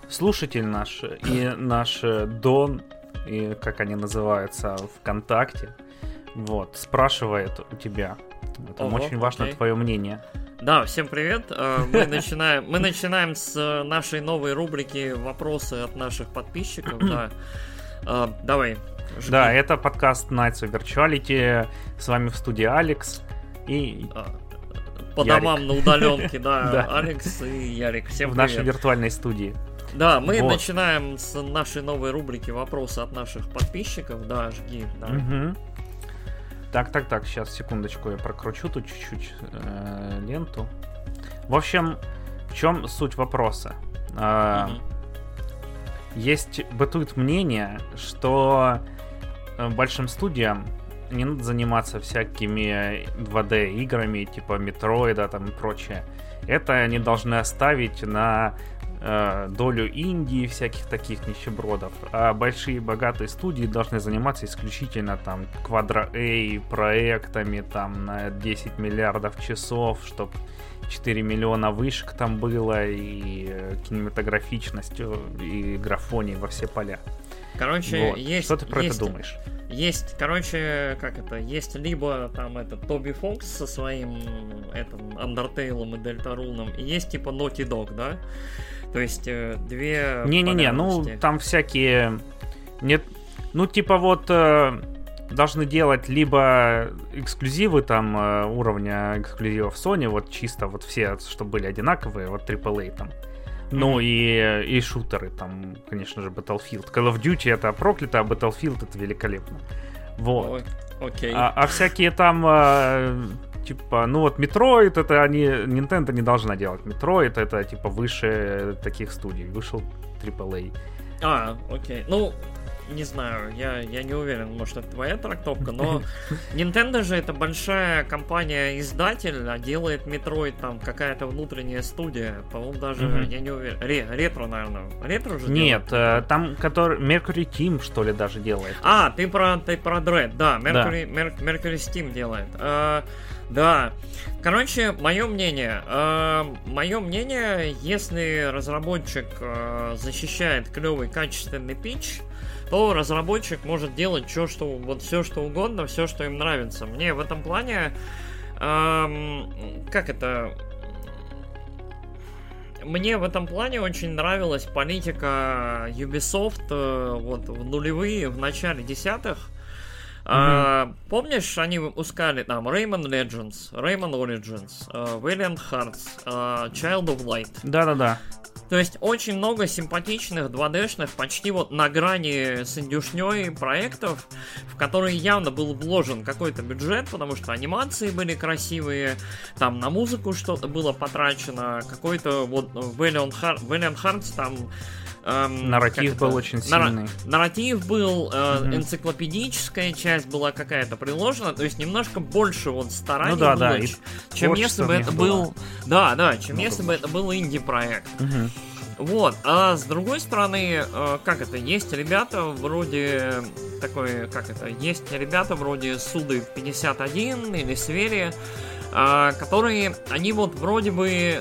слушатель наш и наш Дон, и как они называются ВКонтакте, вот, спрашивает у тебя. Там очень важно твое мнение. Да, всем привет. Мы начинаем с нашей новой рубрики «Вопросы от наших подписчиков». Да. Давай. Жги. Да, это подкаст Nights of Virtuality. С вами в студии Алекс и по Ярик. Домам на удаленке, да, Алекс и Ярик. Всем привет. В нашей виртуальной студии. Да, мы начинаем с нашей новой рубрики «Вопросы от наших подписчиков». Да, жги. Да. Угу. Так, сейчас, секундочку, я прокручу тут чуть-чуть ленту. В общем, в чем суть вопроса? Бытует мнение, что большим студиям не надо заниматься всякими 2D-играми, типа Метроида там и прочее. Это они должны оставить на долю Индии, всяких таких нищебродов. А большие богатые студии должны заниматься исключительно там Quadra-A проектами там на 10 миллиардов часов, чтобы 4 миллиона вышек там было, и кинематографичностью, и графонией во все поля. Короче, вот. Что ты про это думаешь? Есть либо там Тоби Фокс со своим Undertale и Deltarune, и есть типа Naughty Dog, да? То есть две... Не-не-не, там всякие... Нет, должны делать либо эксклюзивы там уровня эксклюзивов Sony, вот чисто вот все, чтобы были одинаковые, вот AAA там. Ну и шутеры там, конечно же, Battlefield. Call of Duty это проклято, а Battlefield это великолепно. Вот. Окей. А всякие там, типа, Metroid, это Nintendo не должна делать. Metroid это типа выше таких студий. Вышел AAA. Окей. Не знаю, я не уверен, может это твоя трактовка, но Nintendo же это большая компания-издатель, а делает Metroid там какая-то внутренняя студия, по-моему, даже, я не уверен, ретро, наверное, ретро же нет, делает? там, который Mercury Team, что ли, даже делает. Ты про Dread, да, Mercury Steam делает. Да, короче, мое мнение, если разработчик защищает клевый качественный питч, то разработчик может делать все, что угодно, все, что им нравится. Мне в этом плане, мне в этом плане очень нравилась политика Ubisoft в нулевые, в начале десятых. Помнишь, они выпускали там Rayman Legends, Rayman Origins, Valiant Hearts, Child of Light. Да. То есть очень много симпатичных 2D-шных, почти на грани с индюшней проектов, в которые явно был вложен какой-то бюджет, потому что анимации были красивые, там на музыку что-то было потрачено, какой-то Valiant Hearts там... нарратив был очень сильный. Нарратив был, энциклопедическая часть была какая-то приложена, то есть немножко больше стараний было, чем если бы это был... чем если бы это был инди-проект. Вот, а с другой стороны, есть ребята вроде Суды 51 или Свери, которые, они вроде бы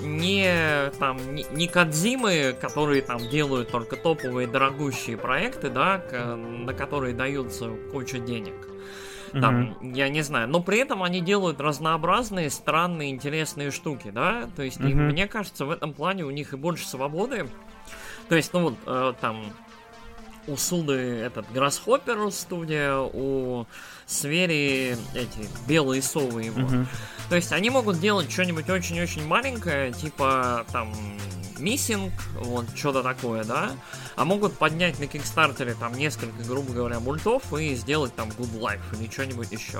не Кодзимы, которые там делают только топовые дорогущие проекты, да, на которые даются куча денег. Там, я не знаю, но при этом они делают разнообразные, странные, интересные штуки, да, то есть, и мне кажется, в этом плане у них и больше свободы. То есть, там у Суды Grasshopper студия, у Свери белые совы его. То есть они могут делать что-нибудь очень-очень маленькое, типа там Missing, что-то такое, да, а могут поднять на Кикстартере там несколько, грубо говоря, мультов и сделать там Good Life или что-нибудь еще.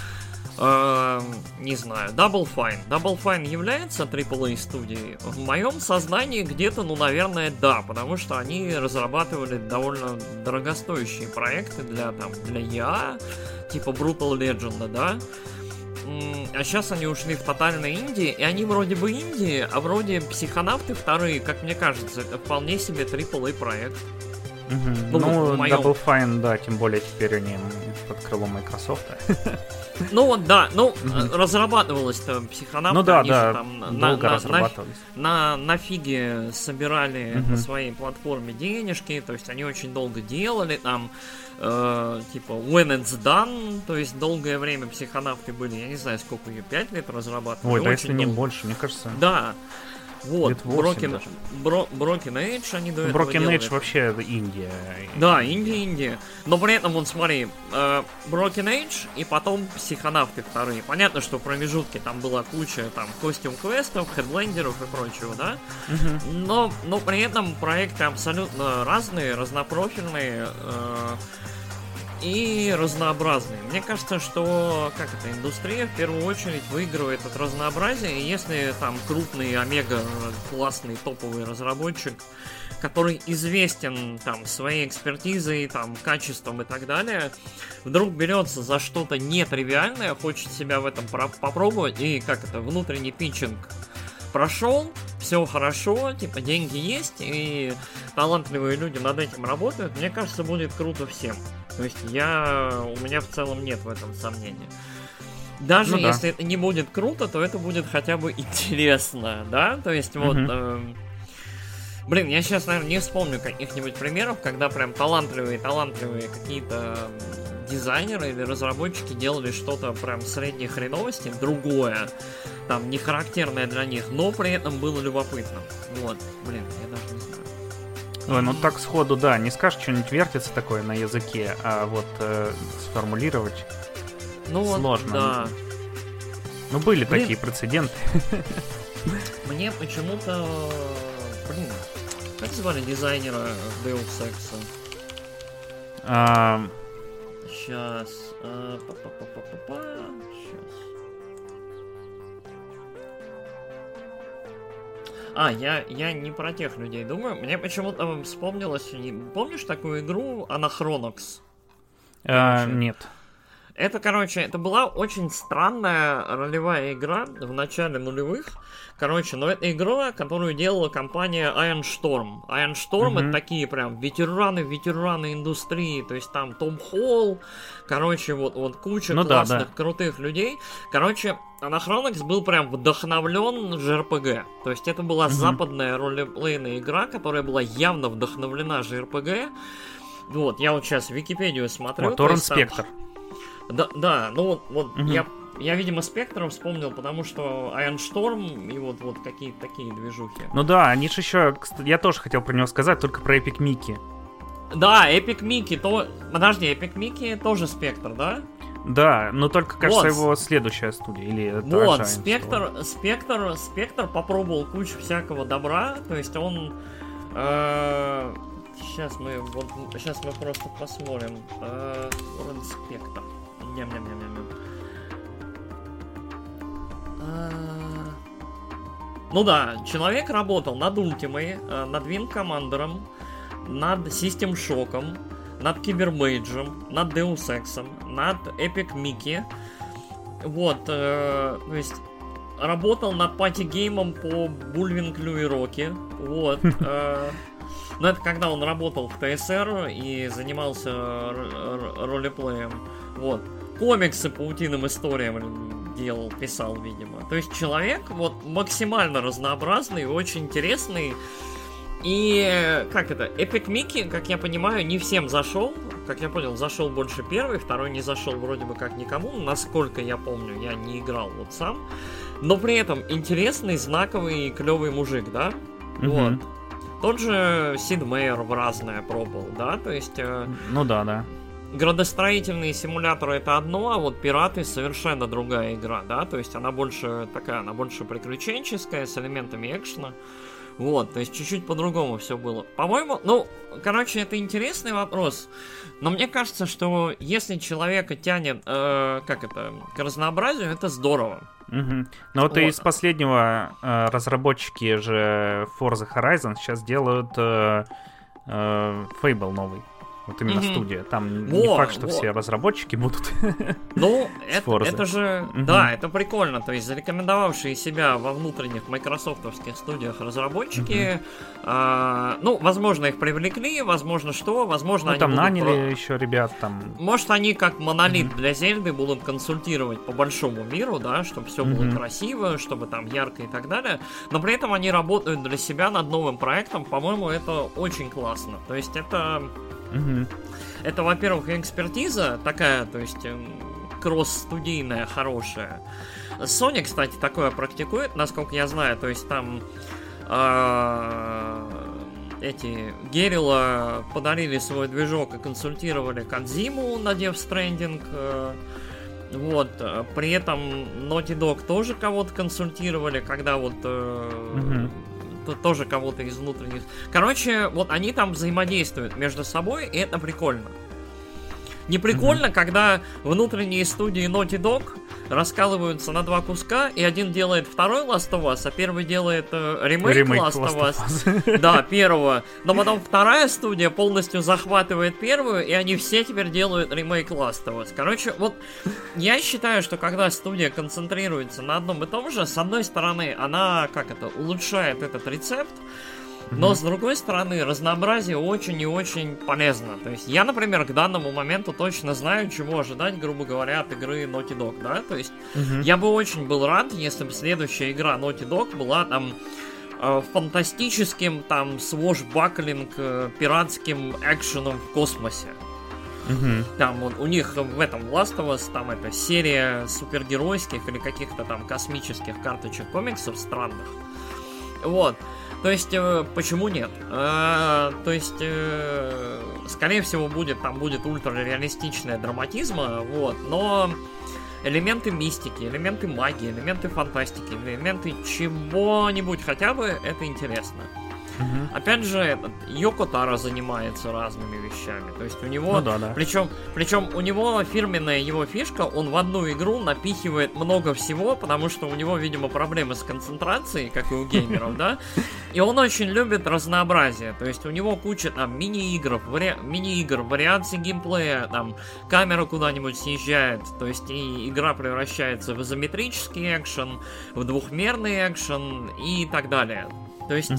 Не знаю, Double Fine. Double Fine является AAA студией? В моем сознании где-то, наверное, да, потому что они разрабатывали довольно дорогостоящие проекты для EA, типа Brutal Legend, да. А сейчас они ушли в тотальное инди, и они вроде бы инди, а вроде Психонавты вторые, как мне кажется, это вполне себе AAA проект. Ну, Double Fine, да, тем более теперь они под крылом Microsoft. Ну вот, да, разрабатывалась-то психонавт. Ну да, там долго разрабатывались. На фиге собирали на своей платформе денежки, то есть они очень долго делали, там, типа, when it's done, то есть долгое время психонавты были, я не знаю, сколько ее, 5 лет разрабатывали. Ой, да если не больше, мне кажется. Да. Вот, Broken Age они до этого делали. Broken Age вообще Индия. Да, Индия. Но при этом, вот смотри, Broken Age и потом психонавты вторые. Понятно, что в промежутке там была куча там костюм-квестов, хедлендеров и прочего, да? Но при этом проекты абсолютно разные, разнопрофильные и разнообразные. Мне кажется, что индустрия в первую очередь выигрывает от разнообразия, и если там крупный, омега, классный, топовый разработчик, который известен там своей экспертизой, там, качеством и так далее, вдруг берется за что-то нетривиальное, хочет себя в этом попробовать, и внутренний питчинг прошел, все хорошо, типа деньги есть, и талантливые люди над этим работают, мне кажется, будет круто всем. То есть у меня в целом нет в этом сомнений. Даже если это не будет круто, то это будет хотя бы интересно, да? То есть вот... я сейчас, наверное, не вспомню каких-нибудь примеров, когда прям талантливые какие-то дизайнеры или разработчики делали что-то прям средней хреновости, другое, там, не характерное для них, но при этом было любопытно. Вот, я даже не знаю. Ой, ну так сходу, да, не скажешь, что-нибудь вертится такое на языке, а вот сформулировать сложно. Да. Ну, были такие прецеденты. Мне почему-то... как звали дизайнера Deus Ex? Сейчас. Я не про тех людей думаю. Мне почему-то вспомнилось... Помнишь такую игру Anachronox? Нет. Это, это была очень странная ролевая игра в начале нулевых. Но это игра, которую делала компания Iron Storm. Iron Storm это такие прям ветераны индустрии. То есть там Том Холл, вот куча классных, крутых людей. Anachronox был прям вдохновлен JRPG. То есть это была западная ролеплейная игра, которая была явно вдохновлена JRPG. Вот, я вот сейчас Википедию смотрю. Torrent Spectre. Да, я, видимо, Спектром вспомнил, потому что Iron Storm и вот какие-то такие движухи. Ну да, они же еще... Я тоже хотел про него сказать, только про Epic Mickey. Да, Epic Mickey, Подожди, Epic Mickey тоже Спектр, да? Да, но только, кажется, его следующая студия. Или это Спектр попробовал кучу всякого добра, то есть он... Сейчас мы просто посмотрим. Спектр. Ну да, человек работал над Ultimate, над Wing Commander, над System Shock, над Cybermage, над Deus Ex, над Epic Mickey. Вот, то есть работал над пати-геймом по Bullwinkle и Rocky. Вот. Но это когда он работал в ТСР и занимался ролеплеем. Вот. Комиксы по утиным историям писал, видимо. То есть человек максимально разнообразный, очень интересный. И Epic Mickey, как я понимаю, не всем зашел. Как я понял, зашел больше первый, второй не зашел вроде бы как никому. Насколько я помню, я не играл сам. Но при этом интересный, знаковый и клевый мужик, да? Вот. Тот же Сид Мейер в разное пробовал, да? То есть... Ну да. Градостроительные симуляторы это одно, а вот Пираты совершенно другая игра, да? То есть она больше приключенческая, с элементами экшена. Вот, то есть чуть-чуть по-другому все было. По-моему, это интересный вопрос. Но мне кажется, что если человека тянет, к разнообразию, это здорово. Ну вот из последнего разработчики же Forza Horizon сейчас делают Fable новый. Вот именно студия. Там не факт, что все разработчики будут. Ну, это же... Да, это прикольно. То есть зарекомендовавшие себя во внутренних майкрософтовских студиях разработчики, ну, возможно, их привлекли, возможно, что, возможно, они там наняли еще ребят там. Может, они как монолит для Зельды будут консультировать по большому миру, да, чтобы все было красиво, чтобы там ярко и так далее. Но при этом они работают для себя над новым проектом. По-моему, это очень классно. То есть это... Это, во-первых, экспертиза такая, то есть кросс-студийная, хорошая. Sony, кстати, такое практикует, насколько я знаю. То есть там Guerrilla подарили свой движок и консультировали Кодзиму на Death Stranding. Вот, при этом Naughty Dog тоже кого-то консультировали, когда вот... тоже кого-то из внутренних. Короче, вот они там взаимодействуют между собой, и это прикольно. Не прикольно, когда внутренние студии Naughty Dog раскалываются на два куска, и один делает второй Last of Us, а первый делает ремейк Last of Us. Да, первого. Но потом вторая студия полностью захватывает первую, и они все теперь делают ремейк Last of Us. Короче, вот я считаю, что когда студия концентрируется на одном и том же, с одной стороны, она, улучшает этот рецепт, но, с другой стороны, разнообразие очень и очень полезно. То есть я, например, к данному моменту точно знаю, чего ожидать, грубо говоря, от игры Naughty Dog, да? То есть я бы очень был рад, если бы следующая игра Naughty Dog была там фантастическим, там, свошбаклинг, пиратским экшеном в космосе. Там вот, у них в этом Last of Us там это серия супергеройских или каких-то там космических карточек комиксов странных. Вот. То есть, почему нет? То есть, скорее всего, там будет ультрареалистичная драматизма, вот, но элементы мистики, элементы магии, элементы фантастики, элементы чего-нибудь хотя бы, это интересно. Опять же, Йоко Таро занимается разными вещами. То есть у него... Причем у него фирменная его фишка, он в одну игру напихивает много всего, потому что у него, видимо, проблемы с концентрацией, как и у геймеров, да? И он очень любит разнообразие. То есть у него куча там мини-игр, вариаций геймплея, там камера куда-нибудь съезжает, то есть и игра превращается в изометрический экшен, в двухмерный экшен и так далее. То есть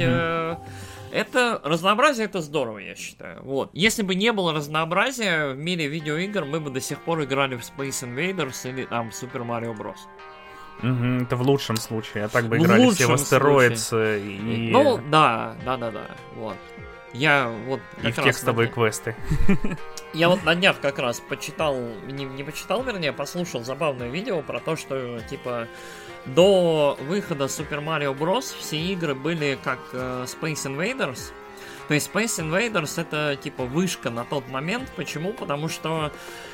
это разнообразие, это здорово, я считаю. Вот. Если бы не было разнообразия в мире видеоигр, мы бы до сих пор играли в Space Invaders или там Super Mario Bros. Это в лучшем случае. А так бы играли все в Asteroids и... Ну, да. Вот. Я вот и в текстовые квесты. Я вот на днях как раз почитал, не почитал, вернее, послушал забавное видео про то, что, типа, до выхода Super Mario Bros. Все игры были как Space Invaders. То есть Space Invaders это, типа, вышка на тот момент. Почему? Потому что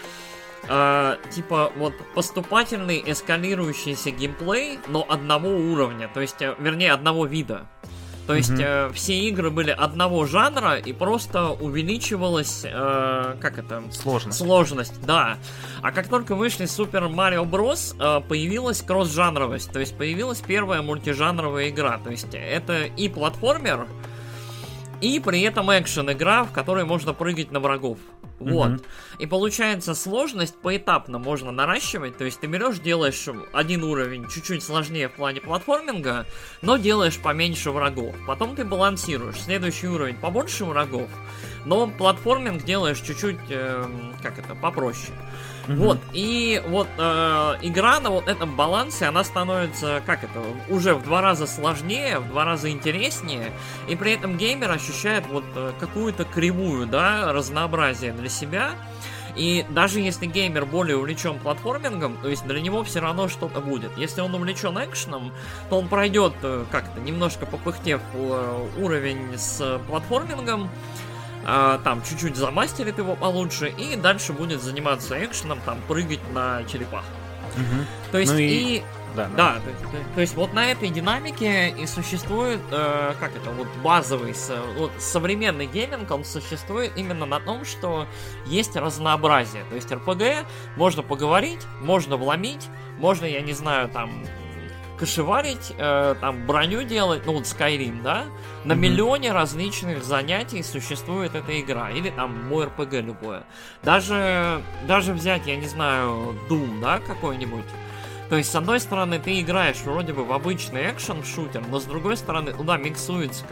типа, вот, поступательный эскалирующийся геймплей, но одного уровня, то есть, вернее, одного вида. То есть все игры были одного жанра, и просто увеличивалась, Сложность, да. А как только вышли Super Mario Bros., появилась кросс-жанровость, то есть появилась первая мультижанровая игра. То есть это и платформер, и при этом экшен-игра, в которой можно прыгать на врагов. Вот. И получается, сложность поэтапно можно наращивать. То есть ты берешь, делаешь один уровень чуть-чуть сложнее в плане платформинга, но делаешь поменьше врагов. Потом ты балансируешь. Следующий уровень побольше врагов, но платформинг делаешь чуть-чуть, попроще. Вот. И вот игра на вот этом балансе, она становится, уже в 2 раза сложнее, в 2 раза интереснее. И при этом геймер ощущает вот какую-то кривую, да, разнообразие для себя. И даже если геймер более увлечен платформингом, то есть для него все равно что-то будет. Если он увлечен экшеном, то он пройдет, немножко попыхтев уровень с платформингом, там чуть-чуть замастерит его получше, и дальше будет заниматься экшеном, там прыгать на черепах. То есть то есть вот на этой динамике и существует, базовый, современный гейминг, он существует именно на том, что есть разнообразие. То есть РПГ можно поговорить, можно вломить, можно, я не знаю, там, кошеварить, там броню делать, ну вот Skyrim, да, на миллионе различных занятий существует эта игра, или там мой RPG любое. Даже взять, я не знаю, Doom, да, какой-нибудь. То есть, с одной стороны, ты играешь вроде бы в обычный экшен-шутер, но с другой стороны, туда миксуется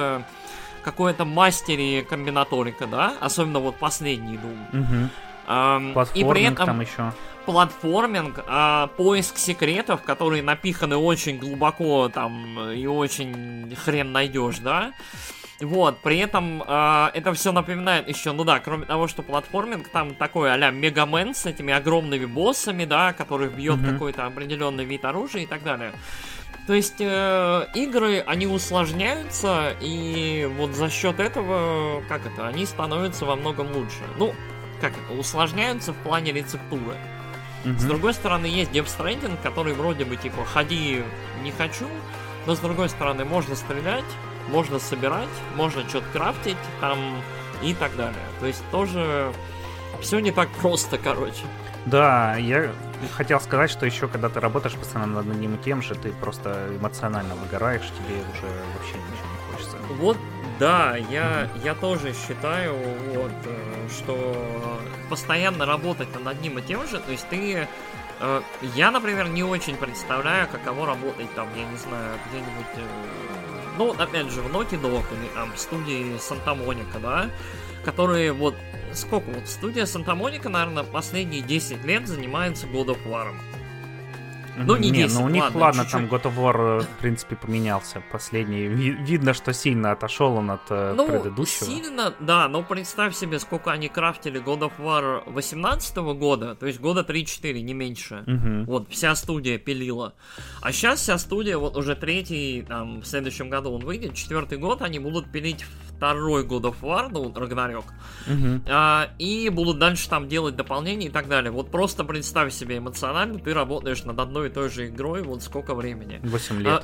какое-то мастери комбинаторика, да, особенно вот последний Doom. Платформинг и при этом там еще. Платформинг, поиск секретов, которые напиханы очень глубоко там и очень хрен найдешь, да. Вот, при этом это все напоминает еще, ну да, кроме того, что платформинг, там такой а-ля Мегамен с этими огромными боссами, да, которых бьет какой-то определенный вид оружия и так далее. То есть игры, они усложняются, и вот за счет этого, они становятся во многом лучше. Ну, усложняются в плане рецептуры. С другой стороны, есть Death Stranding, который вроде бы типа ходи, не хочу, но с другой стороны, можно стрелять, можно собирать, можно что-то крафтить там и так далее. То есть тоже все не так просто, короче. Да, я хотел сказать, что еще когда ты работаешь постоянно над одним и тем же, ты просто эмоционально выгораешь, тебе уже вообще ничего не хочется. Вот, да, я тоже считаю, вот, что постоянно работать над одним и тем же, то есть ты... Я, например, не очень представляю, каково работать там, я не знаю, где-нибудь... Ну, опять же, в Naughty Dog или там в студии Santa Monica, да, которые вот... Сколько вот студия Santa Monica, наверное, последние 10 лет занимается God of War. Ну, не 10, у них, ладно, чуть-чуть. там God of War, в принципе, поменялся последний. Видно, что сильно отошел он от предыдущего. Сильно, да, но представь себе, сколько они крафтили God of War 18 года, то есть года 3-4, не меньше. Вот, вся студия пилила. А сейчас вся студия, вот уже третий, там, в следующем году он выйдет, 4-й год, они будут пилить второй God of War, ну, Рагнарёк, и будут дальше там делать дополнения и так далее. Вот просто представь себе эмоционально, ты работаешь над одной и той же игрой вот сколько времени. 8 лет.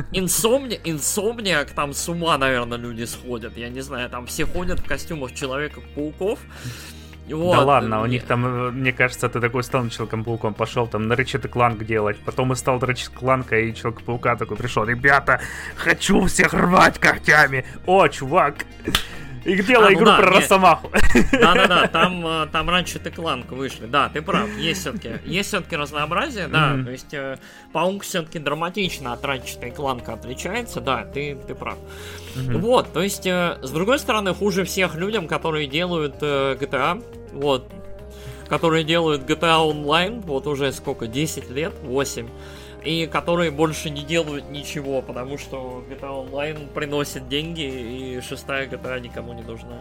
Insomniac, там с ума, наверное, люди сходят. Я не знаю, там все ходят в костюмах Человека-пауков. Вот. Да ладно, у них там, мне кажется, ты такой стал Человеком-пауком, пошел там на Ratchet & Clank делать, потом и стал Ratchet & Clank, и Человек-паука такой пришел: ребята, хочу всех рвать когтями. О, чувак, и делай игру про Росомаху. Да-да-да, там Ratchet & Clank вышли, да, ты прав, есть все-таки разнообразие, да, то есть Паук все-таки драматично от Ratchet & Clank отличается, да, ты прав. Вот, то есть, с другой стороны, хуже всех людям, которые делают GTA, вот, которые делают GTA Online, вот уже сколько, 10 лет, 8, и которые больше не делают ничего, потому что GTA Online приносит деньги, и 6-я GTA никому не нужна.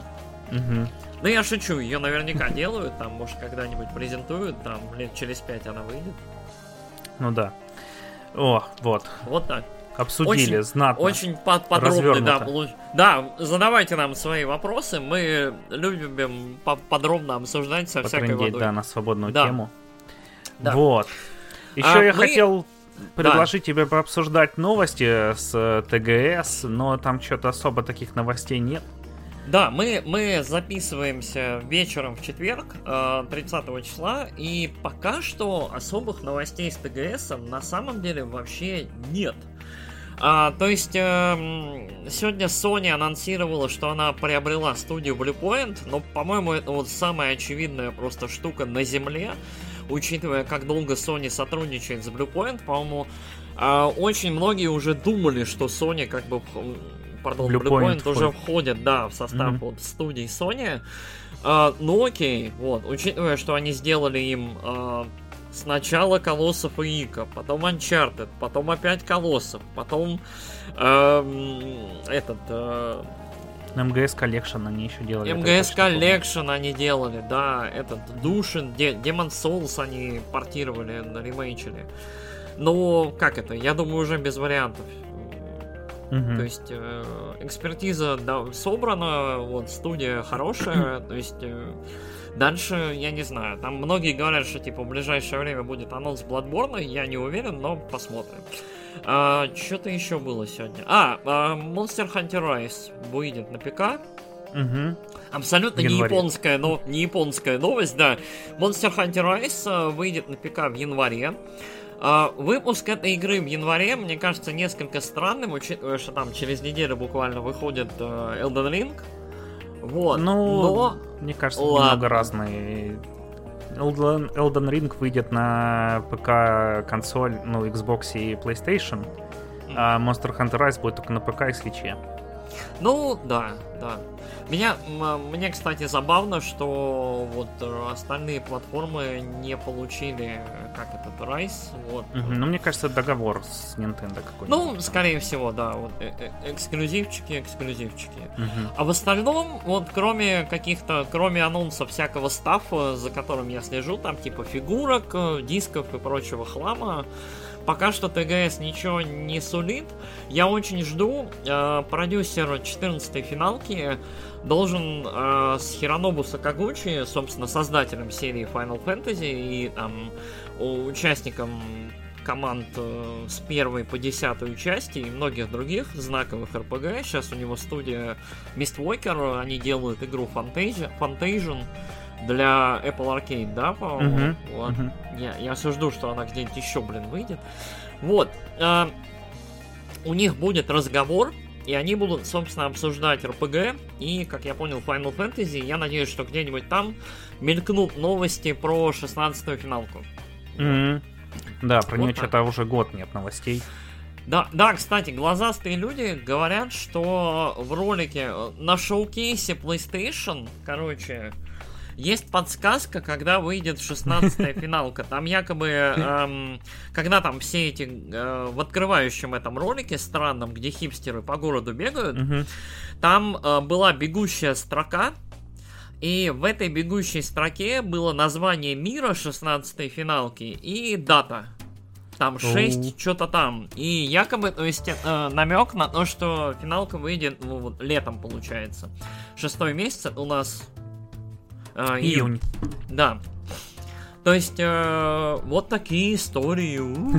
Ну, я шучу, ее наверняка делают, там, может, когда-нибудь презентуют, там, лет через 5 она выйдет. Ну да. О, вот. Вот так. Обсудили знатно. Очень подробно, да, задавайте нам свои вопросы. Мы любим подробно обсуждать со всякой водой. Да, на свободную тему. Да. Вот. Еще я хотел предложить тебе пообсуждать новости с ТГС, но там что-то особо таких новостей нет. Да, мы записываемся вечером в четверг, 30 числа, и пока что особых новостей с ТГСом на самом деле вообще нет. То есть, сегодня Sony анонсировала, что она приобрела студию Bluepoint, но, по-моему, это вот самая очевидная просто штука на земле, учитывая, как долго Sony сотрудничает с Bluepoint. По-моему, очень многие уже думали, что Sony как бы... Bluepoint уже входит, да, в состав вот студий Sony. Ну окей, вот, учитывая, что они сделали им... Сначала Колоссов и Ика, потом Uncharted, потом опять Колоссов, потом МГС Collection они еще делали. МГС Collection они делали, да, этот Душин, Demon Souls они портировали, ремейчили. Ну, как это, я думаю, уже без вариантов. То есть экспертиза собрана, вот студия хорошая, то есть... Дальше, я не знаю, там многие говорят, что типа в ближайшее время будет анонс Bloodborne, я не уверен, но посмотрим. Что-то еще было сегодня. Monster Hunter Rise выйдет на ПК. Абсолютно не японская новость, да. Monster Hunter Rise выйдет на ПК в январе. Выпуск этой игры в январе, мне кажется, несколько странным, учитывая, что там через неделю буквально выходит Elden Ring. Вот. Но мне кажется, немного разные. Elden Ring выйдет на ПК, консоль, Xbox и PlayStation, а Monster Hunter Rise будет только на ПК и Switch. Ну, да. Мне, кстати, забавно, что вот остальные платформы не получили, как этот, Rise. Вот. Ну, мне кажется, договор с Nintendo какой-то. Ну, скорее всего, да. Вот, эксклюзивчики. А в остальном, вот кроме анонсов всякого стаффа, за которым я слежу, там типа фигурок, дисков и прочего хлама, пока что ТГС ничего не сулит. Я очень жду. Продюсер 14-й финалки должен с Хиронобу Сакагучи, собственно, создателем серии Final Fantasy и там участником команд с 1 по 10 части и многих других знаковых RPG. Сейчас у него студия Mistwalker, они делают игру Fantasian для Apple Arcade, да, по-моему? Вот. Я все жду, что она где-нибудь еще, выйдет. Вот. У них будет разговор, и они будут, собственно, обсуждать RPG и, как я понял, Final Fantasy. Я надеюсь, что где-нибудь там мелькнут новости про 16-ю финалку. Да, про нее что-то уже год нет новостей. Да, кстати, глазастые люди говорят, что в ролике на шоу-кейсе PlayStation, есть подсказка, когда выйдет 16-я финалка. Там якобы, когда там все эти в открывающем этом ролике странном, где хипстеры по городу бегают, там была бегущая строка, и в этой бегущей строке было название мира 16-й финалки и дата. Там 6 что-то там. И якобы, то есть, намек на то, что финалка выйдет летом, получается. 6-й месяц у нас... июнь. Да. То есть, вот такие истории.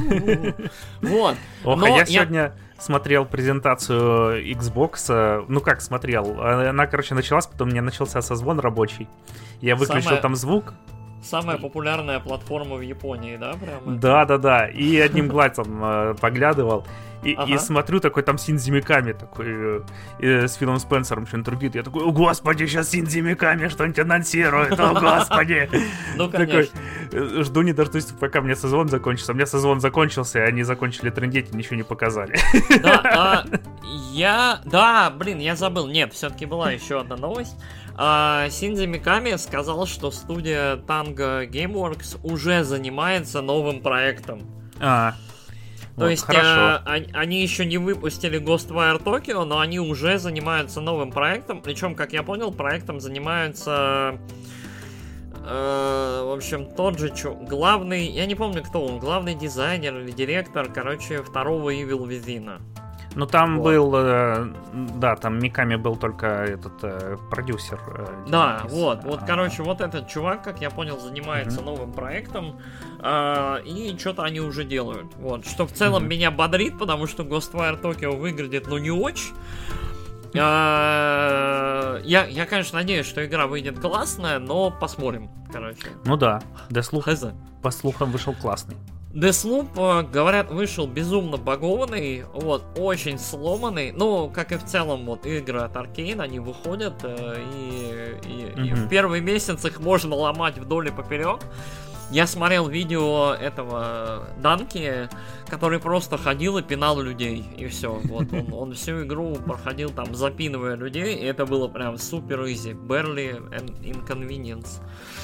Вот. Я сегодня смотрел презентацию Xbox. Ну как смотрел? Она, началась, потом у меня начался созвон рабочий. Я выключил там звук. Самая популярная платформа в Японии, да? Прямо? Да. И одним глазом поглядывал. И смотрю, такой там Синдзи Миками такой с Филом Спенсером что-нибудь трубит. Я такой: о господи, сейчас Синдзи Миками что-нибудь анонсирует, о господи. Ну, конечно. Такой, жду не дождусь, пока мне созвон закончится. У меня созвон закончился, и они закончили трындеть и ничего не показали. Я забыл. Нет, все-таки была еще одна новость. Синдзи Миками сказал, что студия Tango Gameworks уже занимается новым проектом. То есть они еще не выпустили Ghostwire Tokyo, но они уже занимаются новым проектом. Причем, как я понял, проектом занимаются в общем, тот же главный, я не помню, кто он, главный дизайнер или директор, второго Evil Within. Ну там был, там Миками был только этот продюсер. Вот этот чувак, как я понял, занимается новым проектом, и что-то они уже делают. Вот, что в целом меня бодрит, потому что Ghostwire Tokyo выглядит, не очень. Я, конечно, надеюсь, что игра выйдет классная, но посмотрим, Ну да, Deathloop, по слухам, вышел классный. Deathloop, говорят, вышел безумно багованный, очень сломанный. Ну, как и в целом, игры от Arkane, они выходят, и в первый месяц их можно ломать вдоль и поперек. Я смотрел видео этого Данки, который просто ходил и пинал людей, и все. Он всю игру проходил там, запинывая людей, и это было прям супер изи, barely an inconvenience.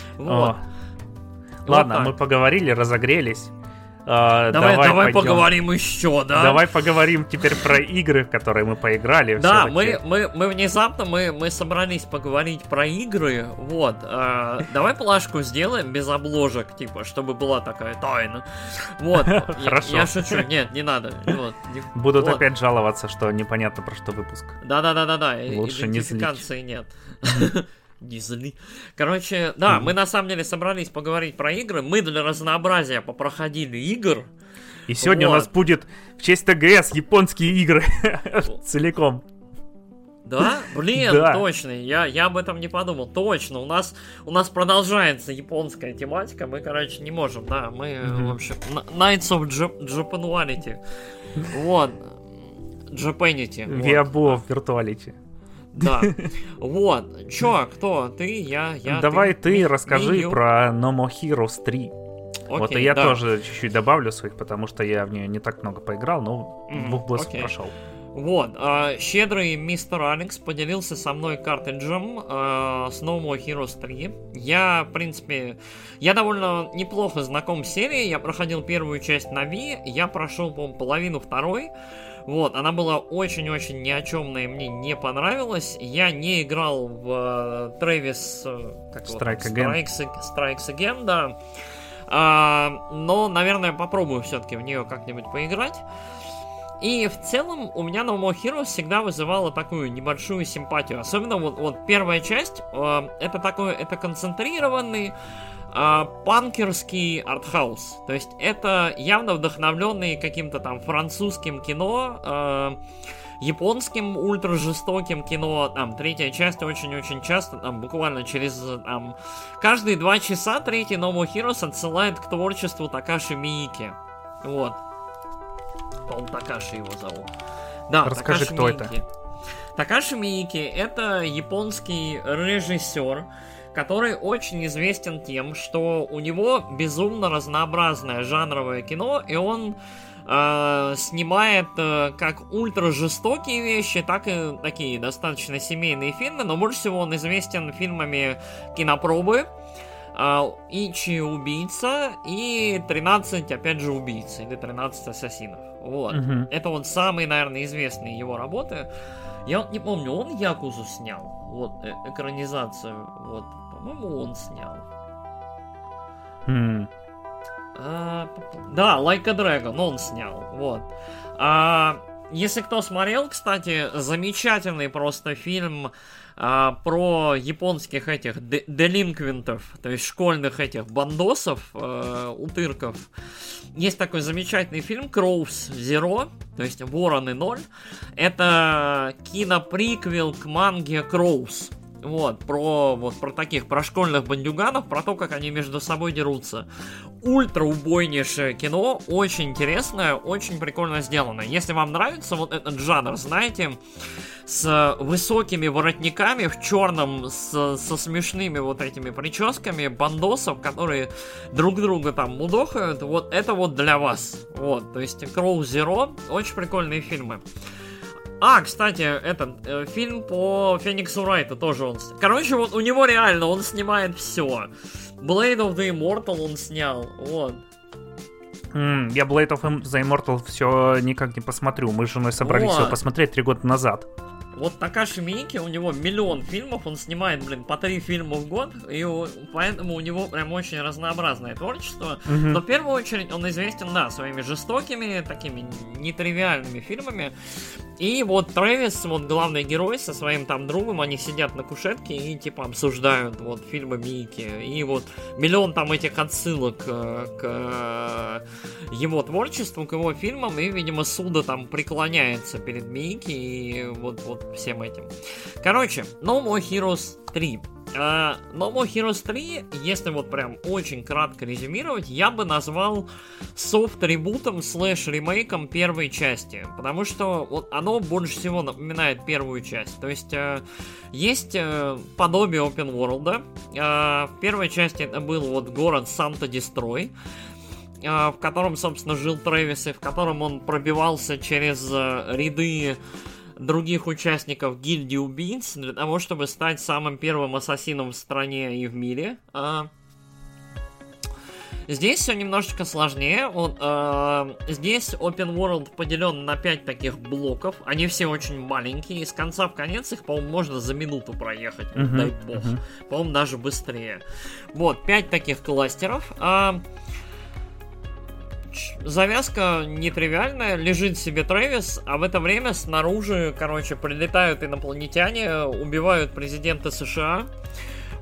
Ладно, мы поговорили, разогрелись. Давай поговорим еще, да? Давай поговорим теперь про игры, в которые мы поиграли. Да, мы внезапно мы собрались поговорить про игры. Давай плашку сделаем без обложек, чтобы была такая тайна. Хорошо. Я шучу, нет, не надо. Будут опять жаловаться, что непонятно про что выпуск. Да. Лучше не злить. Идентификации нет. Не зли. Мы на самом деле собрались поговорить про игры. Мы для разнообразия попроходили игр. И сегодня у нас будет в честь ТГС японские игры целиком. Да? Блин, Да. точно, я об этом не подумал. Точно, у нас продолжается японская тематика, мы, короче, не можем, да, мы, в общем, Knights of Japanuality. Вот. Japanity. Виабо в виртуалити. Да. Вот. Чё, кто? Ты, я, Давай ты расскажи Мию. про No More Heroes 3. Вот, и Окей, я да. тоже чуть-чуть добавлю своих, потому что я в нее не так много поиграл, но двух боссов окей. прошел. Вот, щедрый мистер Алекс поделился со мной картриджем с No More Heroes 3. Я, в принципе, довольно неплохо знаком с серией. Я проходил первую часть на Wii, я прошел, по-моему, половину второй. Вот, она была очень-очень ни о чемная, мне не понравилась. Я не играл в Travis Strikes Again, да. Но, наверное, попробую все-таки в нее как-нибудь поиграть. И в целом у меня No More Heroes всегда вызывала такую небольшую симпатию. Особенно вот первая часть, это концентрированный панкерский артхаус. То есть это явно вдохновленный каким-то там французским кино, японским ультражестоким кино. Там третья часть очень-очень часто, там буквально через каждые 2 часа третий No More Heroes отсылает к творчеству Такаши Миики. Вот. По-моему, Такаши его зовут. Да, расскажи, Такаши кто Миики. это. Такаши Миики — это японский режиссер, который очень известен тем, что у него безумно разнообразное жанровое кино, и он снимает как ультражестокие вещи, так и такие достаточно семейные фильмы, но больше всего он известен фильмами «Кинопробы», Ичи убийца и 13, опять же, убийц, или 13 ассасинов. Вот. Это вот самые, наверное, известные его работы. Я вот не помню, он Якузу снял. Вот, экранизацию. Вот, по-моему, он снял. Да, Like a Dragon, он снял. Вот. Если кто смотрел, кстати, замечательный просто фильм про японских этих делинквентов, то есть школьных этих бандосов, утырков. Есть такой замечательный фильм Crows Zero, то есть Вороны 0. Это киноприквел к манге Crows. Вот, про таких, про школьных бандюганов, про то, как они между собой дерутся. Ультра убойнейшее кино, очень интересное, очень прикольно сделано. Если вам нравится вот этот жанр, знаете, с высокими воротниками в черном, со смешными вот этими прическами бандосов, которые друг друга там мудохают, вот это вот для вас. Вот, то есть Crow Zero, очень прикольные фильмы. Кстати, этот фильм по Фениксу Райту тоже он... Короче, вот у него реально, он снимает все. Blade of the Immortal он снял, вот. Я Blade of the Immortal все никак не посмотрю. Мы с женой собрались его посмотреть 3 года назад. Вот Такаши Миики, у него миллион фильмов, он снимает, по 3 фильма в год, и поэтому у него прям очень разнообразное творчество. Но в первую очередь он известен, да, своими жестокими, такими нетривиальными фильмами. И вот Трэвис, вот главный герой со своим там другом, они сидят на кушетке и типа обсуждают вот фильмы Миики. И вот миллион там этих отсылок к его творчеству, к его фильмам, и, видимо, Суда там преклоняется перед Миики и вот всем этим. Короче, No More Heroes 3. No More Heroes 3, если вот прям очень кратко резюмировать, я бы назвал софт-ребутом /ремейком первой части, потому что вот оно больше всего напоминает первую часть. То есть есть подобие open world. В первой части это был вот город Санта-Дестрой, в котором, собственно, жил Трэвис, и в котором он пробивался через ряды других участников гильдии убийц для того, чтобы стать самым первым ассасином в стране и в мире. Здесь все немножечко сложнее. Вот, здесь Open World поделен на 5 таких блоков. Они все очень маленькие. И с конца в конец их, по-моему, можно за минуту проехать. Дай бог. По-моему, даже быстрее. Вот, 5 таких кластеров. Завязка нетривиальная, лежит себе Трэвис, а в это время снаружи, короче, прилетают инопланетяне, убивают президента США.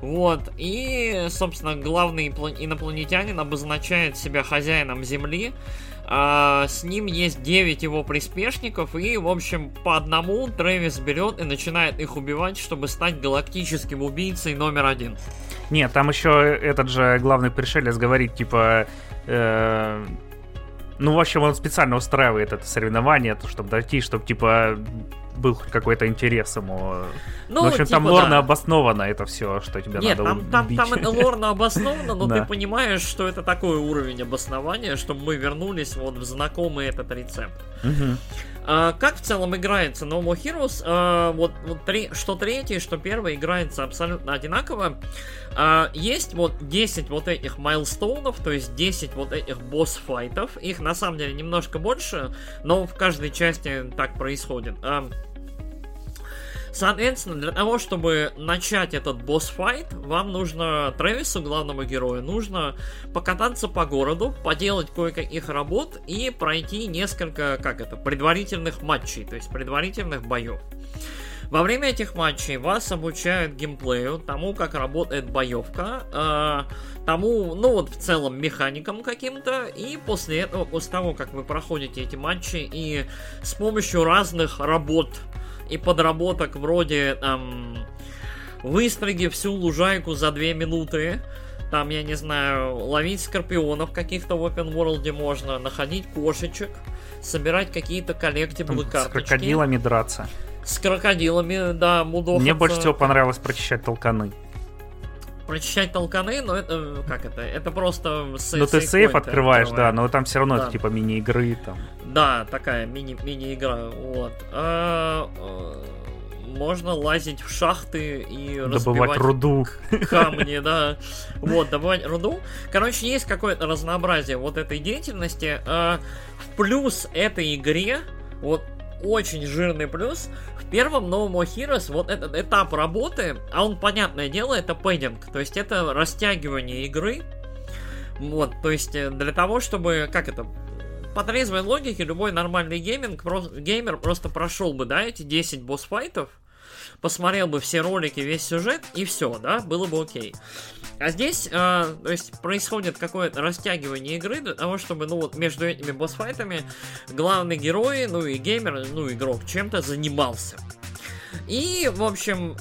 Вот, и, собственно, главный инопланетянин обозначает себя хозяином Земли. С ним есть 9 его приспешников, и, в общем, по одному Трэвис берет и начинает их убивать, чтобы стать галактическим убийцей номер 1. Нет, там еще этот же главный пришелец говорит, типа... Ну, в общем, он специально устраивает это соревнование, чтобы дойти, чтобы, типа, был какой-то интерес ему. Ну, в общем, типа, там лорно обосновано это все, что тебе надо убить. Нет, там это лорно обосновано, но ты понимаешь, что это такой уровень обоснования, чтобы мы вернулись вот в знакомый этот рецепт. Как в целом играется No More Heroes? Что третий, что первый играется абсолютно одинаково. Есть вот 10 вот этих майлстоунов, то есть 10 вот этих босс-файтов. Их на самом деле немножко больше, но в каждой части так происходит. Соответственно, для того, чтобы начать этот босс-файт, вам нужно, Трэвису, главному герою, нужно покататься по городу, поделать кое-каких работ и пройти несколько, предварительных матчей, то есть предварительных боев. Во время этих матчей вас обучают геймплею, тому, как работает боевка, тому, в целом, механикам каким-то, и после этого, после того, как вы проходите эти матчи, и с помощью разных работ и подработок вроде выстриги всю лужайку за 2 минуты, там, я не знаю, ловить скорпионов каких-то в open world можно, находить кошечек, собирать какие-то коллектиблы, карточки. С крокодилами драться. С крокодилами, да, мудохаться. Мне больше всего понравилось прочищать толканы. Прочищать толканы, но это, это просто... Ну ты сейф открываешь, да, но там все равно это типа мини-игры там. Да, такая мини-игра, вот. Можно лазить в шахты и добывать руду. Камни, да. Вот, добывать руду. Короче, есть какое-то разнообразие вот этой деятельности. В плюс этой игре, вот очень жирный плюс, в первом No More Heroes вот этот этап работы, а он, понятное дело, это пэддинг, то есть это растягивание игры. Вот, то есть для того, чтобы, по трезвой логике, любой нормальный геймер просто прошел бы, да, эти 10 босс-файтов, посмотрел бы все ролики, весь сюжет, и все, да, было бы окей. А здесь, то есть, происходит какое-то растягивание игры для того, чтобы, между этими босс-файтами главный герой, и геймер, игрок чем-то занимался. И, в общем,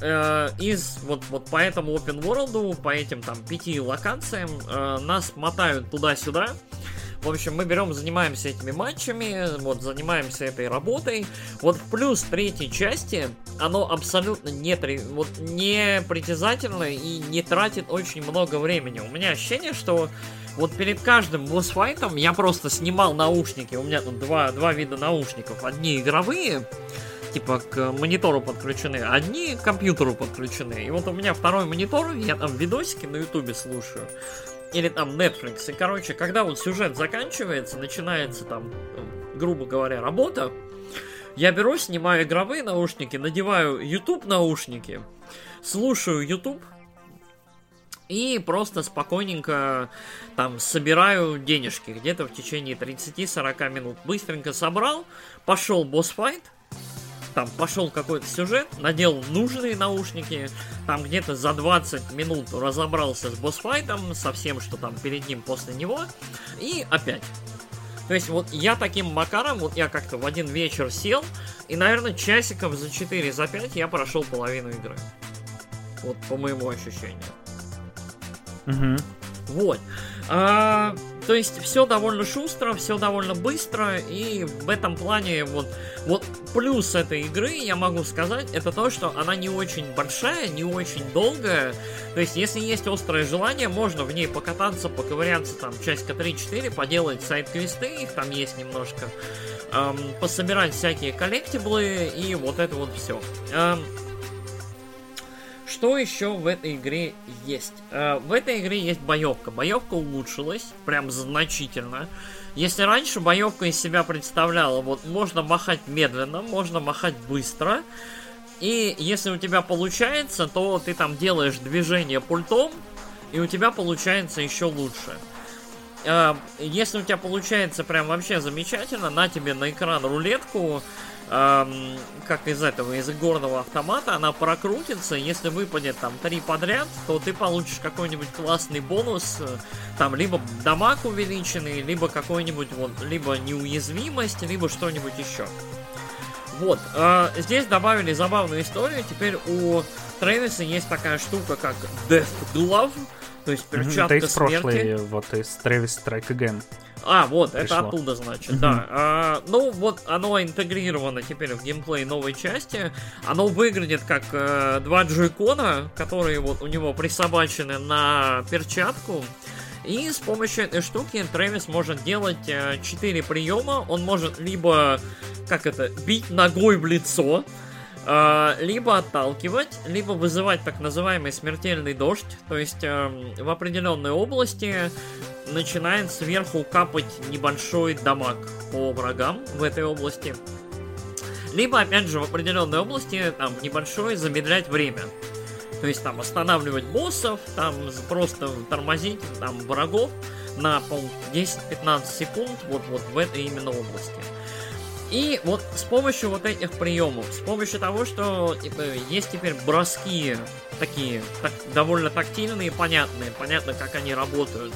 по этому open world, по этим, 5 локациям, нас мотают туда-сюда. В общем, мы занимаемся этими матчами, занимаемся этой работой. Вот в плюс третьей части оно абсолютно не притязательно и не тратит очень много времени. У меня ощущение, что вот перед каждым босс-файтом я просто снимал наушники. У меня тут два вида наушников. Одни игровые, типа к монитору подключены, одни к компьютеру подключены. И вот у меня второй монитор, я там видосики на ютубе слушаю. Или там Netflix. И, короче, когда вот сюжет заканчивается, начинается там, грубо говоря, работа, я беру, снимаю игровые наушники, надеваю YouTube наушники, слушаю YouTube и просто спокойненько там собираю денежки где-то в течение 30-40 минут. Быстренько собрал, пошел босс-файт, там пошел какой-то сюжет, надел нужные наушники, там где-то за 20 минут разобрался с босс-файтом, со всем, что там перед ним после него, и опять. То есть вот я таким макаром, я как-то в один вечер сел, и, наверное, часиков за 4, за 5 я прошел половину игры. Вот по моему ощущению. Вот. То есть все довольно шустро, все довольно быстро, и в этом плане вот плюс этой игры, я могу сказать, это то, что она не очень большая, не очень долгая. То есть если есть острое желание, можно в ней покататься, поковыряться, там, часика 3-4, поделать сайд-квесты, их там есть немножко, пособирать всякие коллектиблы, и вот это вот все. Что еще в этой игре есть? В этой игре есть боевка. Боевка улучшилась, прям значительно. Если раньше боевка из себя представляла, можно махать медленно, можно махать быстро. И если у тебя получается, то ты там делаешь движение пультом, и у тебя получается еще лучше. если у тебя получается прям вообще замечательно, на тебе на экран рулетку, как из игорного автомата, она прокрутится, если выпадет там 3 подряд, то ты получишь какой-нибудь классный бонус, там либо дамаг увеличенный, либо какой-нибудь либо неуязвимость, либо что-нибудь еще. Вот, здесь добавили забавную историю, теперь у Трэвиса есть такая штука, как Death Glove, то есть перчатка это из смерти. прошлой, вот из Travis Strike Again. Вот, пришло. это оттуда, значит, да. Ну, вот оно интегрировано теперь в геймплей новой части. Оно выглядит как 2 джойкона, которые вот у него присобачены на перчатку. И с помощью этой штуки Трэвис может делать 4 приема. Он может либо, бить ногой в лицо, либо отталкивать, либо вызывать так называемый смертельный дождь. То есть в определенной области начинает сверху капать небольшой дамаг по врагам в этой области. Либо, опять же, в определенной области там небольшой замедлять время. То есть там останавливать боссов, там просто тормозить там врагов на 10-15 секунд вот в этой именно области. И вот с помощью вот этих приемов, с помощью того, что есть теперь броски такие, довольно тактильные, понятно, как они работают.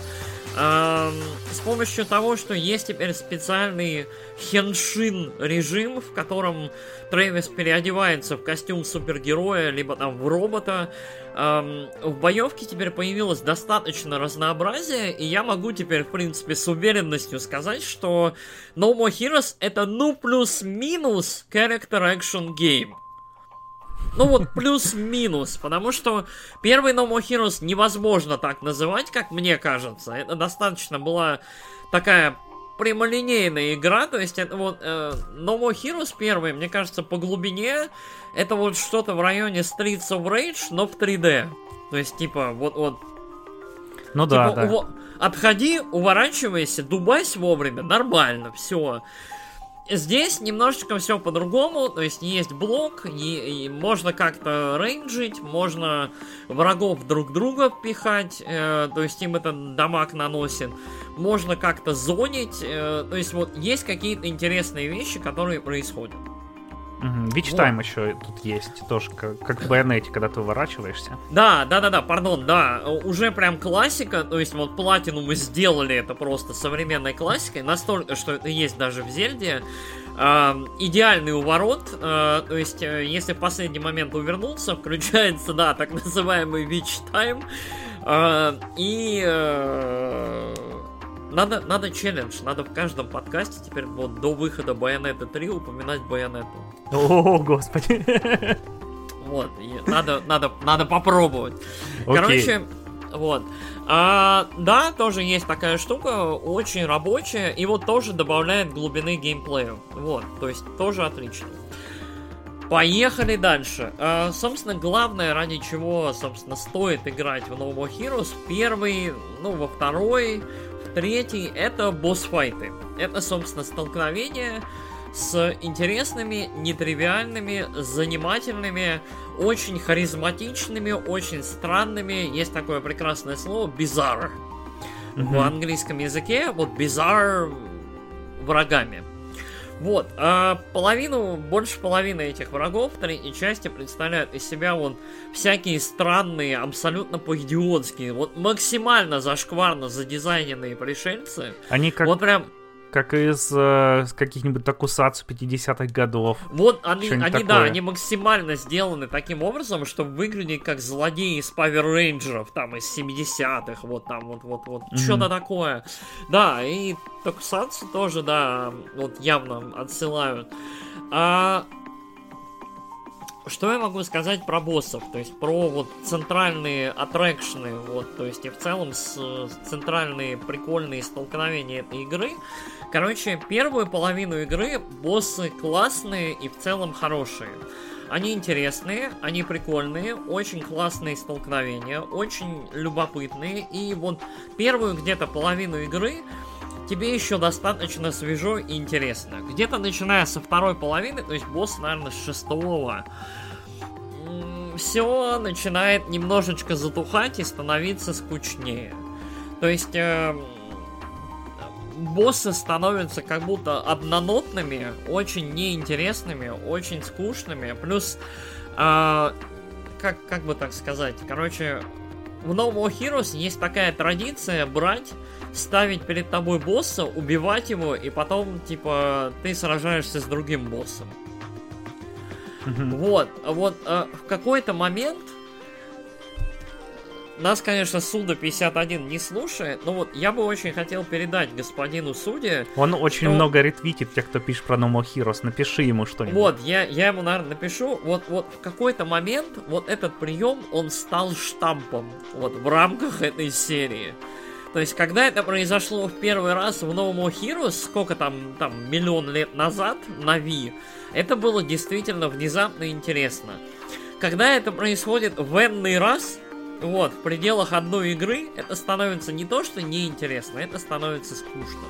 С помощью того, что есть теперь специальный хеншин режим, в котором Трэвис переодевается в костюм супергероя, либо там в робота. В боевке теперь появилось достаточно разнообразия, и я могу теперь, в принципе, с уверенностью сказать, что No More Heroes это плюс-минус character action game. Ну вот плюс-минус, потому что первый No More Heroes невозможно так называть, как мне кажется. Это достаточно была такая прямолинейная игра, то есть это вот No More Heroes первый, мне кажется, по глубине это вот что-то в районе Streets of Rage, но в 3D. То есть типа вот. Ну типа, да. Отходи, уворачивайся, дубайся вовремя, нормально, все. Здесь немножечко все по-другому, то есть есть блок, и можно как-то рейнджить, можно врагов друг друга впихать, то есть им это дамаг наносит, можно как-то зонить, то есть вот есть какие-то интересные вещи, которые происходят. Вич-тайм еще тут есть, тоже как в Байонете, когда ты уворачиваешься. Да, пардон, уже прям классика, то есть вот Platinum сделали это просто современной классикой, настолько, что это есть даже в Зельде. Идеальный уворот, то есть если в последний момент увернуться, включается, так называемый Witch Time, и надо челлендж, надо в каждом подкасте теперь вот до выхода Bayonetta 3 упоминать Bayonetta. О, господи. Вот, надо попробовать. Окей. Короче, вот. Да, тоже есть такая штука, очень рабочая, и вот тоже добавляет глубины геймплею. Вот, то есть тоже отлично. Поехали дальше. Собственно, главное, ради чего, собственно, стоит играть в No More Heroes, первый, во второй, в третий, это босс-файты. Это, собственно, столкновение с интересными, нетривиальными, занимательными, очень харизматичными, очень странными. Есть такое прекрасное слово bizarre в английском языке. Вот bizarre врагами. Вот, больше половины этих врагов в третьей части представляют из себя вот всякие странные, абсолютно по-идиотски, вот максимально зашкварно задизайненные пришельцы. Они как... Вот прям... Как из каких-нибудь токусацу 50-х годов. Вот они максимально сделаны таким образом, чтобы выглядеть как злодеи из Power Ranger'ов, там, из 70-х, вот там, вот, что-то такое. Да, и токусацу тоже, да, вот явно отсылают. Что я могу сказать про боссов? То есть про вот центральные аттракшены, вот, то есть и в целом центральные прикольные столкновения этой игры. Короче, первую половину игры боссы классные и в целом хорошие. Они интересные, они прикольные, очень классные столкновения, очень любопытные. И вот первую где-то половину игры тебе еще достаточно свежо и интересно. Где-то начиная со второй половины, то есть босс, наверное, с 6-го, все начинает немножечко затухать и становиться скучнее. То есть боссы становятся как будто однонотными, очень неинтересными, очень скучными. Плюс, как бы так сказать, короче, в No More Heroes есть такая традиция брать, ставить перед тобой босса, убивать его, и потом, типа, ты сражаешься с другим боссом. Вот в какой-то момент нас, конечно, Суда51 не слушает, но вот я бы очень хотел передать господину Суде. Он очень много ретвитит тех, кто пишет про No More Heroes. Напиши ему что-нибудь. Вот, я ему, наверное, напишу. Вот в какой-то момент вот этот прием, он стал штампом вот в рамках этой серии. То есть, когда это произошло в первый раз в No More Heroes, сколько там миллион лет назад, на Wii, это было действительно внезапно и интересно. Когда это происходит в n-ный раз, вот, в пределах одной игры, это становится не то, что неинтересно, это становится скучно.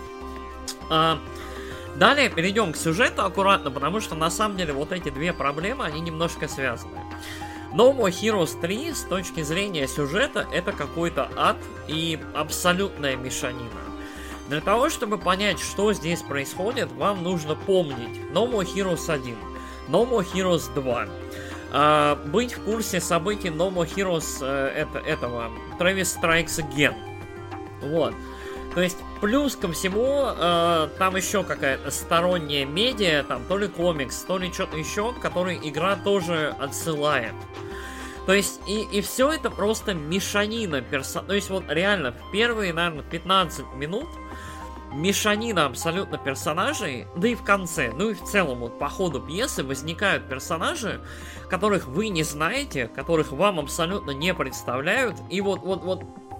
Далее перейдем к сюжету аккуратно, потому что на самом деле вот эти две проблемы, они немножко связаны. No More Heroes 3 с точки зрения сюжета это какой-то ад и абсолютная мешанина. Для того, чтобы понять, что здесь происходит, вам нужно помнить No More Heroes 1, No More Heroes 2, быть в курсе событий No More Heroes этого Travis Strikes Again. Вот. То есть, плюс ко всему, там еще какая-то сторонняя медиа, там то ли комикс, то ли что-то еще, к которой игра тоже отсылает. То есть, и все это просто мешанина персонажей. То есть, вот реально, в первые, наверное, 15 минут мешанина абсолютно персонажей, да и в конце, ну и в целом вот по ходу пьесы возникают персонажи, которых вы не знаете, которых вам абсолютно не представляют, и вот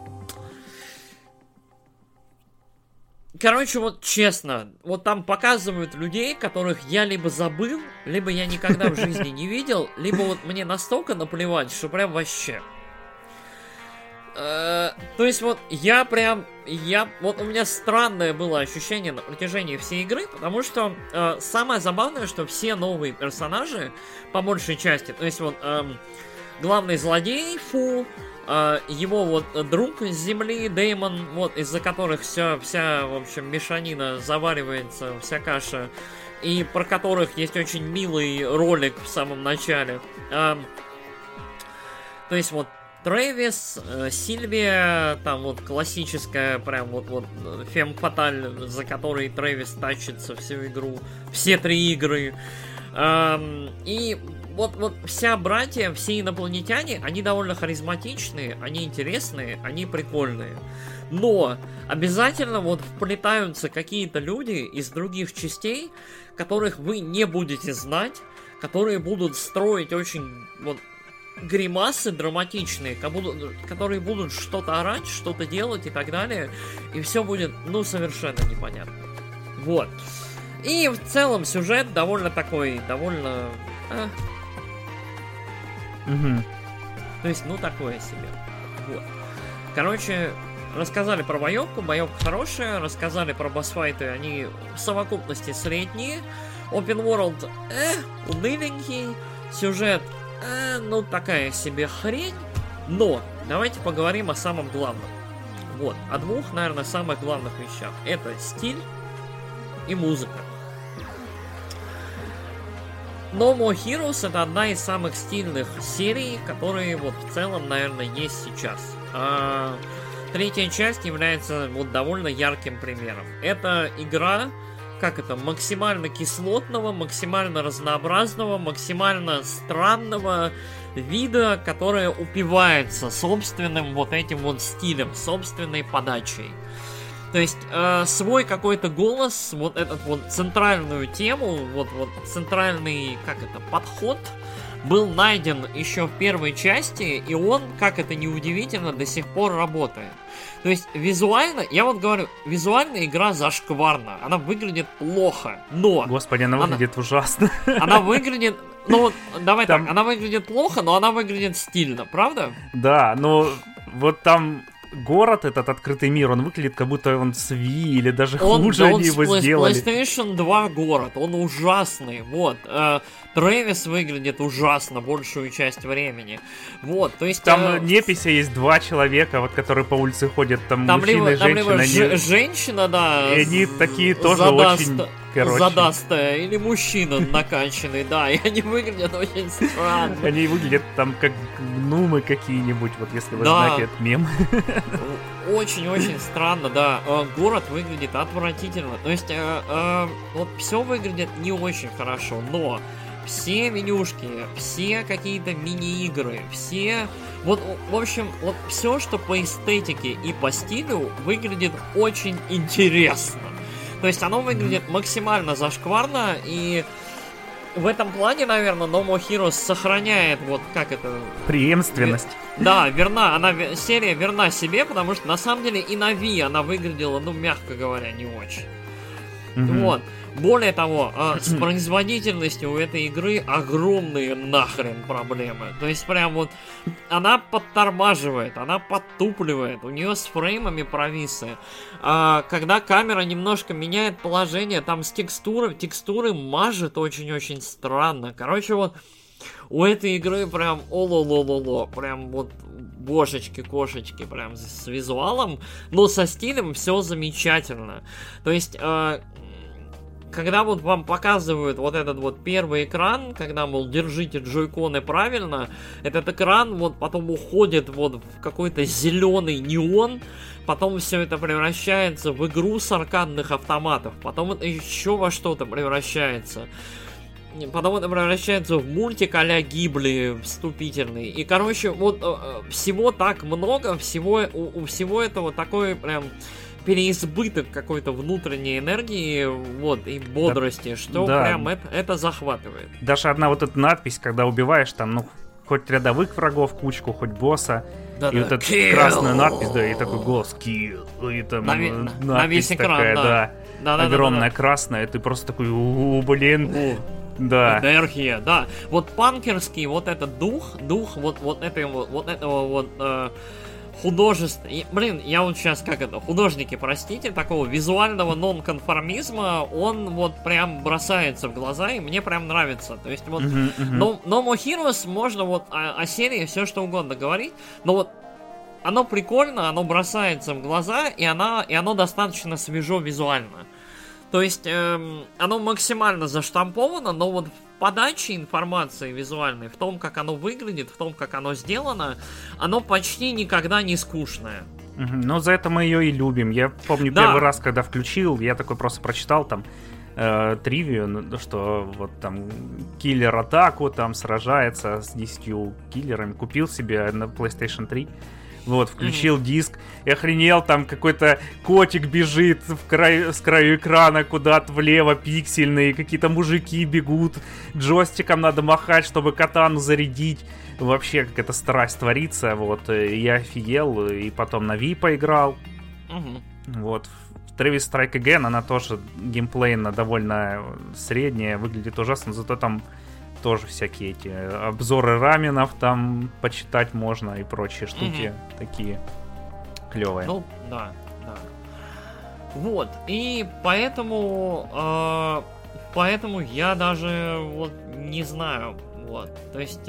короче, вот честно, вот там показывают людей, которых я либо забыл, либо я никогда в жизни не видел, либо вот мне настолько наплевать, что прям вообще. То есть вот вот у меня странное было ощущение на протяжении всей игры, потому что самое забавное, что все новые персонажи, по большей части, то есть вот главный злодей Фу, его вот друг с земли Дэймон, вот из-за которых вся, в общем, мешанина заваривается, вся каша, и про которых есть очень милый ролик в самом начале. То есть вот Трэвис, Сильвия, там вот классическая, прям вот фем фаталь, за которой Трэвис тащится всю игру, все 3 игры. И вот вся братья, все инопланетяне, они довольно харизматичные, они интересные, они прикольные. Но обязательно вот вплетаются какие-то люди из других частей, которых вы не будете знать, которые будут строить очень вот гримасы драматичные, которые будут что-то орать, что-то делать и так далее. И все будет, ну, совершенно непонятно. Вот. И в целом сюжет довольно такой, довольно... То есть, ну, такое себе. Вот. Короче, рассказали про боевку, боевка хорошая, рассказали про боссфайты, они в совокупности средние. Open World, уныленький, сюжет, ну, такая себе хрень. Но давайте поговорим о самом главном. Вот, о двух, наверное, самых главных вещах. Это стиль и музыка. No More Heroes — это одна из самых стильных серий, которые вот в целом, наверное, есть сейчас. Третья часть является вот довольно ярким примером. Это игра, максимально кислотного, максимально разнообразного, максимально странного вида, которая упивается собственным вот этим вот стилем, собственной подачей. То есть свой какой-то голос, вот этот вот центральную тему, вот центральный, подход был найден еще в первой части, и он, как это ни удивительно, до сих пор работает. То есть визуально, я вот говорю, визуально игра зашкварна, она выглядит плохо, но... Господи, она выглядит ужасно. Она выглядит... Ну вот, давай там... так, она выглядит плохо, но она выглядит стильно, правда? Да, но вот там... Город, этот открытый мир, он выглядит, как будто он с Wii, или даже хуже они его сделали. PlayStation 2 город, он ужасный, вот. Трэвис выглядит ужасно большую часть времени. Вот, то есть... Там в Неписе есть 2 человека, вот, которые по улице ходят, там мужчина и женщина. Либо женщина, да. И они такие тоже очень... Задастая, или мужчина накачанный, да, и они выглядят очень странно. Они выглядят там как гномы какие-нибудь, вот если вы знаете этот мем. Очень-очень странно, да. Город выглядит отвратительно. То есть, вот все выглядит не очень хорошо, но все менюшки, все какие-то мини-игры, все... Вот, в общем, вот все, что по эстетике и по стилю, выглядит очень интересно. То есть оно выглядит максимально зашкварно, и в этом плане, наверное, No More Heroes сохраняет вот как это... преемственность. Да, серия верна себе, потому что на самом деле и на Wii она выглядела, ну, мягко говоря, не очень. Вот. Более того, с производительностью у этой игры огромные нахрен проблемы. То есть прям вот она подтормаживает, она подтупливает, у нее с фреймами провисы. Когда камера немножко меняет положение, там с текстуры мажет очень-очень странно. Короче, вот у этой игры прям ололололо, прям вот божечки-кошечки, прям с визуалом, но со стилем все замечательно. То есть... когда вот вам показывают вот этот вот первый экран, когда, мол, держите джойконы правильно, этот экран вот потом уходит вот в какой-то зеленый неон, потом все это превращается в игру с аркадных автоматов, потом это еще во что-то превращается. Потом это превращается в мультик а-ля Гибли вступительный. И, короче, вот всего так много, у всего этого такой прям... переизбыток какой-то внутренней энергии, вот, и бодрости, что прям это захватывает. Даже одна вот эта надпись, когда убиваешь там, ну, хоть рядовых врагов кучку, хоть босса, и вот эта красная надпись, да, и такой голос kill, и там на весь экран, такая, да, огромная красная, и ты просто такой, блин... Да. Энергия, да. Вот панкерский вот этот дух вот этого художество. Блин, я вот сейчас художники, простите, такого визуального нонконформизма, он вот прям бросается в глаза, и мне прям нравится. То есть вот No More Heroes можно вот о серии все что угодно говорить, но вот оно прикольно, оно бросается в глаза, и оно достаточно свежо визуально. То есть оно максимально заштамповано, но вот в подаче информации визуальной, в том, как оно выглядит, в том, как оно сделано, оно почти никогда не скучное. Но за это мы ее и любим. Я помню первый раз, когда включил, я такой просто прочитал там тривию, что вот там киллер атаку там сражается с 10 киллерами. Купил себе на PlayStation 3. Вот, включил диск и охренел, там какой-то котик бежит с краю экрана куда-то влево, пиксельные, какие-то мужики бегут, джойстиком надо махать, чтобы катану зарядить. Вообще, какая-то страсть творится, вот, я офигел, и потом на Wii поиграл. Вот, Travis Strike Again, она тоже геймплейно довольно средняя, выглядит ужасно, зато там тоже всякие эти обзоры раменов там почитать можно и прочие штуки такие клевые. Ну, да. Вот, и поэтому я даже вот не знаю, вот, то есть...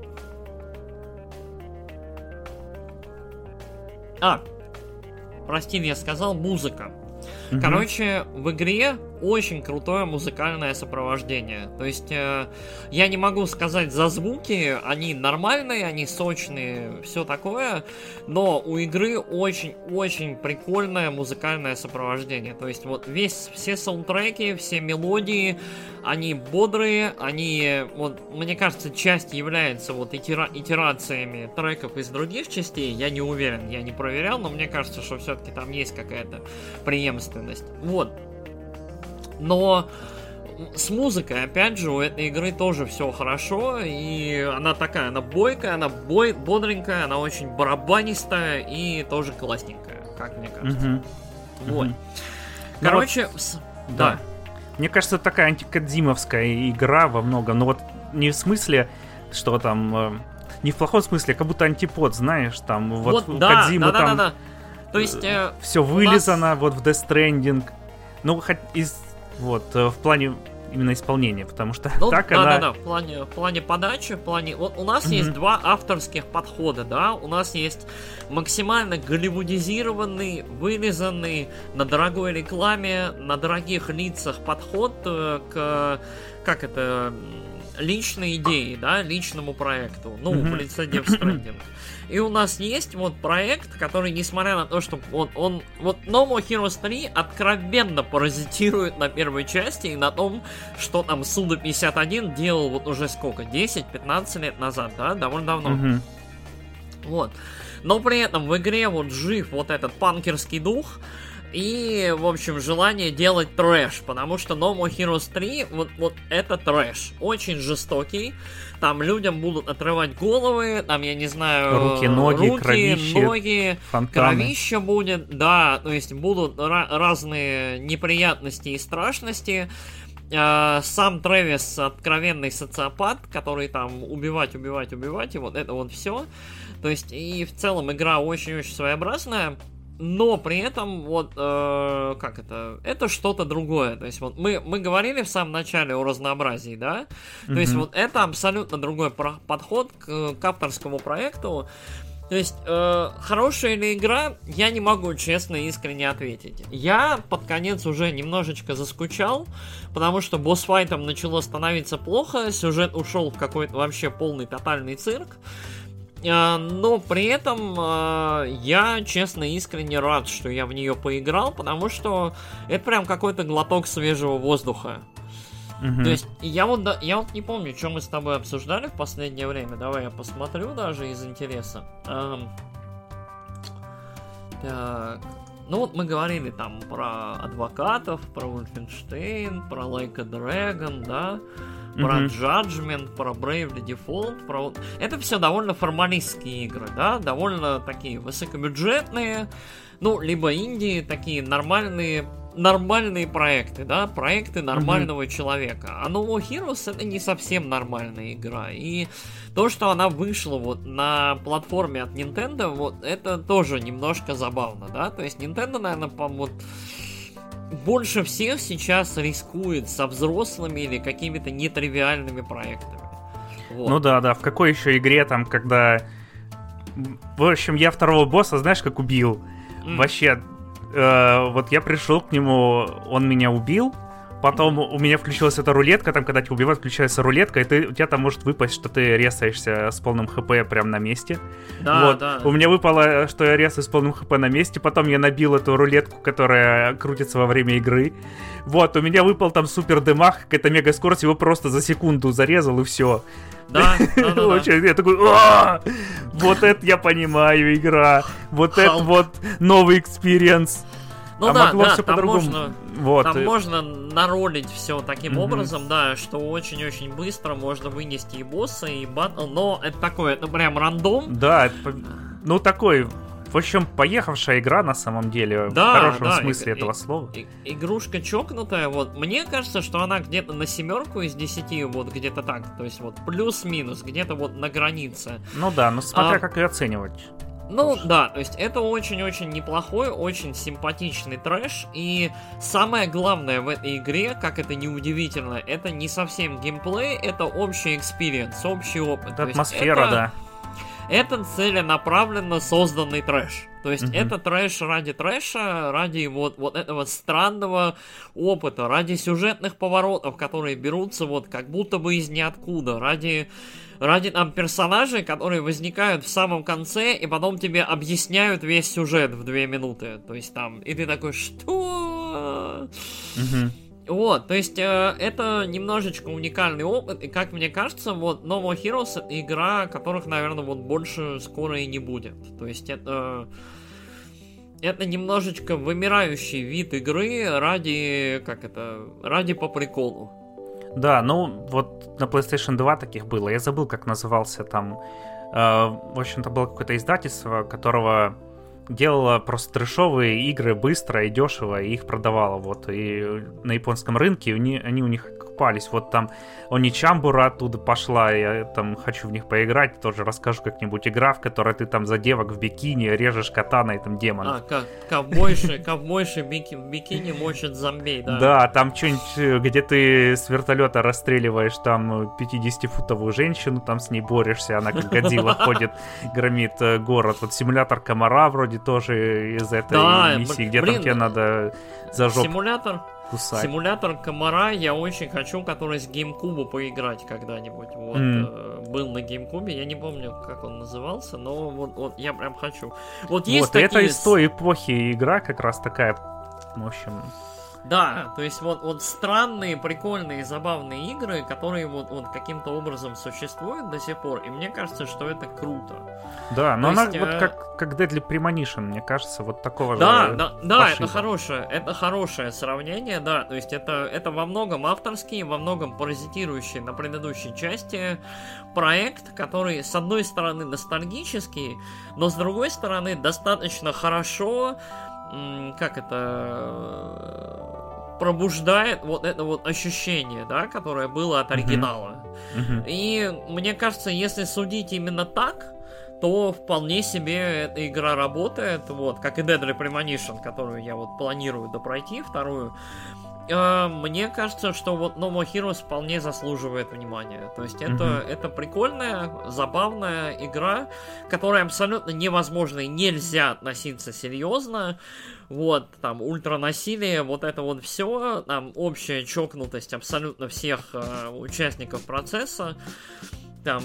прости, я сказал музыка. Короче, в игре очень крутое музыкальное сопровождение. То есть, я не могу сказать за звуки, они нормальные, они сочные, все такое, но у игры очень-очень прикольное музыкальное сопровождение. То есть, вот все саундтреки, все мелодии, они бодрые, они, вот, мне кажется, часть является вот итерациями треков из других частей, я не уверен, я не проверял, но мне кажется, что все-таки там есть какая-то преемственность. Вот. Но с музыкой, опять же, у этой игры тоже все хорошо, и она такая, она бойкая, она бодренькая, она очень барабанистая и тоже классненькая, как мне кажется. Вот. Короче, да. Мне кажется, это такая антикодзимовская игра во многом, но вот не в смысле, что там, не в плохом смысле, а как будто антипод, знаешь, там, вот у Кодзимы там... Да. То есть... все вылизано, вот в Death Stranding. Ну, в плане именно исполнения, потому что ну, так да, она... Да, в плане подачи, в плане... Вот у нас есть два авторских подхода, да, у нас есть максимально голливудизированный, вырезанный на дорогой рекламе, на дорогих лицах подход к... Как это... личной идеи, да, личному проекту, ну, в лице Death Stranding. И у нас есть вот проект, который, несмотря на то, что вот No More Heroes 3 откровенно паразитирует на первой части и на том, что там Суда-51 делал вот уже сколько, 10-15 лет назад, да, довольно давно. Вот. Но при этом в игре вот жив вот этот панкерский дух, и, в общем, желание делать трэш, потому что No More Heroes 3, вот это трэш, очень жестокий, там людям будут отрывать головы, там, я не знаю, руки, ноги, кровища будет, да, то есть будут разные неприятности и страшности. Сам Трэвис откровенный социопат, который там убивать, и вот это вот все. То есть, и в целом игра очень-очень своеобразная. Но при этом, вот, это что-то другое. То есть, вот, мы говорили в самом начале о разнообразии, да? То есть, вот, это абсолютно другой подход к авторскому проекту. То есть, хорошая ли игра, я не могу честно и искренне ответить. Я под конец уже немножечко заскучал, потому что босс-файтом начало становиться плохо, сюжет ушел в какой-то вообще полный тотальный цирк. Но при этом я, честно, искренне рад, что я в нее поиграл, потому что это прям какой-то глоток свежего воздуха. То есть, я вот не помню, что мы с тобой обсуждали в последнее время. Давай я посмотрю даже из интереса. Так. Ну вот мы говорили там про адвокатов, про Wolfenstein, про Like a Dragon, да? Про Judgment, про Bravely Default, про... Это все довольно формалистские игры, да, довольно такие высокобюджетные, ну, либо инди, такие нормальные проекты, да, проекты нормального человека. А No More Heroes это не совсем нормальная игра. И то, что она вышла вот на платформе от Nintendo, вот это тоже немножко забавно, да, то есть Nintendo, наверное, вот больше всех сейчас рискует со взрослыми или какими-то нетривиальными проектами. Вот. Ну да, в какой еще игре там, когда... В общем, я второго босса, знаешь, как убил? Вообще, вот я пришел к нему, он меня убил, потом у меня включилась эта рулетка, там, когда тебя убивают, включается рулетка, и у тебя там может выпасть, что ты резаешься с полным хп прямо на месте. Да, вот. да. У меня выпало, что я резаюсь с полным хп на месте, потом я набил эту рулетку, которая крутится во время игры. Вот, у меня выпал там супер демаг, какая-то мега скорость, его просто за секунду зарезал, и все. Да. Я такой, вот это я понимаю, игра. Вот это вот новый экспириенс. Ну да, там можно наролить все таким образом, да, что очень-очень быстро можно вынести и босса, и баттл, но это такое, это прям рандом. Да, ну такой, в общем, поехавшая игра на самом деле, да, в хорошем смысле этого слова. Игрушка чокнутая, вот, мне кажется, что она где-то на 7 из 10, вот где-то так, то есть вот плюс-минус, где-то вот на границе. Ну да, но смотря как ее оценивать. Ну да, то есть это очень-очень неплохой, очень симпатичный трэш, и самое главное в этой игре, как это ни удивительно, это не совсем геймплей, это общий экспириенс, общий опыт. Это атмосфера, да. Это целенаправленно созданный трэш. То есть это трэш, ради вот этого странного опыта, ради сюжетных поворотов, которые берутся вот как будто бы из ниоткуда, ради там персонажей, которые возникают в самом конце и потом тебе объясняют весь сюжет в 2 минуты. То есть там, и ты такой, что? Вот, то есть это немножечко уникальный опыт, и как мне кажется, вот No More Heroes это игра, которых, наверное, вот больше скоро и не будет. То есть это немножечко вымирающий вид игры ради по приколу. Да, ну вот на PlayStation 2 таких было, я забыл, как назывался там, в общем-то было какое-то издательство, которого делала просто трэшовые игры быстро и дешево, и их продавала, вот, и на японском рынке они у них окупались, вот там Оничамбура оттуда пошла, я там хочу в них поиграть, тоже расскажу как-нибудь, игра, в которой ты там за девок в бикини режешь катаной там демонов. Ковбойши в бикини мочат зомбей, да. Да, там что-нибудь, где ты с вертолета расстреливаешь там 50-футовую женщину, там с ней борешься, она как Годзилла ходит, громит город. Вот симулятор комара вроде тоже из этой миссии, где там тебе надо за жопу кусать. Симулятор комара я очень хочу, который с GameCube поиграть когда-нибудь. Вот, был на GameCube, я не помню, как он назывался, но вот я прям хочу. Вот есть вот, такие... это из той эпохи игра как раз такая, в общем... Да, то есть вот странные, прикольные, забавные игры, которые вот каким-то образом существуют до сих пор, и мне кажется, что это круто. Да, но она вот как Deadly Premonition, мне кажется, вот такого же пошиба. это хорошее сравнение, да, то есть это во многом авторский, во многом паразитирующий на предыдущей части проект, который с одной стороны ностальгический, но с другой стороны достаточно хорошо пробуждает вот это вот ощущение, да, которое было от оригинала. И мне кажется, если судить именно так, то вполне себе эта игра работает, вот, как и Deadly Premonition, которую я вот планирую допройти, вторую. Мне кажется, что вот No More Heroes вполне заслуживает внимания. То есть это прикольная, забавная игра, которой абсолютно невозможно и нельзя относиться серьезно. Вот, там, ультранасилие, вот это вот все, там, общая чокнутость абсолютно всех участников процесса. Там...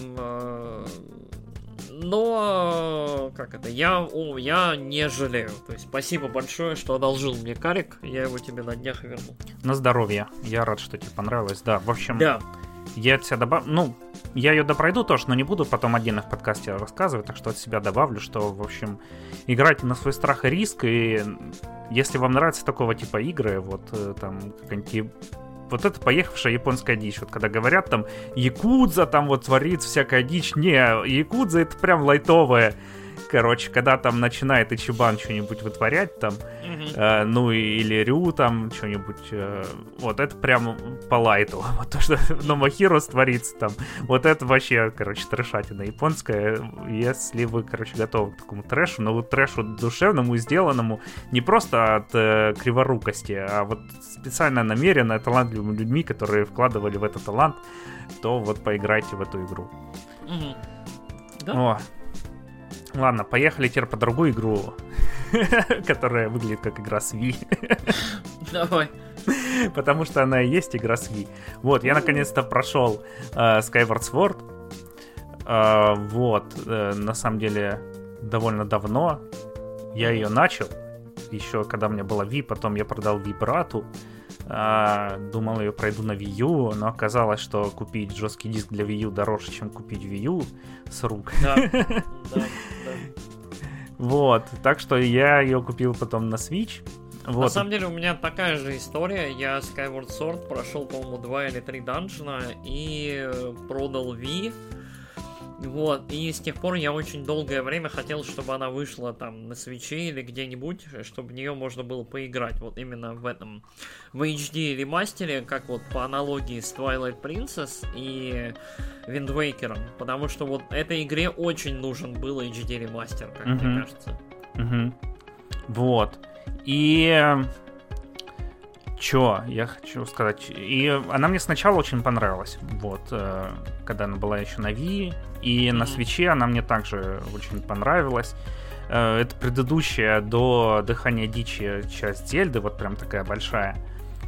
Но, я не жалею. То есть, спасибо большое, что одолжил мне карик. Я его тебе на днях верну. На здоровье. Я рад, что тебе понравилось. Да, в общем, да. Я от себя добавлю... Ну, я ее допройду тоже, но не буду потом отдельно в подкасте рассказывать, так что от себя добавлю, что, в общем, играйте на свой страх и риск, и если вам нравятся такого типа игры, вот там какая-нибудь... Вот это поехавшая японская дичь. Вот когда говорят там якудза, там вот творится всякая дичь. Не, якудза это прям лайтовая. Короче, когда там начинает Ичибан что-нибудь вытворять там, ну или Рю там что-нибудь, вот это прям по лайту. Вот то, что No More Heroes творится там, вот это вообще, короче, трэшатина японская. Если вы, короче, готовы к такому трэшу, но вот трэшу душевному, сделанному не просто от криворукости, а вот специально намеренно талантливыми людьми, которые вкладывали в этот талант, то вот поиграйте в эту игру. Да? О. Ладно, поехали теперь по другую игру, которая выглядит как игра с Wii. Давай. Потому что она и есть игра с Wii. Вот, я наконец-то прошел Skyward Sword. Вот, на самом деле, довольно давно. Я ее начал. Еще когда у меня была Wii, потом я продал Wii брату. Думал, ее пройду на Wii U, но оказалось, что купить жесткий диск для Wii U дороже, чем купить Wii U с рук. Да. Вот, так что я ее купил потом на Switch. Вот. На самом деле у меня такая же история. Я Skyward Sword прошел, по-моему, 2 или 3 данжена и продал Wii. Вот, и с тех пор я очень долгое время хотел, чтобы она вышла там на Switch или где-нибудь, чтобы в нее можно было поиграть. Вот именно в этом, в HD ремастере, как вот по аналогии с Twilight Princess и Wind Waker'ом. Потому что вот этой игре очень нужен был HD ремастер, как мне кажется. Вот. И... Чё я хочу сказать? И она мне сначала очень понравилась, вот, когда она была еще на Wii, и на Switch'е она мне также очень понравилась. Это предыдущая до Дыхания Дичи часть Зельды, вот прям такая большая.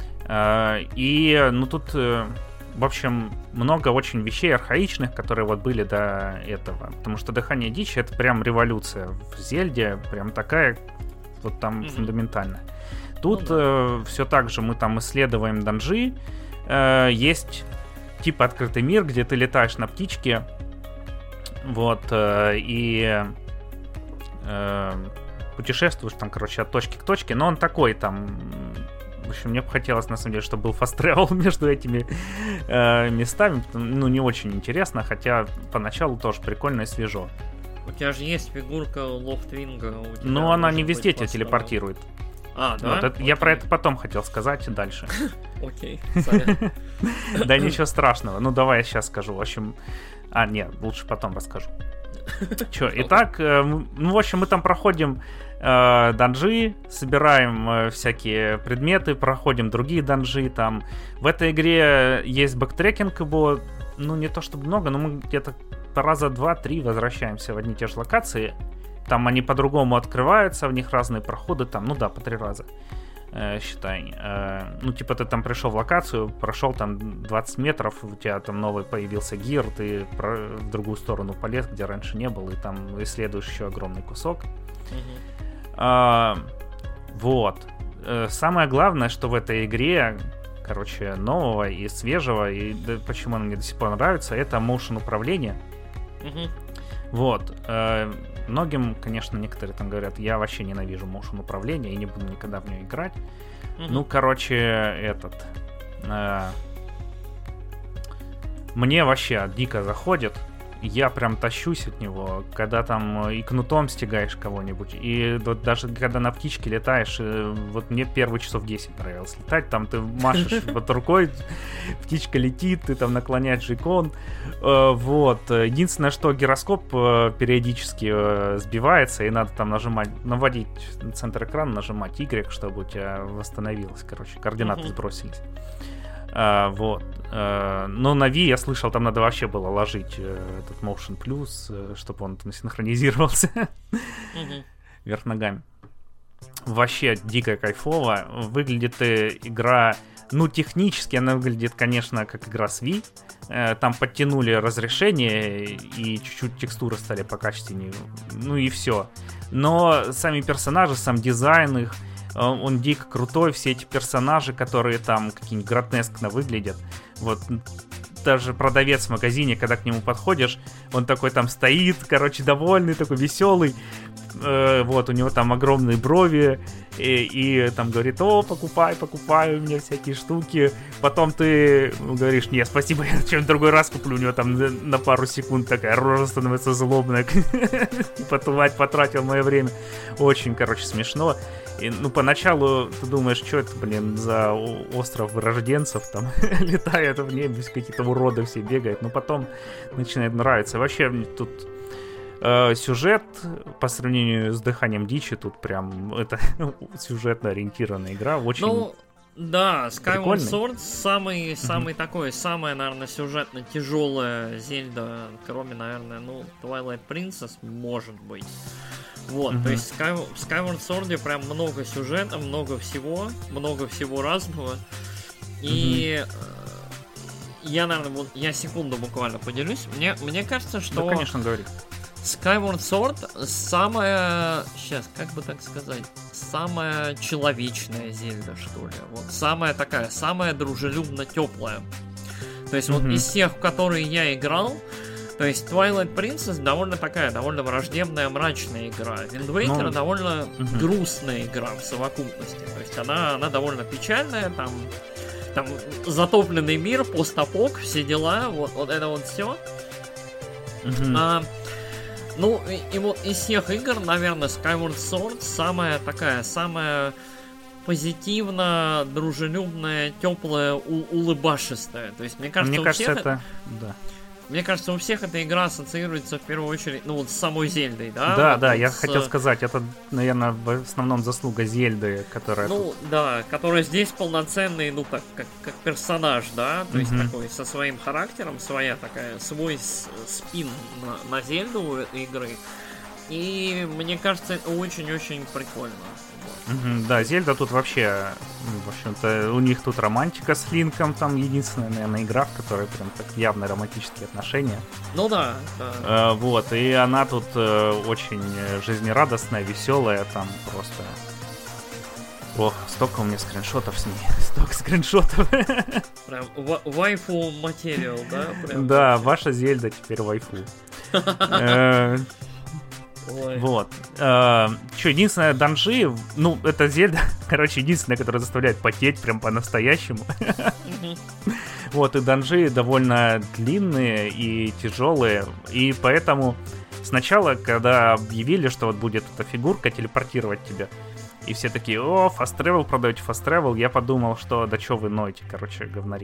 И, ну, тут, в общем, много очень вещей архаичных, которые вот были до этого. Потому что Дыхание Дичи — это прям революция в Зельде, прям такая, вот там фундаментальная. Тут все так же мы там исследуем данжи. Есть типа открытый мир, где ты летаешь на птичке. Вот. И путешествуешь там, короче, от точки к точке. Но он такой там... В общем, мне бы хотелось, на самом деле, чтобы был fast travel между этими местами. Ну, не очень интересно, хотя поначалу тоже прикольно и свежо. У тебя же есть фигурка Лофтвинга. Ну, она не везде тебя телепортирует. А, да? Вот это, я про это потом хотел сказать дальше. Окей, да ничего страшного. Ну, давай я сейчас скажу. В общем... нет, лучше потом расскажу. Чё, итак, ну, в общем, мы там проходим данжи, собираем всякие предметы, проходим другие данжи. Там в этой игре есть бэктрекинг, его, ну, не то чтобы много, но мы где-то раза 2-3 возвращаемся в одни и те же локации. Там они по-другому открываются, в них разные проходы, там, ну да, по 3 раза, считай. Ну, типа ты там пришел в локацию, прошел там 20 метров, у тебя там новый появился гир, ты в другую сторону полез, где раньше не был, и там исследуешь еще огромный кусок. Вот. Самое главное, что в этой игре, короче, нового и свежего, и почему она мне до сих пор нравится, это motion управление. Вот. Многим, конечно, некоторые там говорят, я вообще ненавижу motion управление и не буду никогда в нее играть. Ну, короче, мне вообще дико заходит. Я прям тащусь от него, когда там и кнутом стягаешь кого-нибудь, и вот даже когда на птичке летаешь, вот мне первые часов 10 нравилось летать, там ты машешь вот рукой, птичка летит, ты там наклоняешь джойкон, вот. Единственное, что гироскоп периодически сбивается, и надо там наводить на центр экрана, нажимать Y, чтобы у тебя восстановилось, короче, координаты сбросились. Вот. Но на Wii я слышал, там надо вообще было ложить этот Motion Plus, чтобы он там синхронизировался вверх ногами. Вообще дико кайфово. Выглядит игра, ну, технически она выглядит, конечно, как игра с Wii. Там подтянули разрешение и чуть-чуть текстуры стали покачественнее. Ну и все. Но сами персонажи, сам дизайн их, он дико крутой, все эти персонажи, которые там какие-нибудь гротескно выглядят. Вот даже продавец в магазине, когда к нему подходишь, он такой там стоит, короче, довольный, такой веселый. Вот, у него там огромные брови, и там говорит: о, покупай у меня всякие штуки. Потом ты говоришь: нет, спасибо, я что-нибудь в другой раз куплю. У него там на пару секунд такая рожа становится злобная. Потратил мое время. Очень, короче, смешно. И, ну, поначалу ты думаешь, что это, блин, за остров вырожденцев, там летает в небе, какие-то уроды все бегают, но потом начинает нравиться. Вообще, тут сюжет по сравнению с Дыханием Дичи, тут прям это сюжетно ориентированная игра, очень... Ну, да, Skyward Sword самая, наверное, сюжетно тяжелая Зельда, кроме, наверное, ну, Twilight Princess, может быть. Вот, то есть в Skyward Sword прям много сюжета, много всего разного. И я, наверное, я секунду буквально поделюсь. Мне кажется, что... Да, конечно, говори. Skyward Sword самая... Сейчас, как бы так сказать? Самая человечная Зельда, что ли. Вот самая дружелюбно теплая. То есть вот из всех, в которые я играл, то есть Twilight Princess довольно враждебная, мрачная игра. Wind Waker довольно грустная игра в совокупности. То есть она довольно печальная, там затопленный мир, постапок, все дела, вот это вот все. Ну, и вот из всех игр, наверное, Skyward Sword самая позитивно, дружелюбная, теплая, улыбашистая. То есть, мне кажется, Мне кажется, у всех эта игра ассоциируется в первую очередь, ну, вот с самой Зельдой, да? Да, я хотел сказать, это, наверное, в основном заслуга Зельды, которая... Ну, да, которая здесь полноценный, ну, как персонаж, да? То есть такой со своим характером, свой спин на Зельду игры. И мне кажется, это очень-очень прикольно. Да, Зельда тут вообще, в общем-то, у них тут романтика с Линком, там единственная, наверное, игра, в которой прям так явно романтические отношения. Ну да. Вот, и она тут очень жизнерадостная, веселая, там просто... Ох, столько у меня скриншотов с ней, столько скриншотов. Прям вайфу материал, да? Прям. Да, ваша Зельда теперь вайфу. Вот. Что, единственное, данжи, ну, это Зельда, короче, единственное, которое заставляет потеть прям по-настоящему. Вот, и данжи довольно длинные и тяжелые, и поэтому сначала, когда объявили, что вот будет эта фигурка телепортировать тебя, и все такие: о, fast travel продаете, fast travel, я подумал, что да чё вы ноете, короче, говнари.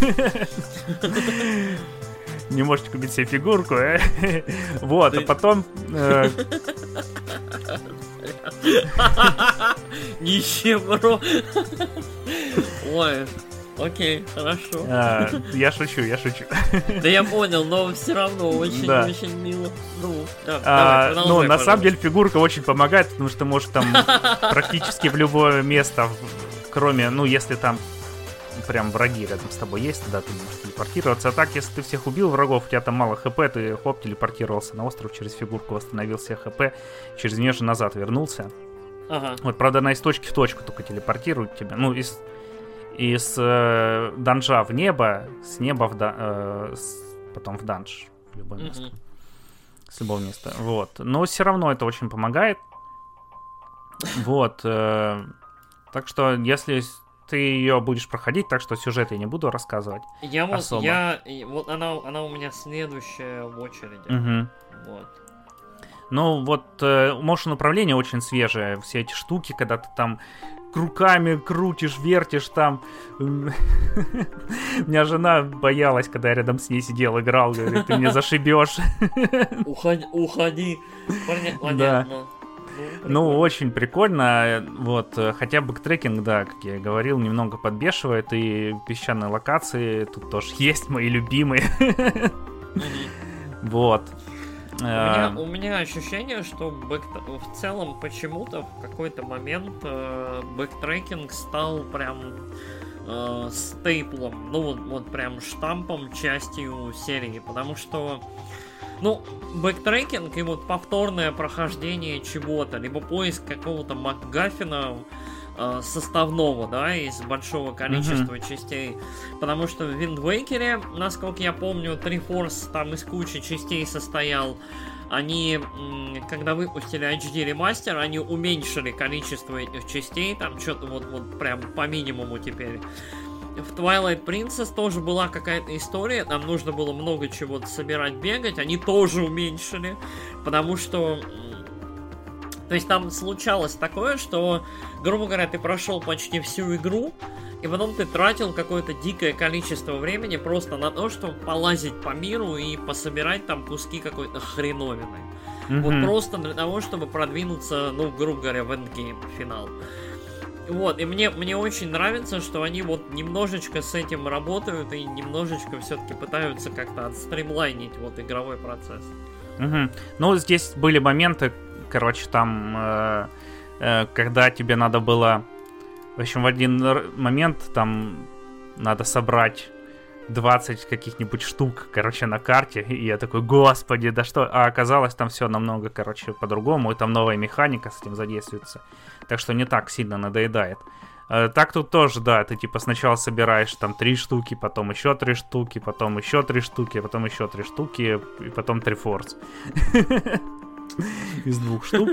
Не можете купить себе фигурку, Вот, а потом... Нищебро. Ой, окей, хорошо. Я шучу. Да я понял, но все равно очень мило. Ну, на самом деле фигурка очень помогает, потому что можешь там практически в любое место, кроме, ну, если там прям враги рядом с тобой есть, тогда ты можешь телепортироваться. А так, если ты всех убил врагов, у тебя там мало хп, ты хоп, телепортировался на остров через фигурку, восстановил себе хп, через нее же назад вернулся. Ага. Вот, правда, она из точки в точку только телепортирует тебя. Ну, из данжа в небо, с неба потом в данж, в любое место. С любого места. Вот. Но все равно это очень помогает. Вот. Так что, если ты ее будешь проходить, так что сюжет я не буду рассказывать. Вот она у меня следующая в очереди. Вот. Ну вот motion управление очень свежее. Все эти штуки, когда ты там руками крутишь, вертишь там. У меня жена боялась, когда я рядом с ней сидел, играл. Говорит, ты меня зашибешь. Уходи. Понятно. Ну, очень прикольно. Вот, хотя бэктрекинг, да, как я и говорил, немного подбешивает. И песчаные локации тут тоже есть, мои любимые. Вот. У меня ощущение, что в целом почему-то в какой-то момент бэктрекинг стал прям стейплом, ну вот прям штампом, частью серии, потому что бэктрекинг и вот повторное прохождение чего-то, либо поиск какого-то макгаффина составного, да, из большого количества частей. Потому что в Wind Waker'е, насколько я помню, Triforce там из кучи частей состоял. Они, когда выпустили HD ремастер, они уменьшили количество этих частей, там что-то вот прям по минимуму теперь. В Twilight Princess тоже была какая-то история, там нужно было много чего-то собирать, бегать, они тоже уменьшили, потому что... То есть там случалось такое, что, грубо говоря, ты прошел почти всю игру, и потом ты тратил какое-то дикое количество времени просто на то, чтобы полазить по миру и пособирать там куски какой-то хреновины. Вот просто для того, чтобы продвинуться, грубо говоря, в эндгейм, в финал. Вот, и мне очень нравится, что они вот немножечко с этим работают и немножечко все-таки пытаются как-то отстримлайнить вот игровой процесс. Ну, здесь были моменты, короче, там, когда тебе надо было, в общем, в один момент там надо собрать 20 каких-нибудь штук, короче, на карте, и я такой, господи, да что, а оказалось там все намного, короче, по-другому, и там новая механика с этим задействуется, так что не так сильно надоедает. Так тут тоже, да, ты типа сначала собираешь там 3 штуки, потом еще 3 штуки, потом еще 3 штуки, потом еще 3 штуки, и потом Triforce. Из 2 штук.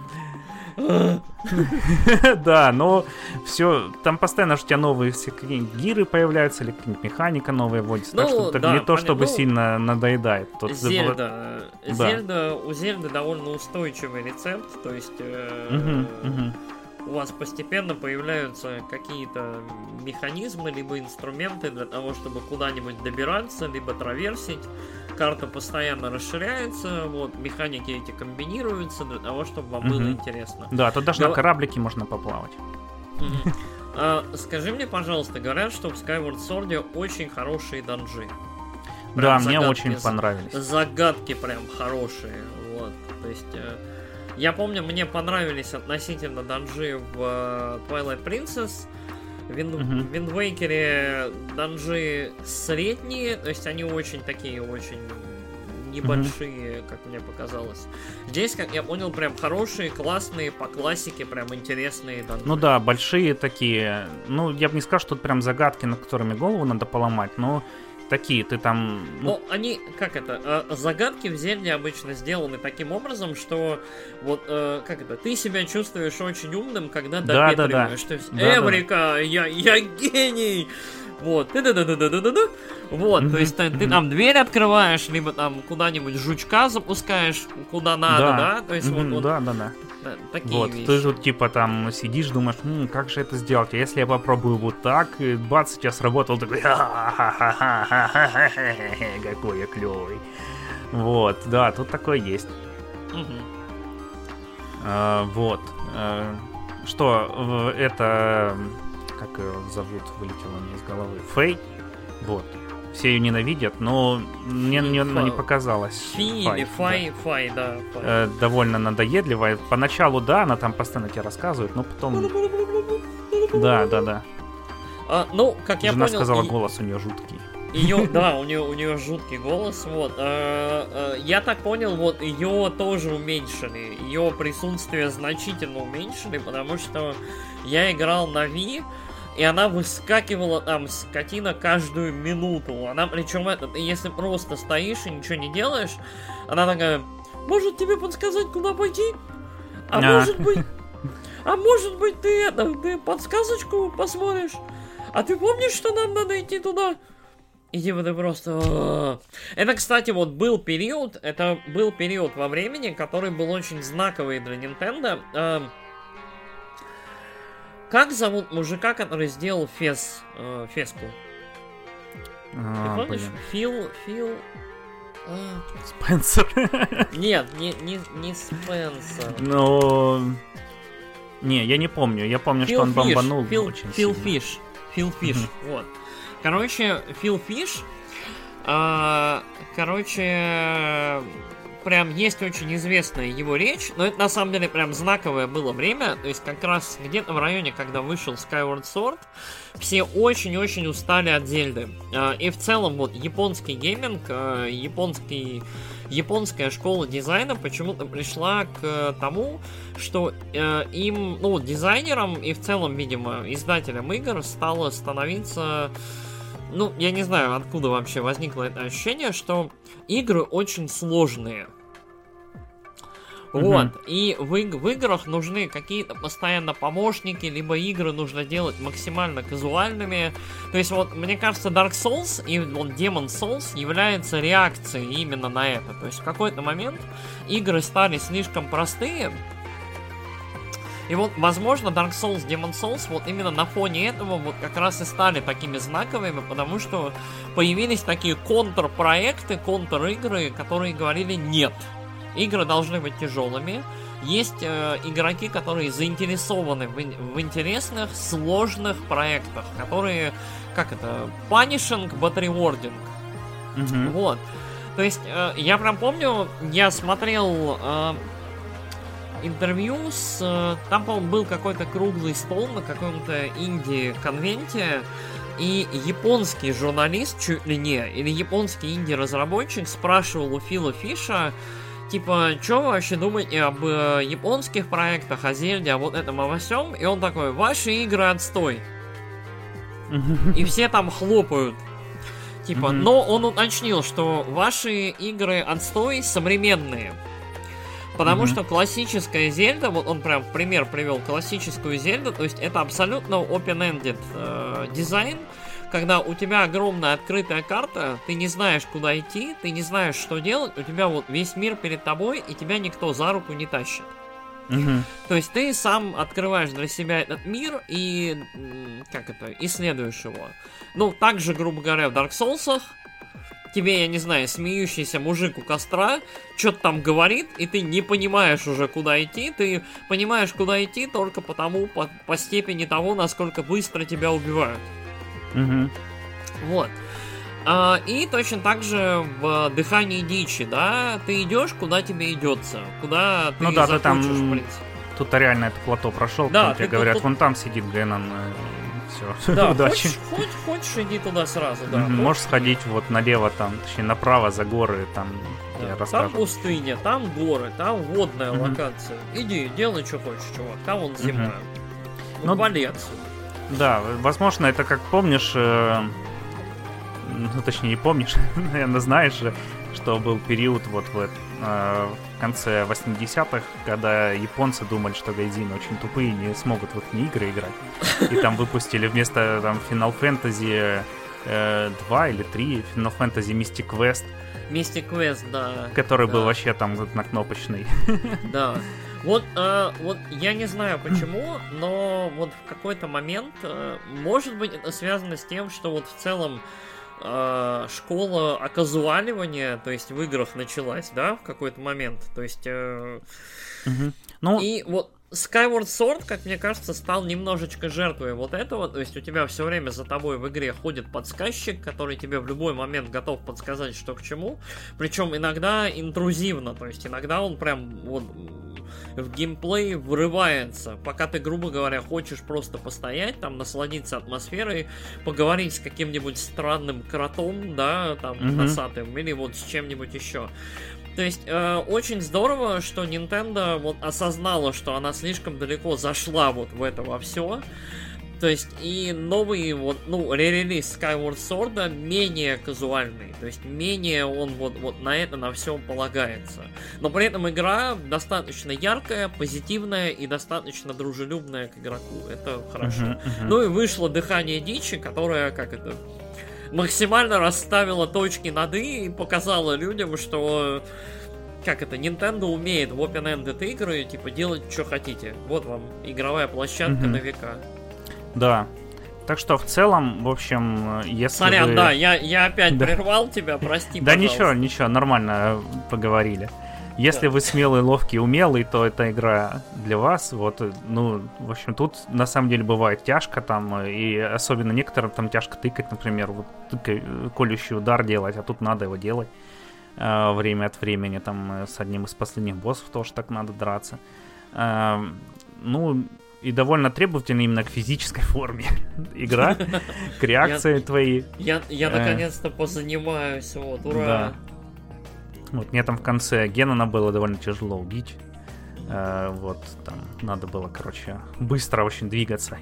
Да, но все, там постоянно же у тебя новые всякие гиры появляются, или какая-нибудь механика новая вводится, так что это не то, чтобы сильно надоедает. Зельда, у Зельды довольно устойчивый рецепт, то есть у вас постепенно появляются какие-то механизмы, либо инструменты для того, чтобы куда-нибудь добираться, либо траверсить. Карта постоянно расширяется, вот, механики эти комбинируются для того, чтобы вам было интересно. Да, тут даже на кораблике можно поплавать. Скажи мне, пожалуйста, говорят, что в Skyward Sword очень хорошие данжи. Да, мне очень понравились. Загадки прям хорошие, вот, то есть... Я помню, мне понравились относительно данжи в Twilight Princess. В Wind Waker'е данжи средние, то есть они очень такие, очень небольшие, как мне показалось. Здесь, как я понял, прям хорошие, классные, по классике, прям интересные данжи. Ну да, большие такие. Ну, я бы не сказал, что тут прям загадки, над которыми голову надо поломать, но такие, ты там... Ну, они, как это, загадки в Зельде обычно сделаны таким образом, что вот, как это, ты себя чувствуешь очень умным, когда допетриваешь. То есть, Эврика, я гений! Вот, да-да-да-да-да-да-да. Вот, то есть ты там дверь открываешь, либо там куда-нибудь жучка запускаешь, куда надо, да? То есть вот такие вот, вещи. Ты же типа там сидишь, думаешь, как же это сделать? А если я попробую вот так, и бац, сейчас сработал, такой, какой я клевый. Вот, да, тут такое есть. Вот. Что, это... Как ее зовут, вылетело мне из головы. Фэй. Вот. Все ее ненавидят, но мне она не показалась. Фай, да. Довольно надоедливая. Поначалу, да, она там постоянно тебе рассказывает, но потом... Да. Ну, как я понял... Жена сказала, голос у нее жуткий. Да, у нее жуткий голос, вот. Я так понял, вот, ее тоже уменьшили. Ее присутствие значительно уменьшили, потому что я играл на Ви, и она выскакивала там, скотина, каждую минуту. Она, причем, ты если просто стоишь и ничего не делаешь, она такая, может тебе подсказать, куда пойти? Может быть ты подсказочку посмотришь? А ты помнишь, что нам надо идти туда? И типа ты просто... Это, кстати, вот был период во времени, который был очень знаковый для Nintendo. Как зовут мужика, который сделал феску? Ты помнишь? Фил... Спенсер? Нет, не Спенсер. Но... Не, я не помню. Я помню, что он бомбанул очень Фил сильно. Фил Фиш, вот. Короче, Фил Фиш, прям есть очень известная его речь, но это на самом деле прям знаковое было время, то есть как раз где-то в районе, когда вышел Skyward Sword, все очень-очень устали от Зельды. И в целом вот японский гейминг, японская школа дизайна почему-то пришла к тому, что им, ну, дизайнерам и в целом, видимо, издателям игр стало становиться... Ну, я не знаю, откуда вообще возникло это ощущение, что игры очень сложные. Вот, и в играх нужны какие-то постоянно помощники, либо игры нужно делать максимально казуальными. То есть вот, мне кажется, Dark Souls и вот Demon Souls является реакцией именно на это. То есть в какой-то момент игры стали слишком простые. И вот, возможно, Dark Souls, Demon Souls вот именно на фоне этого вот как раз и стали такими знаковыми, потому что появились такие контрпроекты, контр-игры, которые говорили нет. Игры должны быть тяжелыми. Есть игроки, которые заинтересованы в интересных, сложных проектах, которые, как это, punishing, but rewarding. Вот. То есть, я прям помню, я смотрел интервью с... Там, по-моему, был какой-то круглый стол на каком-то инди-конвенте, и японский журналист, чуть ли не, или японский инди-разработчик спрашивал у Фила Фиша, типа, что вы вообще думаете об японских проектах, о Зельде, о вот этом, о всем? И он такой, ваши игры отстой. И все там хлопают. Типа, но он уточнил, что ваши игры отстой современные. Потому что классическая Зельда, вот он прям пример привел классическую Зельду, то есть это абсолютно open-ended дизайн, когда у тебя огромная открытая карта, ты не знаешь, куда идти, ты не знаешь, что делать, у тебя вот весь мир перед тобой, и тебя никто за руку не тащит. То есть ты сам открываешь для себя этот мир и, как это, исследуешь его. Ну, также, грубо говоря, в Dark Souls'ах тебе, я не знаю, смеющийся мужик у костра что-то там говорит, и ты не понимаешь уже, куда идти. Ты понимаешь, куда идти только потому, по степени того, насколько быстро тебя убивают. Вот. И точно так же в Дыхании дичи, да, ты идешь, куда тебе идется, куда ты захочешь, ты там, в принципе. Тут реально это плато прошел, да, тебе говорят, вон там сидит Геннон. Все, да, удачи. Хочешь, иди туда сразу, да. Можешь сходить вот налево, там, точнее, направо за горы, там, я расскажу. Там пустыня, там горы, там водная локация. Иди, делай, что хочешь, чувак, там вон земля. Вали отсюда. Да, возможно, это как помнишь, ну точнее не помнишь, наверное, знаешь же, что был период вот в конце 80-х, когда японцы думали, что гайдзины очень тупые и не смогут в их игры играть. И там выпустили вместо там Final Fantasy 2 или 3 Final Fantasy Mystic Quest. Mystic Quest, да. Который был вообще там однокнопочный. Да. Вот я не знаю почему, но вот в какой-то момент, может быть, это связано с тем, что вот в целом школа оказуаливания, то есть в играх началась, да, в какой-то момент. То есть... И вот Skyward Sword, как мне кажется, стал немножечко жертвой вот этого. То есть у тебя все время за тобой в игре ходит подсказчик, который тебе в любой момент готов подсказать, что к чему. Причем иногда интрузивно. То есть иногда он прям вот в геймплей врывается. Пока ты, грубо говоря, хочешь просто постоять, там, насладиться атмосферой, поговорить с каким-нибудь странным кротом, да, там, носатым, или вот с чем-нибудь еще. То есть очень здорово, что Nintendo вот осознала, что она слишком далеко зашла вот в это во все. То есть и новый вот, ну, ререлиз Skyward Sword менее казуальный. То есть менее он вот на это на все полагается. Но при этом игра достаточно яркая, позитивная и достаточно дружелюбная к игроку. Это хорошо. Ну и вышло Дыхание Дичи, которая, как это... максимально расставила точки над «и» и показала людям, что, как это, Nintendo умеет в open-ended игры, типа, делать, что хотите. Вот вам игровая площадка на века. Да. Так что, в целом, в общем, если Сорян, да, я опять прервал тебя, прости, да пожалуйста. ничего, нормально поговорили. Если вы смелый, ловкий, умелый, то эта игра для вас. Вот, ну, в общем, тут на самом деле бывает тяжко там, и особенно некоторым там тяжко тыкать, например, вот колющий удар делать, а тут надо его делать время от времени, там с одним из последних боссов тоже так надо драться. Ну, и довольно требовательна именно к физической форме игра, к реакции твоей. Я наконец-то позанимаюсь, вот, ура! Да. Вот, мне там в конце Генона было довольно тяжело убить. Вот, там надо было, короче, быстро очень двигаться.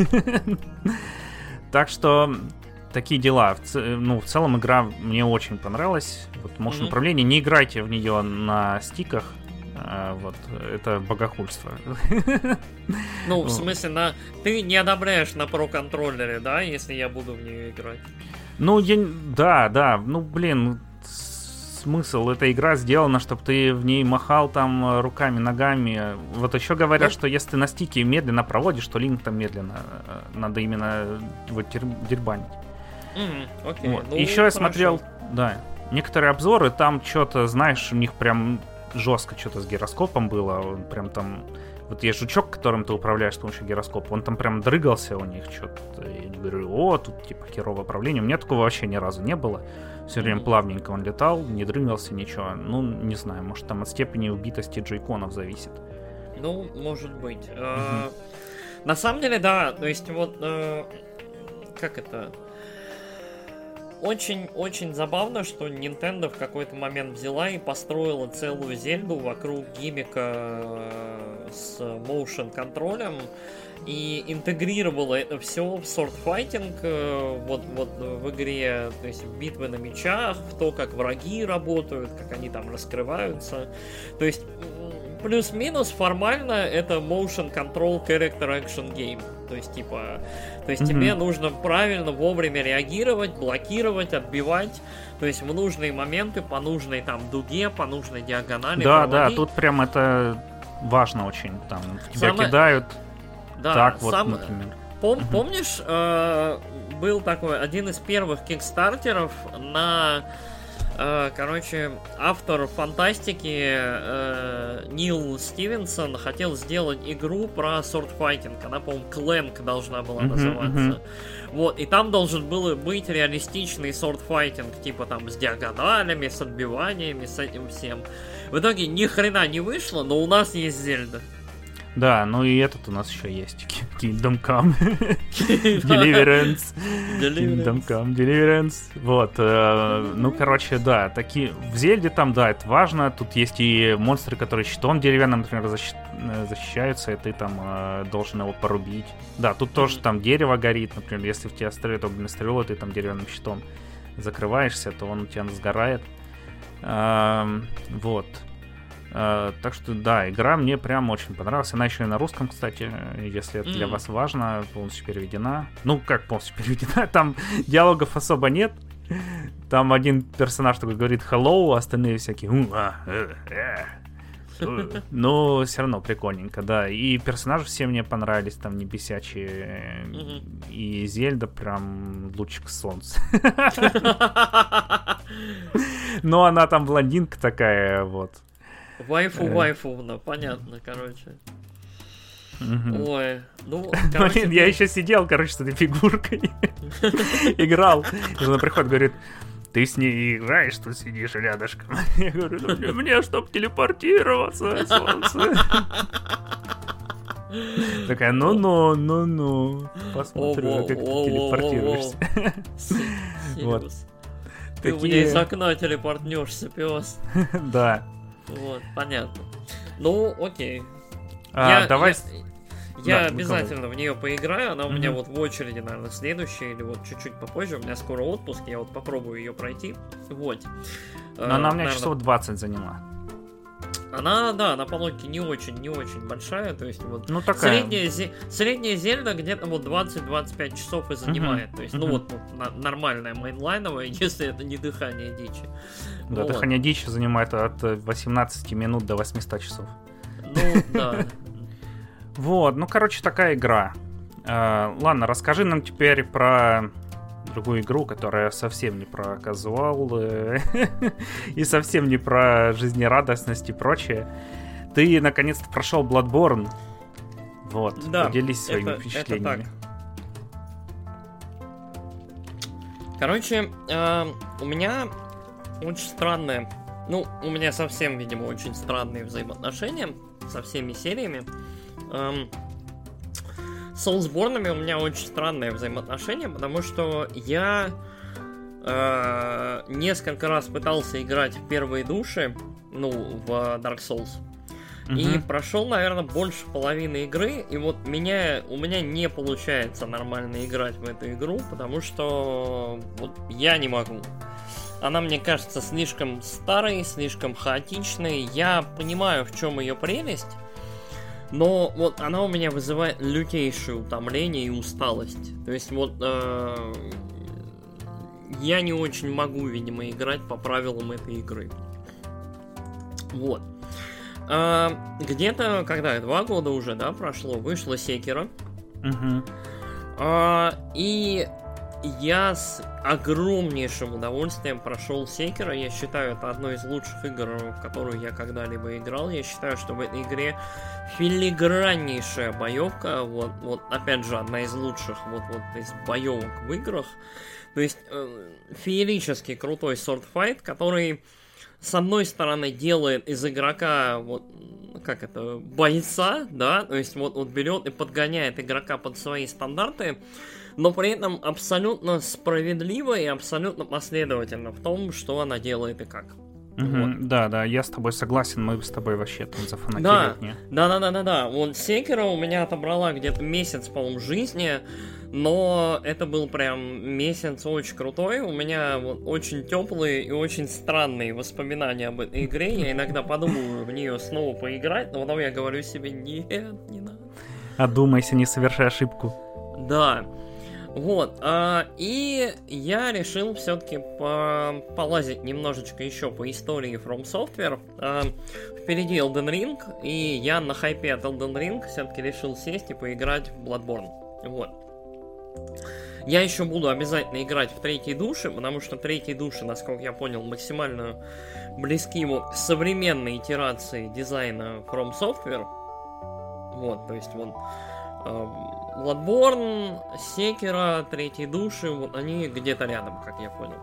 Так что, такие дела. Ну, в целом игра мне очень понравилась. Вот, motion управление. Не играйте в нее на стиках. Вот, это богохульство. Ну, в смысле, ты не одобряешь на про-контроллере, да, если я буду в нее играть? Ну, да, ну, блин, смысл, эта игра сделана, чтобы ты в ней махал там руками, ногами. Вот еще говорят, что если ты на стике медленно проводишь, то Линк там медленно. Надо именно вот дербанить. Окей. Вот. Ну, еще я смотрел, да, некоторые обзоры, там что-то, знаешь, у них прям жестко что-то с гироскопом было. Он прям там... Вот есть жучок, которым ты управляешь с помощью гироскопа, он там прям дрыгался у них что-то. Я говорю, тут типа херовое управление. У меня такого вообще ни разу не было. Все время плавненько он летал, не дрыгался, ничего. Ну, не знаю, может там от степени убитости джойконов зависит. Ну, может быть. На самом деле, да, то есть вот... Как это... Очень-очень забавно, что Nintendo в какой-то момент взяла и построила целую Зельду вокруг гиммика с моушен контролем и интегрировала это все в сорт-файтинг вот в игре, то есть в битвы на мечах, в то, как враги работают, как они там раскрываются. То есть плюс-минус формально это motion control character action game. То есть, типа, тебе нужно правильно вовремя реагировать, блокировать, отбивать. То есть в нужные моменты, по нужной там дуге, по нужной диагонали. Да, тут прям это важно очень. Там тебя кидают. Да, так вот, например. Помнишь, был такой один из первых кикстартеров на... Короче, автор фантастики Нил Стивенсон хотел сделать игру про сорт-файтинг. Она, по-моему, Clank должна была называться. Вот, и там должен был быть реалистичный сорт-файтинг, типа там с диагоналями, с отбиваниями, с этим всем. В итоге ни хрена не вышло, но у нас есть Зельда. Да, ну и этот у нас еще есть. Kingdom Come. Deliverance. Kingdom Come. Deliverance. Вот. Ну, короче, да. Такие... В Зельде там, да, это важно. Тут есть и монстры, которые щитом деревянным, например, защищаются, и ты там должен его порубить. Да, тут тоже там дерево горит, например, если в тебя стреляют огненной стрелой, ты там деревянным щитом закрываешься, то он у тебя сгорает. Вот. Так что, да, игра мне прям очень понравилась. Она еще и на русском, кстати, если это для вас важно, полностью переведена. Ну, как полностью переведена? Там диалогов особо нет. Там один персонаж такой говорит hello, а остальные всякие... Но все равно прикольненько, да. И персонажи все мне понравились, там не бесячие. И Зельда прям лучик солнца. Но она там блондинка такая, вот. Вайфу, да, понятно, короче. Ой, ну, короче... Блин, я еще сидел, короче, с этой фигуркой. Играл. И она приходит, говорит... Ты с ней играешь, тут сидишь рядышком. Я говорю, ну мне, чтоб телепортироваться, солнце. Такая, ну. Посмотрю, как ты телепортируешься. Вот. Ты у меня из окна телепортнешься, пес. Да. Вот, понятно. Ну, окей. Давай... Я обязательно в нее поиграю, она у меня вот в очереди, наверное, следующая, или вот чуть-чуть попозже, у меня скоро отпуск, я вот попробую ее пройти, вот. Но она у меня часов 20 заняла. Она, да, она по логике не очень большая, то есть вот ну, такая... средняя Зельда где-то вот 20-25 часов и занимает, то есть, ну вот нормальная мейнлайновая, если это не дыхание дичи. Да, вот. Дыхание дичи занимает от 18 минут до 800 часов. Ну, да. Вот, ну, короче, такая игра. Ладно, расскажи нам теперь про другую игру, которая совсем не про казуал и совсем не про жизнерадостность и прочее. Ты, наконец-то, прошел Bloodborne. Вот, да, поделись своими впечатлениями. Это так. Короче, у меня очень странные... Ну, у меня совсем, видимо, очень странные взаимоотношения со всеми сериями. С Soulsborne'ами у меня очень странные взаимоотношения, потому что я несколько раз пытался играть в первые души, ну, в Dark Souls, и прошел, наверное, больше половины игры, и вот у меня не получается нормально играть в эту игру, потому что вот я не могу. Она, мне кажется, слишком старой, слишком хаотичной. Я понимаю, в чем ее прелесть, но вот она у меня вызывает лютейшее утомление и усталость. То есть вот я не очень могу, видимо, играть по правилам этой игры. Вот. Где-то, когда 2 года уже, да, прошло, вышла Sekiro. И я с огромнейшим удовольствием прошел Sekiro. Я считаю, это одной из лучших игр, в которую я когда-либо играл. Я считаю, что в этой игре филиграннейшая боевка. Вот опять же, одна из лучших вот из боевок в играх. То есть, феерически крутой swordfight, который, с одной стороны, делает из игрока вот, как это, бойца, да, то есть вот берет и подгоняет игрока под свои стандарты, но при этом абсолютно справедливо и абсолютно последовательно в том, что она делает и как. Вот. Да, я с тобой согласен, мы с тобой вообще там зафанатели. Да. Вот Sekiro у меня отобрала где-то месяц, по-моему, жизни, но это был прям месяц очень крутой. У меня вот очень теплые и очень странные воспоминания об этой игре. Я иногда подумаю в нее снова поиграть, но потом я говорю себе: нет, не надо. Одумайся, не совершай ошибку. Да. Вот, и я решил все-таки полазить немножечко еще по истории From Software. Впереди Elden Ring, и я на хайпе от Elden Ring все-таки решил сесть и поиграть в Bloodborne. Вот. Я еще буду обязательно играть в третьей душе, потому что третьи души, насколько я понял, максимально близки к современной итерации дизайна From Software. Вот, то есть вот Bloodborne, Sekiro, третьи души, вот они где-то рядом, как я понял.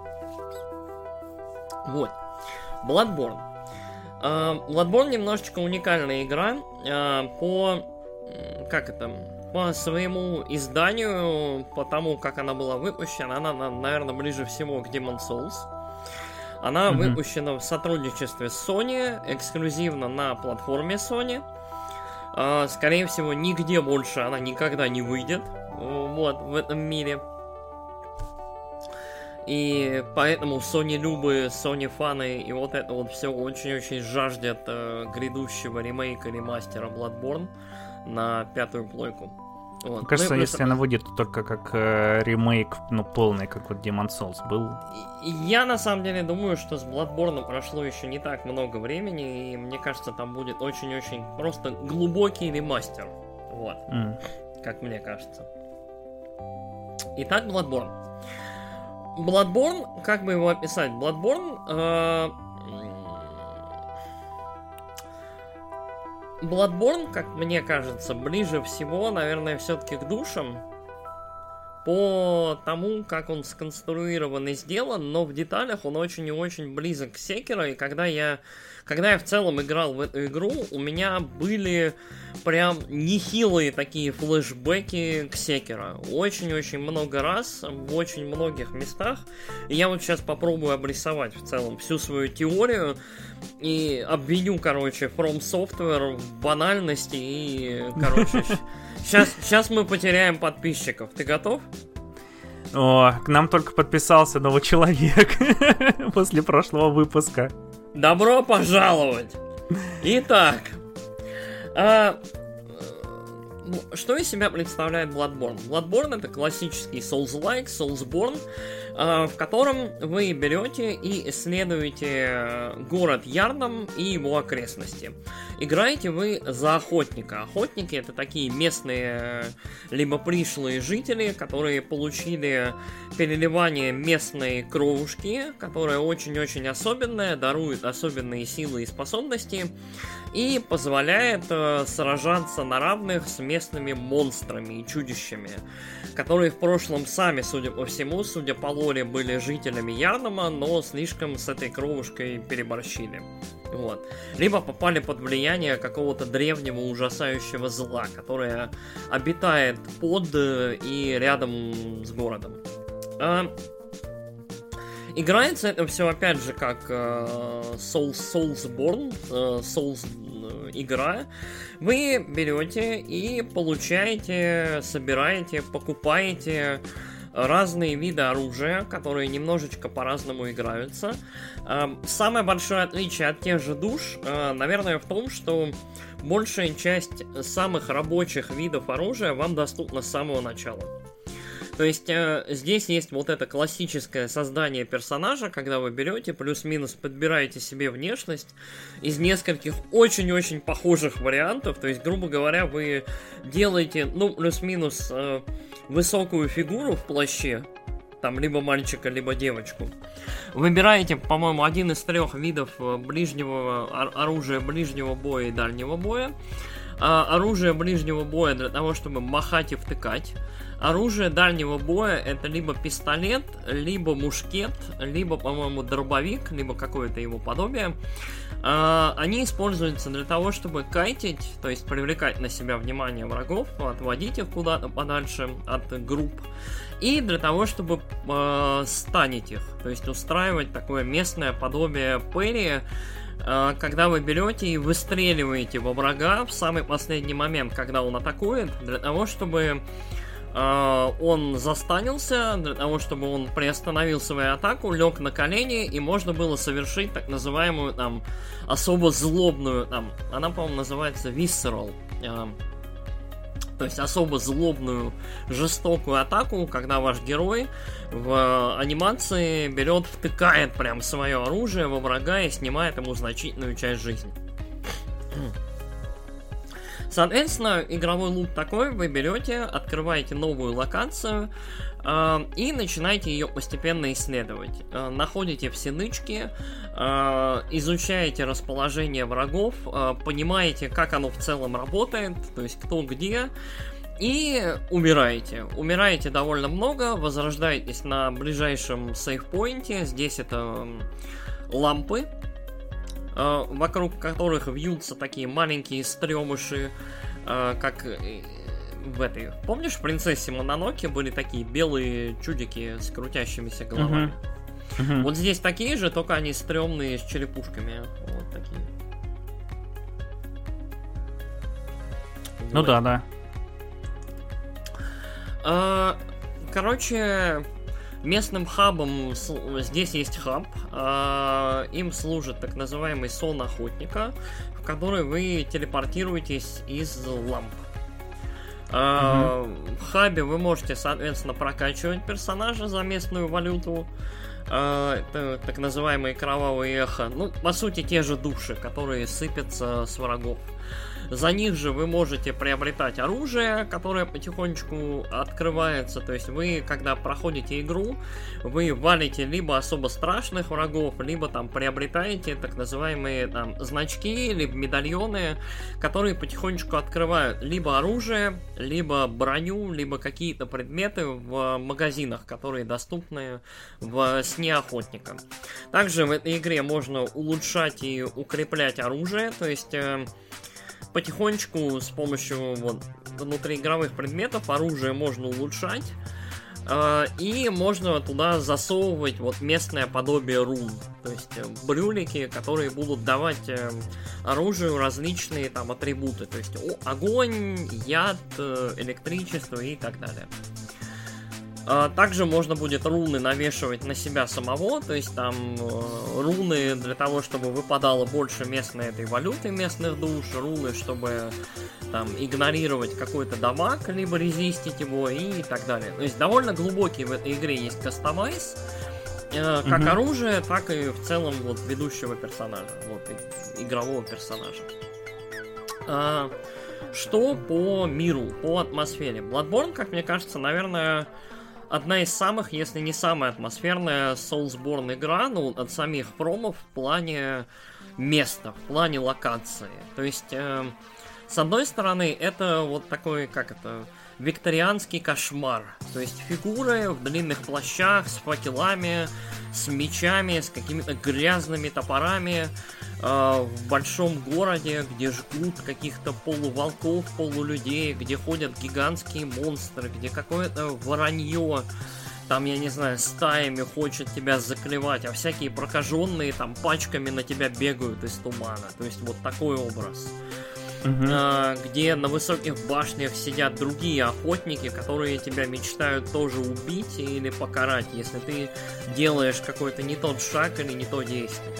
Вот. Bloodborne. Bloodborne немножечко уникальная игра по своему изданию, по тому, как она была выпущена. Она, наверное, ближе всего к Demon's Souls. Она выпущена в сотрудничестве с Sony, эксклюзивно на платформе Sony. Скорее всего, нигде больше она никогда не выйдет вот в этом мире. И поэтому Sony-любы, Sony-фаны и вот это вот все очень-очень жаждет грядущего ремейка, ремастера Bloodborne на 5-ю плойку. Вот. Мне кажется, если она выйдет, то только как ремейк, ну, полный, как вот Demon's Souls был. Я на самом деле думаю, что с Bloodborne прошло еще не так много времени, и мне кажется, там будет очень-очень просто глубокий ремастер. Вот. Как мне кажется. Итак, Bloodborne. Bloodborne, как бы его описать? Bloodborne... Bloodborne, как мне кажется, ближе всего, наверное, все-таки к душам. По тому, как он сконструирован и сделан, но в деталях он очень и очень близок к Sekiro. И когда я в целом играл в эту игру, у меня были прям нехилые такие флешбеки к Sekiro. Очень-очень много раз, в очень многих местах. И я вот сейчас попробую обрисовать в целом всю свою теорию. И обвиню, короче, From Software в банальности. И, короче, сейчас мы потеряем подписчиков. Ты готов? О, к нам только подписался новый человек после прошлого выпуска. Добро пожаловать! Итак, что из себя представляет Bloodborne? Bloodborne — это классический Souls-like, Soulsborne, в котором вы берете и исследуете город Ярнам и его окрестности. Играете вы за охотника. Охотники — это такие местные, либо пришлые жители, которые получили переливание местной кровушки, которая очень-очень особенная, дарует особенные силы и способности, и позволяет сражаться на равных с местными монстрами и чудищами, которые в прошлом сами, судя по всему, судя по лоре, были жителями Ярнама, но слишком с этой кровушкой переборщили. Вот. Либо попали под влияние какого-то древнего ужасающего зла, которое обитает под и рядом с городом. Играется это все опять же как Soulsborne, Souls игра. Вы берете и получаете, собираете, покупаете разные виды оружия, которые немножечко по-разному играются. Самое большое отличие от тех же душ, наверное, в том, что большая часть самых рабочих видов оружия вам доступна с самого начала. То есть здесь есть вот это классическое создание персонажа, когда вы берете, плюс-минус подбираете себе внешность из нескольких очень-очень похожих вариантов. То есть, грубо говоря, вы делаете, ну, плюс-минус высокую фигуру в плаще, там, либо мальчика, либо девочку. Выбираете, по-моему, один из 3 видов оружия ближнего боя и дальнего боя. Оружие ближнего боя для того, чтобы махать и втыкать. Оружие дальнего боя — это либо пистолет, либо мушкет, либо, по-моему, дробовик, либо какое-то его подобие. Они используются для того, чтобы кайтить, то есть привлекать на себя внимание врагов, отводить их куда-то подальше от групп, и для того, чтобы станить их, то есть устраивать такое местное подобие парри, когда вы берете и выстреливаете во врага в самый последний момент, когда он атакует, для того, чтобы он застанился, для того, чтобы он приостановил свою атаку, лег на колени, и можно было совершить так называемую там особо злобную, там, она, по-моему, называется Visceral, то есть особо злобную, жестокую атаку, когда ваш герой в анимации берет, втыкает прям свое оружие во врага и снимает ему значительную часть жизни. Соответственно, игровой лут такой: вы берете, открываете новую локацию и начинаете ее постепенно исследовать. Находите все нычки, изучаете расположение врагов, понимаете, как оно в целом работает, то есть кто где, и умираете. Умираете довольно много, возрождаетесь на ближайшем сейфпоинте. Здесь это лампы, вокруг которых вьются такие маленькие стрёмыши, как в этой... Помнишь, в «Принцессе Мононоке» были такие белые чудики с крутящимися головами? Вот здесь такие же, только они стрёмные, с черепушками. Вот такие. Ну да. Короче, Местным хабом здесь есть хаб, им служит так называемый сон охотника, в который вы телепортируетесь из ламп. В хабе вы можете, соответственно, прокачивать персонажа за местную валюту. Это так называемые кровавые эхо. Ну, по сути, те же души, которые сыпятся с врагов. За них же вы можете приобретать оружие, которое потихонечку открывается. То есть вы, когда проходите игру, вы валите либо особо страшных врагов, либо там приобретаете так называемые там значки, либо медальоны, которые потихонечку открывают либо оружие, либо броню, либо какие-то предметы в магазинах, которые доступны в сне охотника. Также в этой игре можно улучшать и укреплять оружие, то есть потихонечку с помощью вот внутриигровых предметов оружие можно улучшать, и можно туда засовывать вот местное подобие рун, то есть брюлики, которые будут давать оружию различные там атрибуты, то есть огонь, яд, электричество и так далее. Также можно будет руны навешивать на себя самого, то есть там руны для того, чтобы выпадало больше местной этой валюты, местных душ, руны, чтобы там игнорировать какой-то дамаг, либо резистить его и так далее. То есть довольно глубокий в этой игре есть кастомайз, как оружие, так и в целом вот ведущего персонажа, вот игрового персонажа. Что по миру, по атмосфере? Bloodborne, как мне кажется, наверное, одна из самых, если не самая атмосферная Soulsborne игра, ну, от самих промов в плане места, в плане локации. То есть, с одной стороны, это вот такой, как это, викторианский кошмар. То есть фигуры в длинных плащах, с факелами, с мечами, с какими-то грязными топорами, в большом городе, где жгут каких-то полуволков, полулюдей, где ходят гигантские монстры, где какое-то воронье, там, я не знаю, стаями хочет тебя заклевать, а всякие прокаженные там пачками на тебя бегают из тумана. То есть вот такой образ. Где на высоких башнях сидят другие охотники, которые тебя мечтают тоже убить или покарать, если ты делаешь какой-то не тот шаг или не то действие.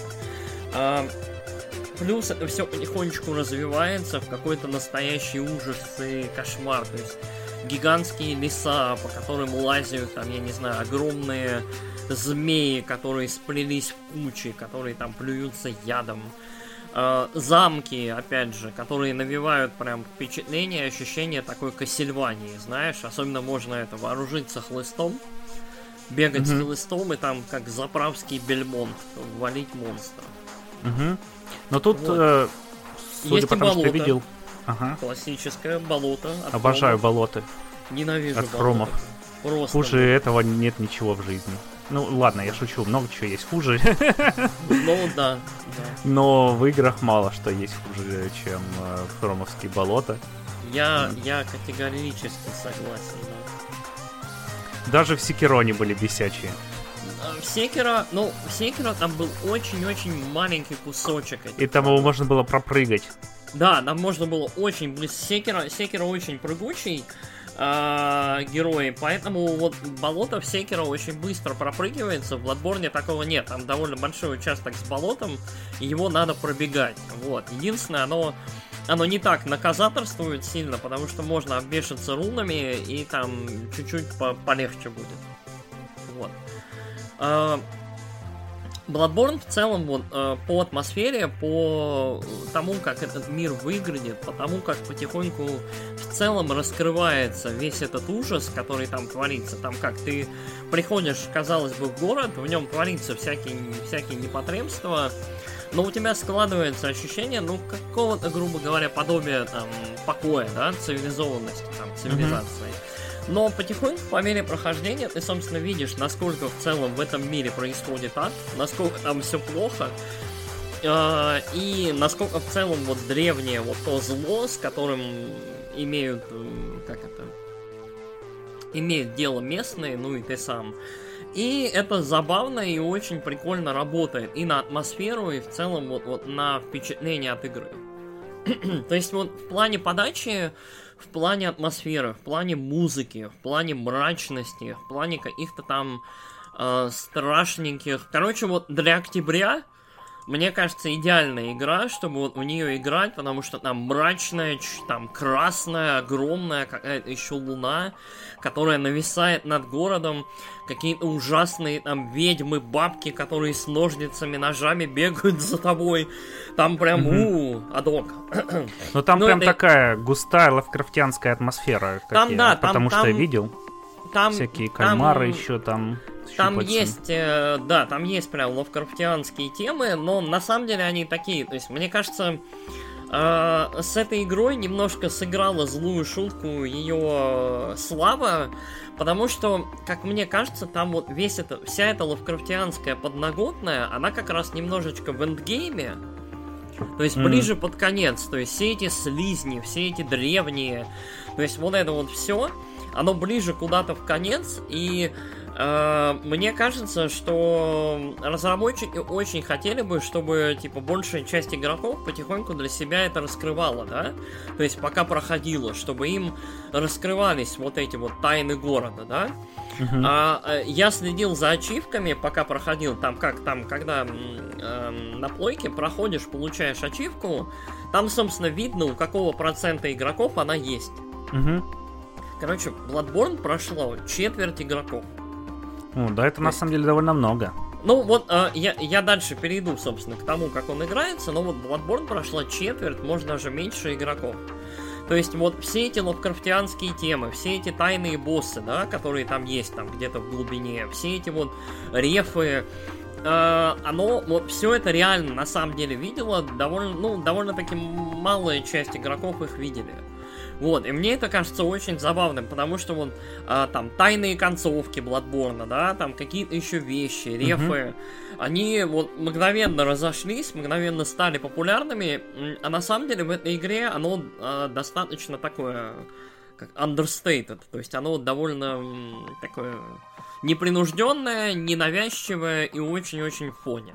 Плюс это все потихонечку развивается в какой-то настоящий ужас и кошмар. То есть гигантские леса, по которым лазят, там, я не знаю, огромные змеи, которые сплелись в кучи, которые там плюются ядом. Замки, опять же, которые навевают прям впечатление, ощущение такой Кассельвании, знаешь. Особенно можно это вооружиться хлыстом, бегать с хлыстом и там, как заправский бельмонт, валить монстра. Но тут, вот. Судя есть по тому, что я видел... Классическое болото. Обожаю болоты. Ненавижу от промов. Просто. Хуже этого нет ничего в жизни. Ну, ладно, я шучу, много чего есть хуже. Ну, да. Но в играх мало что есть хуже, чем промовские болота. Я категорически согласен, да. Даже в Секироне были бесячие. В Секиро там был очень-очень маленький кусочек. И там его можно было пропрыгать. Да, нам можно было очень близко. Секиро очень прыгучий герой, поэтому вот болото в Секиро очень быстро пропрыгивается. В Bloodborne такого нет. Там довольно большой участок с болотом, и его надо пробегать. Вот. Единственное, оно не так наказаторствует сильно, потому что можно обвешаться рунами, и там чуть-чуть полегче будет. Вот. Bloodborne в целом вот, по атмосфере, по тому, как этот мир выглядит, по тому, как потихоньку в целом раскрывается весь этот ужас, который там творится. Там как ты приходишь, казалось бы, в город, в нем творится всякие непотребства, но у тебя складывается ощущение, ну, какого-то, грубо говоря, подобия там покоя, да, цивилизованности, там, цивилизации. Но потихоньку, по мере прохождения, ты, собственно, видишь, насколько в целом в этом мире происходит ад, насколько там все плохо, и насколько в целом вот древнее вот то зло, с которым имеют дело местные, ну и ты сам. И это забавно и очень прикольно работает и на атмосферу, и в целом вот на впечатление от игры. То есть вот в плане подачи, в плане атмосферы, в плане музыки, в плане мрачности, в плане каких-то там страшненьких... Короче, вот для октября, мне кажется, идеальная игра, чтобы вот в нее играть, потому что там мрачная, там красная, огромная какая-то еще луна, которая нависает над городом, какие-то ужасные там ведьмы, бабки, которые с ножницами, ножами бегают за тобой. Там прям, адок. Ну там прям такая густая лавкрафтянская атмосфера. Там, да, потому что я видел. Там, всякие кальмары еще там. Там есть, да, там есть прям лавкрафтианские темы, но на самом деле они такие, то есть, мне кажется, с этой игрой немножко сыграла злую шутку ее слава, потому что, как мне кажется, там вот вся эта лавкрафтианская подноготная, она как раз немножечко в эндгейме, то есть ближе под конец, то есть все эти слизни, все эти древние, то есть вот это вот все, оно ближе куда-то в конец, и мне кажется, что разработчики очень хотели бы, чтобы, типа, большая часть игроков потихоньку для себя это раскрывала, да? То есть пока проходило, чтобы им раскрывались вот эти вот тайны города, да? Я следил за ачивками, пока проходил, когда на плойке проходишь, получаешь ачивку, там, собственно, видно, у какого процента игроков она есть. Короче, Bloodborne прошло четверть игроков. Да, это на самом деле довольно много. Ну вот, я дальше перейду, собственно, к тому, как он играется, но вот Bloodborne прошла четверть, может даже меньше игроков. То есть вот все эти лавкрафтианские темы, все эти тайные боссы, да, которые там есть, там где-то в глубине, все эти вот рефы, оно, вот все это реально на самом деле видела, довольно-таки малая часть игроков их видели. Вот, и мне это кажется очень забавным, потому что вот там тайные концовки Bloodborne, да, там какие-то еще вещи, рефы, они вот мгновенно разошлись, мгновенно стали популярными, а на самом деле в этой игре оно достаточно такое, как understated, то есть оно довольно такое непринужденное, ненавязчивое и очень-очень в фоне.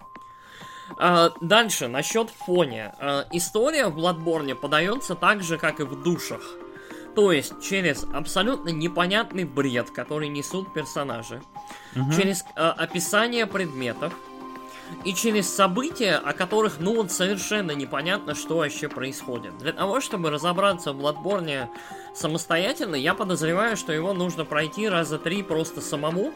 Дальше, насчет фоне. История в Bloodborne подается так же, как и в душах. То есть, через абсолютно непонятный бред, который несут персонажи, через описание предметов, и через события, о которых, ну вот, совершенно непонятно, что вообще происходит. Для того, чтобы разобраться в Bloodborne самостоятельно, я подозреваю, что его нужно пройти раза 3 просто самому.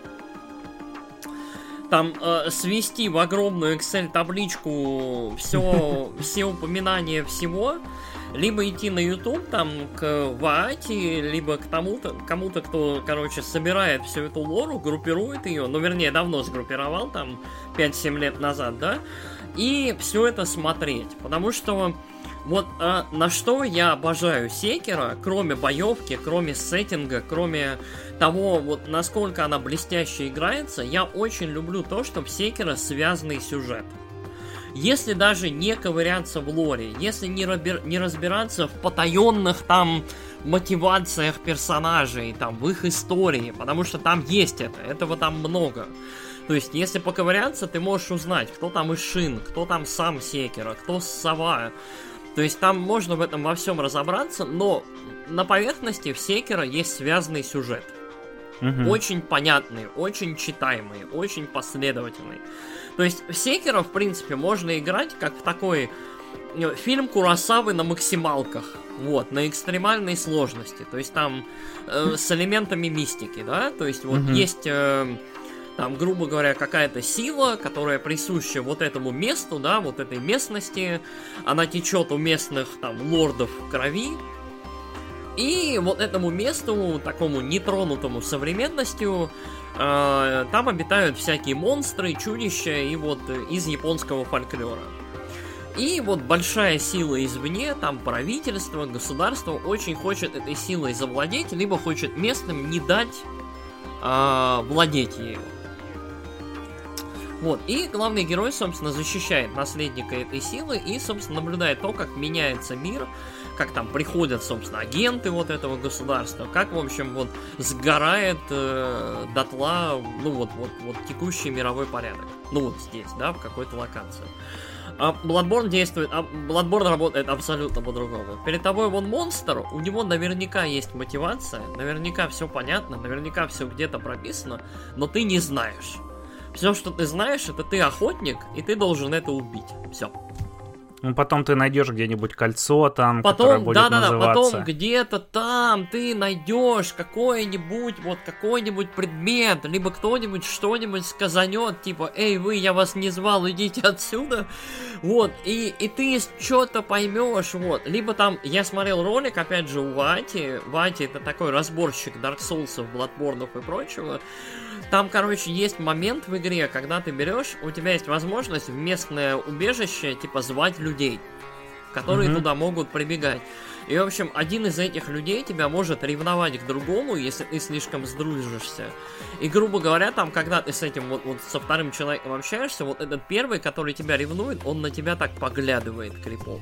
Там свести в огромную Excel-табличку все упоминания всего, либо идти на YouTube, там, к Ваати, либо к кому-то, кто, короче, собирает всю эту лору, группирует ее, ну, вернее, давно сгруппировал, там, 5-7 лет назад, да, и все это смотреть, потому что вот на что я обожаю Sekiro, кроме боевки, кроме сеттинга, кроме того, вот насколько она блестяще играется, я очень люблю то, что в Sekiro связанный сюжет. Если даже не ковыряться в лоре, если не разбираться в потаенных там мотивациях персонажей, там, в их истории, потому что там есть этого там много. То есть, если поковыряться, ты можешь узнать, кто там Ишин, кто там сам Sekiro, кто Сова. То есть там можно в этом во всем разобраться, но на поверхности в Sekiro есть связанный сюжет. Очень понятный, очень читаемый, очень последовательный. То есть в Sekiro, в принципе, можно играть как в такой фильм Куросавы на максималках. Вот, на экстремальной сложности. То есть там с элементами мистики, да? То есть вот есть... Там, грубо говоря, какая-то сила, которая присуща вот этому месту, да, вот этой местности. Она течет у местных, там, лордов в крови. И вот этому месту, такому нетронутому современностью, там обитают всякие монстры, чудища и вот из японского фольклора. И вот большая сила извне, там правительство, государство очень хочет этой силой завладеть, либо хочет местным не дать владеть ею. Вот, и главный герой, собственно, защищает наследника этой силы и, собственно, наблюдает то, как меняется мир, как там приходят, собственно, агенты вот этого государства, как, в общем, вот сгорает дотла, ну вот текущий мировой порядок. Ну вот здесь, да, в какой-то локации. Bloodborne действует, Bloodborne работает абсолютно по-другому. Перед тобой вон монстр, у него наверняка есть мотивация, наверняка все понятно, наверняка все где-то прописано, но ты не знаешь. Все, что ты знаешь, это ты охотник, и ты должен это убить. Все. Ну, потом ты найдешь где-нибудь кольцо там, потом, которое будет называться... потом где-то там ты найдешь какой-нибудь предмет, либо кто-нибудь что-нибудь сказанет, типа, эй, вы, я вас не звал, идите отсюда. Вот, и ты что-то поймешь, вот. Либо там, я смотрел ролик, опять же, у Вати. Вати это такой разборщик Dark Souls, Bloodborne и прочего. Там, короче, есть момент в игре, когда ты берешь, у тебя есть возможность в местное убежище, типа, звать людей, которые туда могут прибегать. И, в общем, один из этих людей тебя может ревновать к другому, если ты слишком сдружишься. И, грубо говоря, там, когда ты с этим вот со вторым человеком общаешься, вот этот первый, который тебя ревнует, он на тебя так поглядывает крипово.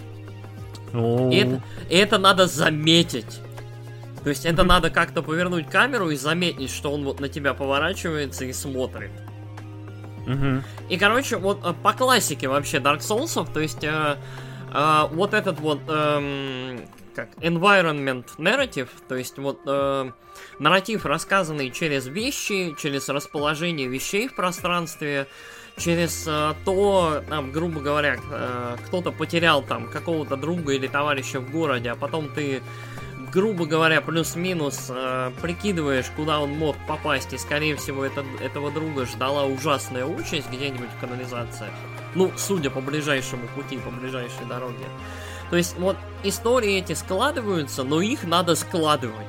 И это надо заметить. То есть это надо как-то повернуть камеру и заметить, что он вот на тебя поворачивается и смотрит. И, короче, вот по классике вообще Dark Souls, то есть вот этот вот environment narrative, то есть вот нарратив, рассказанный через вещи, через расположение вещей в пространстве, через то, там, грубо говоря, кто-то потерял там какого-то друга или товарища в городе, а потом ты, грубо говоря, плюс-минус прикидываешь, куда он мог попасть, и, скорее всего, этого друга ждала ужасная участь где-нибудь в канализации. Ну, судя по ближайшему пути, по ближайшей дороге. То есть, вот, истории эти складываются, но их надо складывать.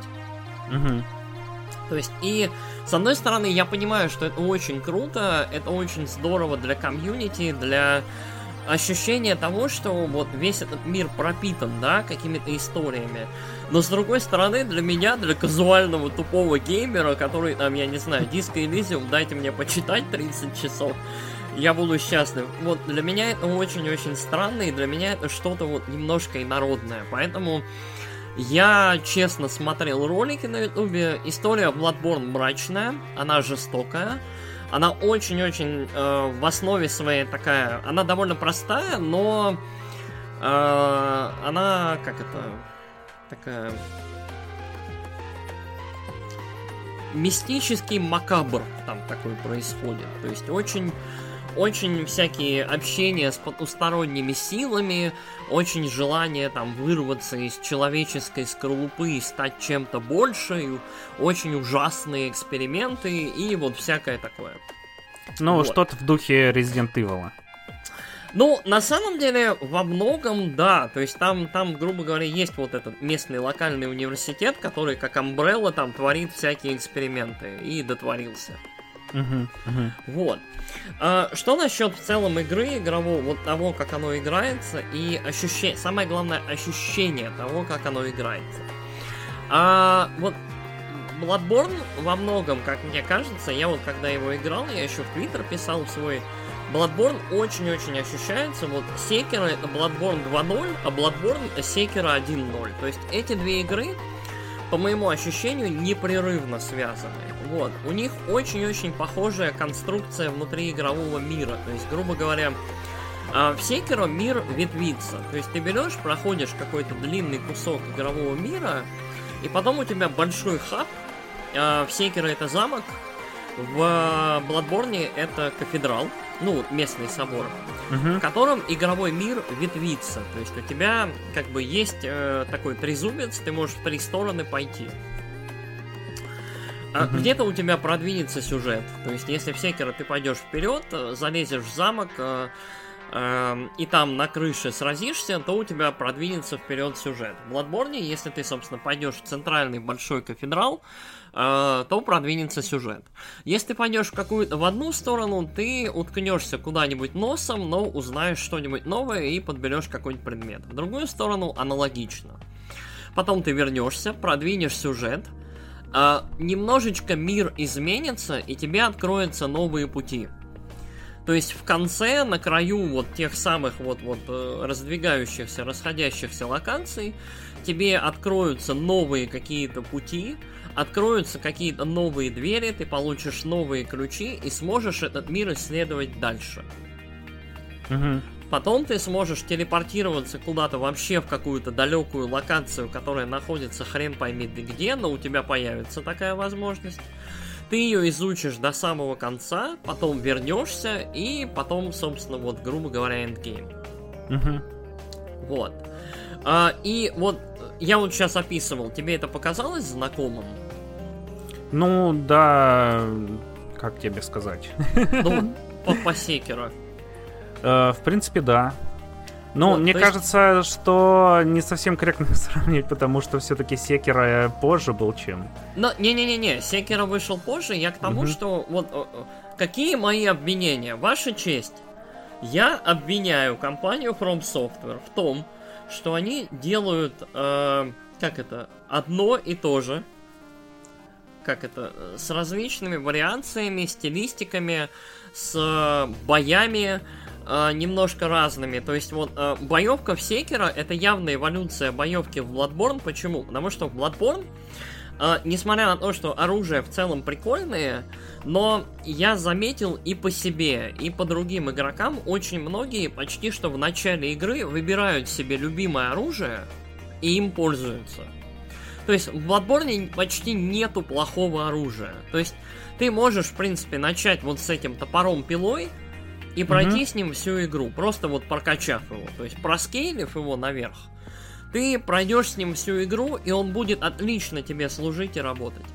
То есть, и, с одной стороны, я понимаю, что это очень круто, это очень здорово для комьюнити, для ощущение того, что вот весь этот мир пропитан, да, какими-то историями. Но с другой стороны, для меня, для казуального тупого геймера, который там, я не знаю, Disco Elysium, дайте мне почитать 30 часов, я буду счастлив. Вот для меня это очень-очень странно, и для меня это что-то вот немножко инородное. Поэтому я честно смотрел ролики на ютубе. История Bloodborne мрачная, она жестокая. Она очень-очень в основе своей такая... Она довольно простая, но она, как это... Такая... Мистический макабр там такой происходит. То есть очень всякие общения с потусторонними силами, очень желание там вырваться из человеческой скорлупы и стать чем-то больше, очень ужасные эксперименты и вот всякое такое. Ну, вот. Что-то в духе Resident Evil. Ну, на самом деле, во многом, да. То есть там, грубо говоря, есть вот этот местный локальный университет, который, как Umbrella, там творит всякие эксперименты. И дотворился. Вот. Что насчет в целом игры, игрового, вот того, как оно играется, и самое главное, ощущение того, как оно играется. Вот Bloodborne во многом, как мне кажется, я вот когда его играл, я еще в Twitter писал свой, Bloodborne очень-очень ощущается. Вот Sekiro это Bloodborne 2.0, а Bloodborne Sekiro 1.0. То есть эти две игры, по моему ощущению, непрерывно связаны. Вот. У них очень-очень похожая конструкция внутри игрового мира. То есть, грубо говоря, в Sekiro мир ветвится. То есть ты берешь, проходишь какой-то длинный кусок игрового мира, и потом у тебя большой хаб. В Sekiro это замок, в Bloodborne это кафедрал, ну, местный собор, в котором игровой мир ветвится. То есть у тебя как бы есть такой трезубец, ты можешь в три стороны пойти. Где-то у тебя продвинется сюжет. То есть если в Sekiro ты пойдешь вперед, залезешь в замок и там на крыше сразишься, то у тебя продвинется вперед сюжет. В Bloodborne, если ты, собственно, пойдешь в центральный большой кафедрал, то продвинется сюжет. Если ты пойдешь в одну сторону, ты уткнешься куда-нибудь носом, но узнаешь что-нибудь новое и подберешь какой-нибудь предмет. В другую сторону аналогично. Потом ты вернешься, продвинешь сюжет, немножечко мир изменится, и тебе откроются новые пути. То есть в конце, на краю вот тех самых вот раздвигающихся, расходящихся локаций, тебе откроются новые какие-то пути, откроются какие-то новые двери, ты получишь новые ключи и сможешь этот мир исследовать дальше. потом ты сможешь телепортироваться куда-то вообще в какую-то далекую локацию, которая находится хрен пойми где, но у тебя появится такая возможность. Ты ее изучишь до самого конца, потом вернешься, и потом, собственно, вот, грубо говоря, эндгейм. Вот. И вот я вот сейчас описывал, тебе это показалось знакомым? Ну, да, как тебе сказать? Ну, по Секиро. В принципе, да. Ну, Вот, мне то есть- кажется, что не совсем корректно сравнивать, потому что все-таки Секиро позже был, чем... Но, не-не-не, Секиро вышел позже, я к тому, что вот какие мои обвинения? Ваша честь, я обвиняю компанию From Software в том, что они делают, одно и то же, с различными вариациями, стилистиками, с боями, немножко разными. То есть вот боевка в Секиро это явная эволюция боевки в Bloodborne. Почему? Потому что в Bloodborne, несмотря на то, что оружие в целом прикольное, но я заметил и по себе, и по другим игрокам, очень многие почти что в начале игры выбирают себе любимое оружие и им пользуются. То есть в Bloodborne почти нету плохого оружия. То есть ты можешь, в принципе, начать вот с этим топором-пилой и пройти с ним всю игру, просто вот прокачав его, то есть проскейлив его наверх. Ты пройдешь с ним всю игру, и он будет отлично тебе служить и работать.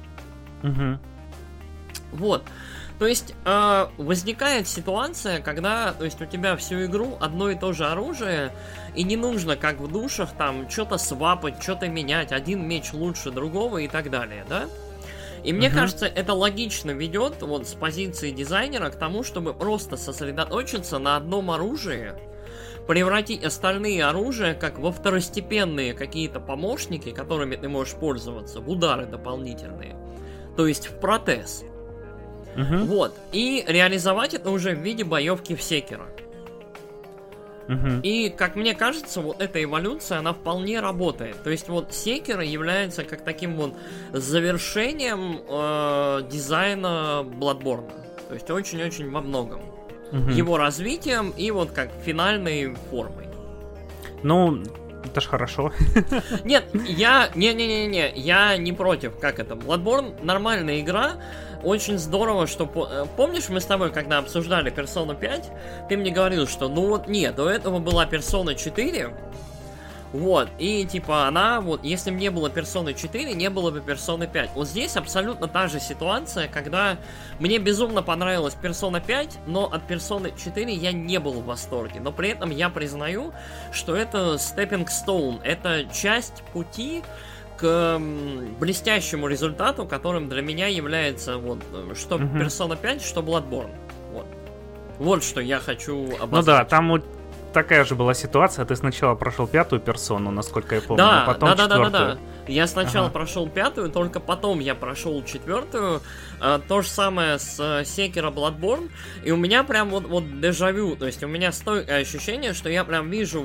Вот. То есть возникает ситуация, когда, то есть у тебя всю игру одно и то же оружие, и не нужно, как в душах, там, что-то свапать, что-то менять, один меч лучше другого и так далее, да? И мне кажется, это логично ведет вот с позиции дизайнера к тому, чтобы просто сосредоточиться на одном оружии, превратить остальные оружия как во второстепенные какие-то помощники, которыми ты можешь пользоваться, в удары дополнительные, то есть в протез. Вот. И реализовать это уже в виде боевки в Секиро. И, как мне кажется, вот эта эволюция, она вполне работает. То есть вот Секиро является как таким вот завершением дизайна Bloodborne. То есть очень-очень во многом. Его развитием и вот как финальной формой. Ну, это ж хорошо. Нет, я не против, как это. Bloodborne нормальная игра. Очень здорово, что... Помнишь, мы с тобой, когда обсуждали Persona 5, ты мне говорил, что ну вот нет, до этого была Persona 4, вот, и типа она, вот, если бы не было Persona 4, не было бы Persona 5. Вот здесь абсолютно та же ситуация, когда мне безумно понравилась Persona 5, но от Persona 4 я не был в восторге. Но при этом я признаю, что это stepping stone, это часть пути к блестящему результату, которым для меня является вот что Persona 5, что Bloodborne. Вот что я хочу обозначить. Ну да, там вот такая же была ситуация. Ты сначала прошел пятую персону, насколько я помню, да, а потом четвертую. Да. Я сначала прошел пятую, только потом я прошел четвертую. То же самое с Sekiro Bloodborne. И у меня прям вот дежавю. То есть у меня стойкое ощущение, что я прям вижу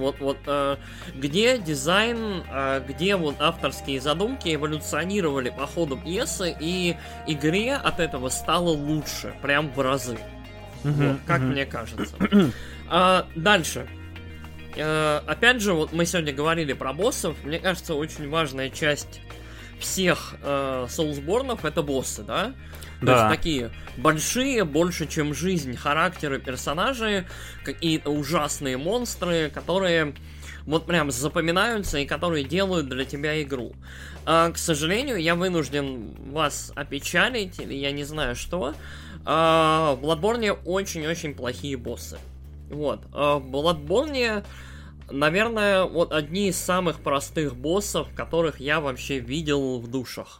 где дизайн, где вот авторские задумки эволюционировали по ходу пьесы, и игре от этого стало лучше, прям в разы. Вот, как мне кажется. Дальше. Опять же, вот мы сегодня говорили про боссов. Мне кажется, очень важная часть всех соулсборнов — это боссы, да? То есть такие большие, больше чем жизнь, характеры персонажей, какие-то ужасные монстры, которые вот прям запоминаются и которые делают для тебя игру. К сожалению, я вынужден вас опечалить, или я не знаю что. В Bloodborne очень-очень плохие боссы. Вот. В Bloodborne, наверное, вот одни из самых простых боссов, которых я вообще видел в душах.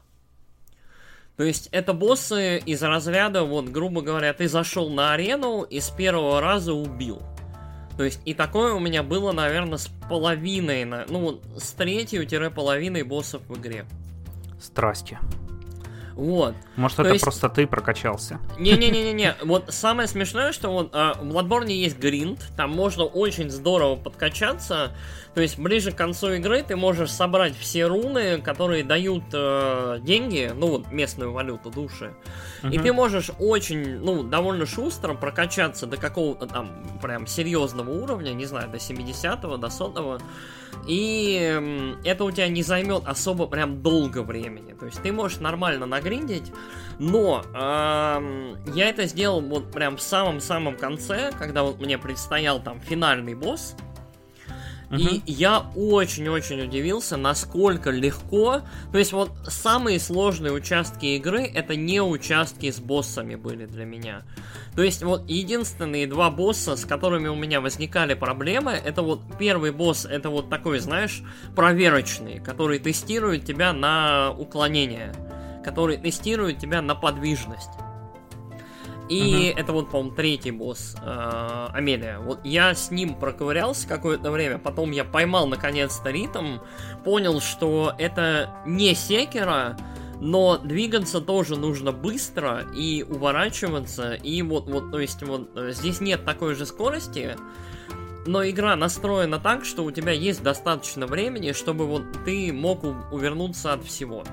То есть это боссы из разряда, вот, грубо говоря, ты зашел на арену и с первого раза убил. То есть и такое у меня было, наверное, с половиной, с третью-половиной боссов в игре. Страсти. Вот. Может, это просто ты прокачался? Не-не-не-не-не. Вот самое смешное, что вот в Bloodborne есть гринд, там можно очень здорово подкачаться. То есть ближе к концу игры ты можешь собрать все руны, которые дают деньги, ну вот местную валюту, души. И ты можешь очень, ну, довольно шустро прокачаться до какого-то там прям серьезного уровня, не знаю, до 70-го, до 100-го. И это у тебя не займет особо прям долго времени. То есть ты можешь нормально нагриндить. Но я это сделал вот прям в самом-самом конце, когда вот мне предстоял там финальный босс. И я очень-очень удивился, насколько легко. То есть вот самые сложные участки игры это не участки с боссами были для меня. То есть вот единственные два босса, с которыми у меня возникали проблемы, это вот первый босс, это вот такой, знаешь, проверочный, который тестирует тебя на уклонение, который тестирует тебя на подвижность. И это вот, по-моему, третий босс, Амелия. Вот я с ним проковырялся какое-то время, потом я поймал наконец-то ритм, понял, что это не Секиро, но двигаться тоже нужно быстро и уворачиваться, и вот, то есть вот здесь нет такой же скорости, но игра настроена так, что у тебя есть достаточно времени, чтобы вот ты мог увернуться от всего.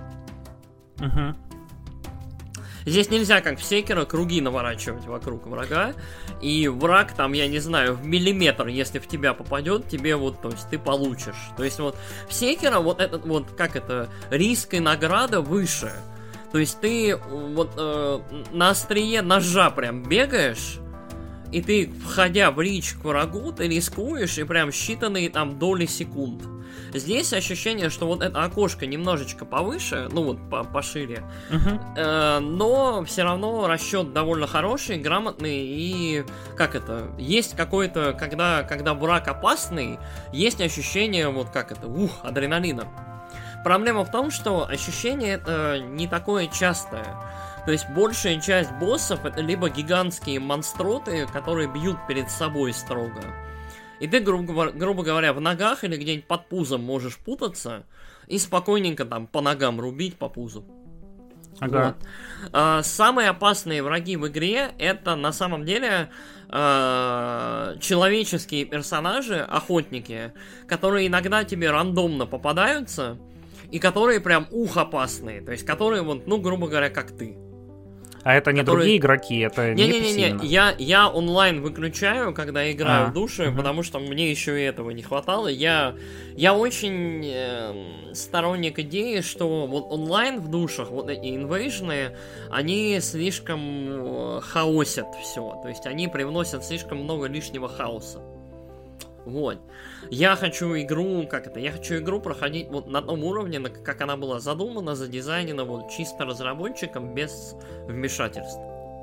Здесь нельзя, как в Секиро, круги наворачивать вокруг врага. И враг там, я не знаю, в миллиметр, если в тебя попадет, тебе вот, то есть ты получишь. То есть вот в Секиро вот этот вот, как это, риск и награда выше. То есть ты вот на острие ножа прям бегаешь, и ты, входя в рич к врагу, ты рискуешь и прям считанные там доли секунд. Здесь ощущение, что вот это окошко немножечко повыше, ну вот пошире, но все равно расчет довольно хороший, грамотный и как это, есть какой-то, когда враг опасный, есть ощущение вот как это, адреналина. Проблема в том, что ощущение это не такое частое. То есть большая часть боссов это либо гигантские монстроты, которые бьют перед собой строго. И ты, грубо говоря, в ногах или где-нибудь под пузом можешь путаться и спокойненько там по ногам рубить по пузу. Ага. Вот. Самые опасные враги в игре это на самом деле человеческие персонажи, охотники, которые иногда тебе рандомно попадаются и которые прям опасные. То есть которые вот, ну, грубо говоря, как ты. А это не другие игроки, это не Не-не-не, я онлайн выключаю, когда играю в души, потому что мне еще и этого не хватало. Я очень сторонник идеи, что вот онлайн в душах, вот эти инвейжны, они слишком хаосят все. То есть они привносят слишком много лишнего хаоса. Вот. Я хочу игру проходить вот на том уровне, как она была задумана, задизайнена, вот чисто разработчиком, без вмешательств.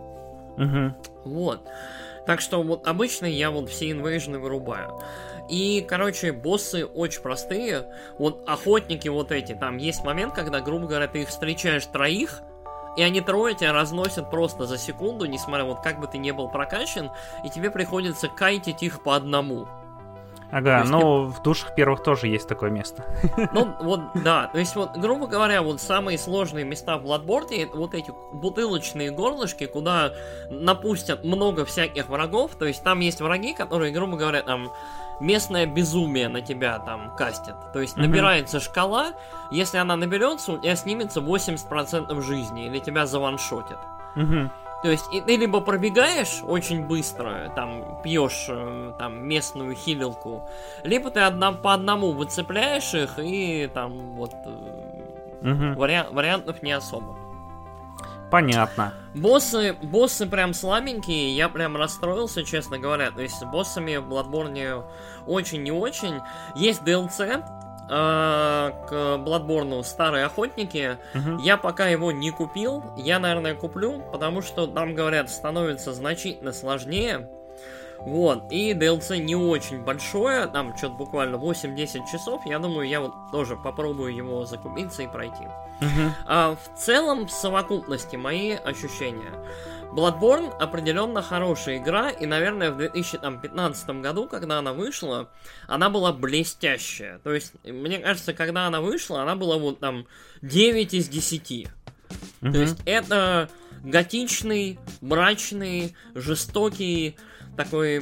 Вот. Так что вот обычно я вот все инвейжны вырубаю. И, короче, боссы очень простые. Вот охотники вот эти, там есть момент, когда, грубо говоря, ты их встречаешь троих, и они трое тебя разносят просто за секунду, несмотря вот как бы ты не был прокачан, и тебе приходится кайтить их по одному. Ага, но в душах первых тоже есть такое место. Ну, вот, да, то есть, вот, грубо говоря, вот самые сложные места в Bloodborne, это вот эти бутылочные горлышки, куда напустят много всяких врагов, то есть там есть враги, которые, грубо говоря, там, местное безумие на тебя там кастят. То есть набирается шкала, если она наберется, у тебя снимется 80% жизни, или тебя заваншотят. То есть и ты либо пробегаешь очень быстро, там пьешь там местную хилилку, либо ты по одному выцепляешь их и там вот вариантов не особо. Понятно. Боссы прям слабенькие, я прям расстроился, честно говоря. То есть с боссами в Bloodborne очень не очень. Есть DLC к Bloodborne «Старые охотники». Я пока его не купил. Я, наверное, куплю, потому что там, говорят, становится значительно сложнее. Вот, и DLC не очень большое, там что-то буквально 8-10 часов. Я думаю, я вот тоже попробую его закупиться и пройти. А в целом, в совокупности, мои ощущения. Bloodborne определенно хорошая игра, и, наверное, в 2015 году, когда она вышла, она была блестящая. То есть, мне кажется, когда она вышла, она была вот там 9 из 10. То есть это готичный, мрачный, жестокий, такой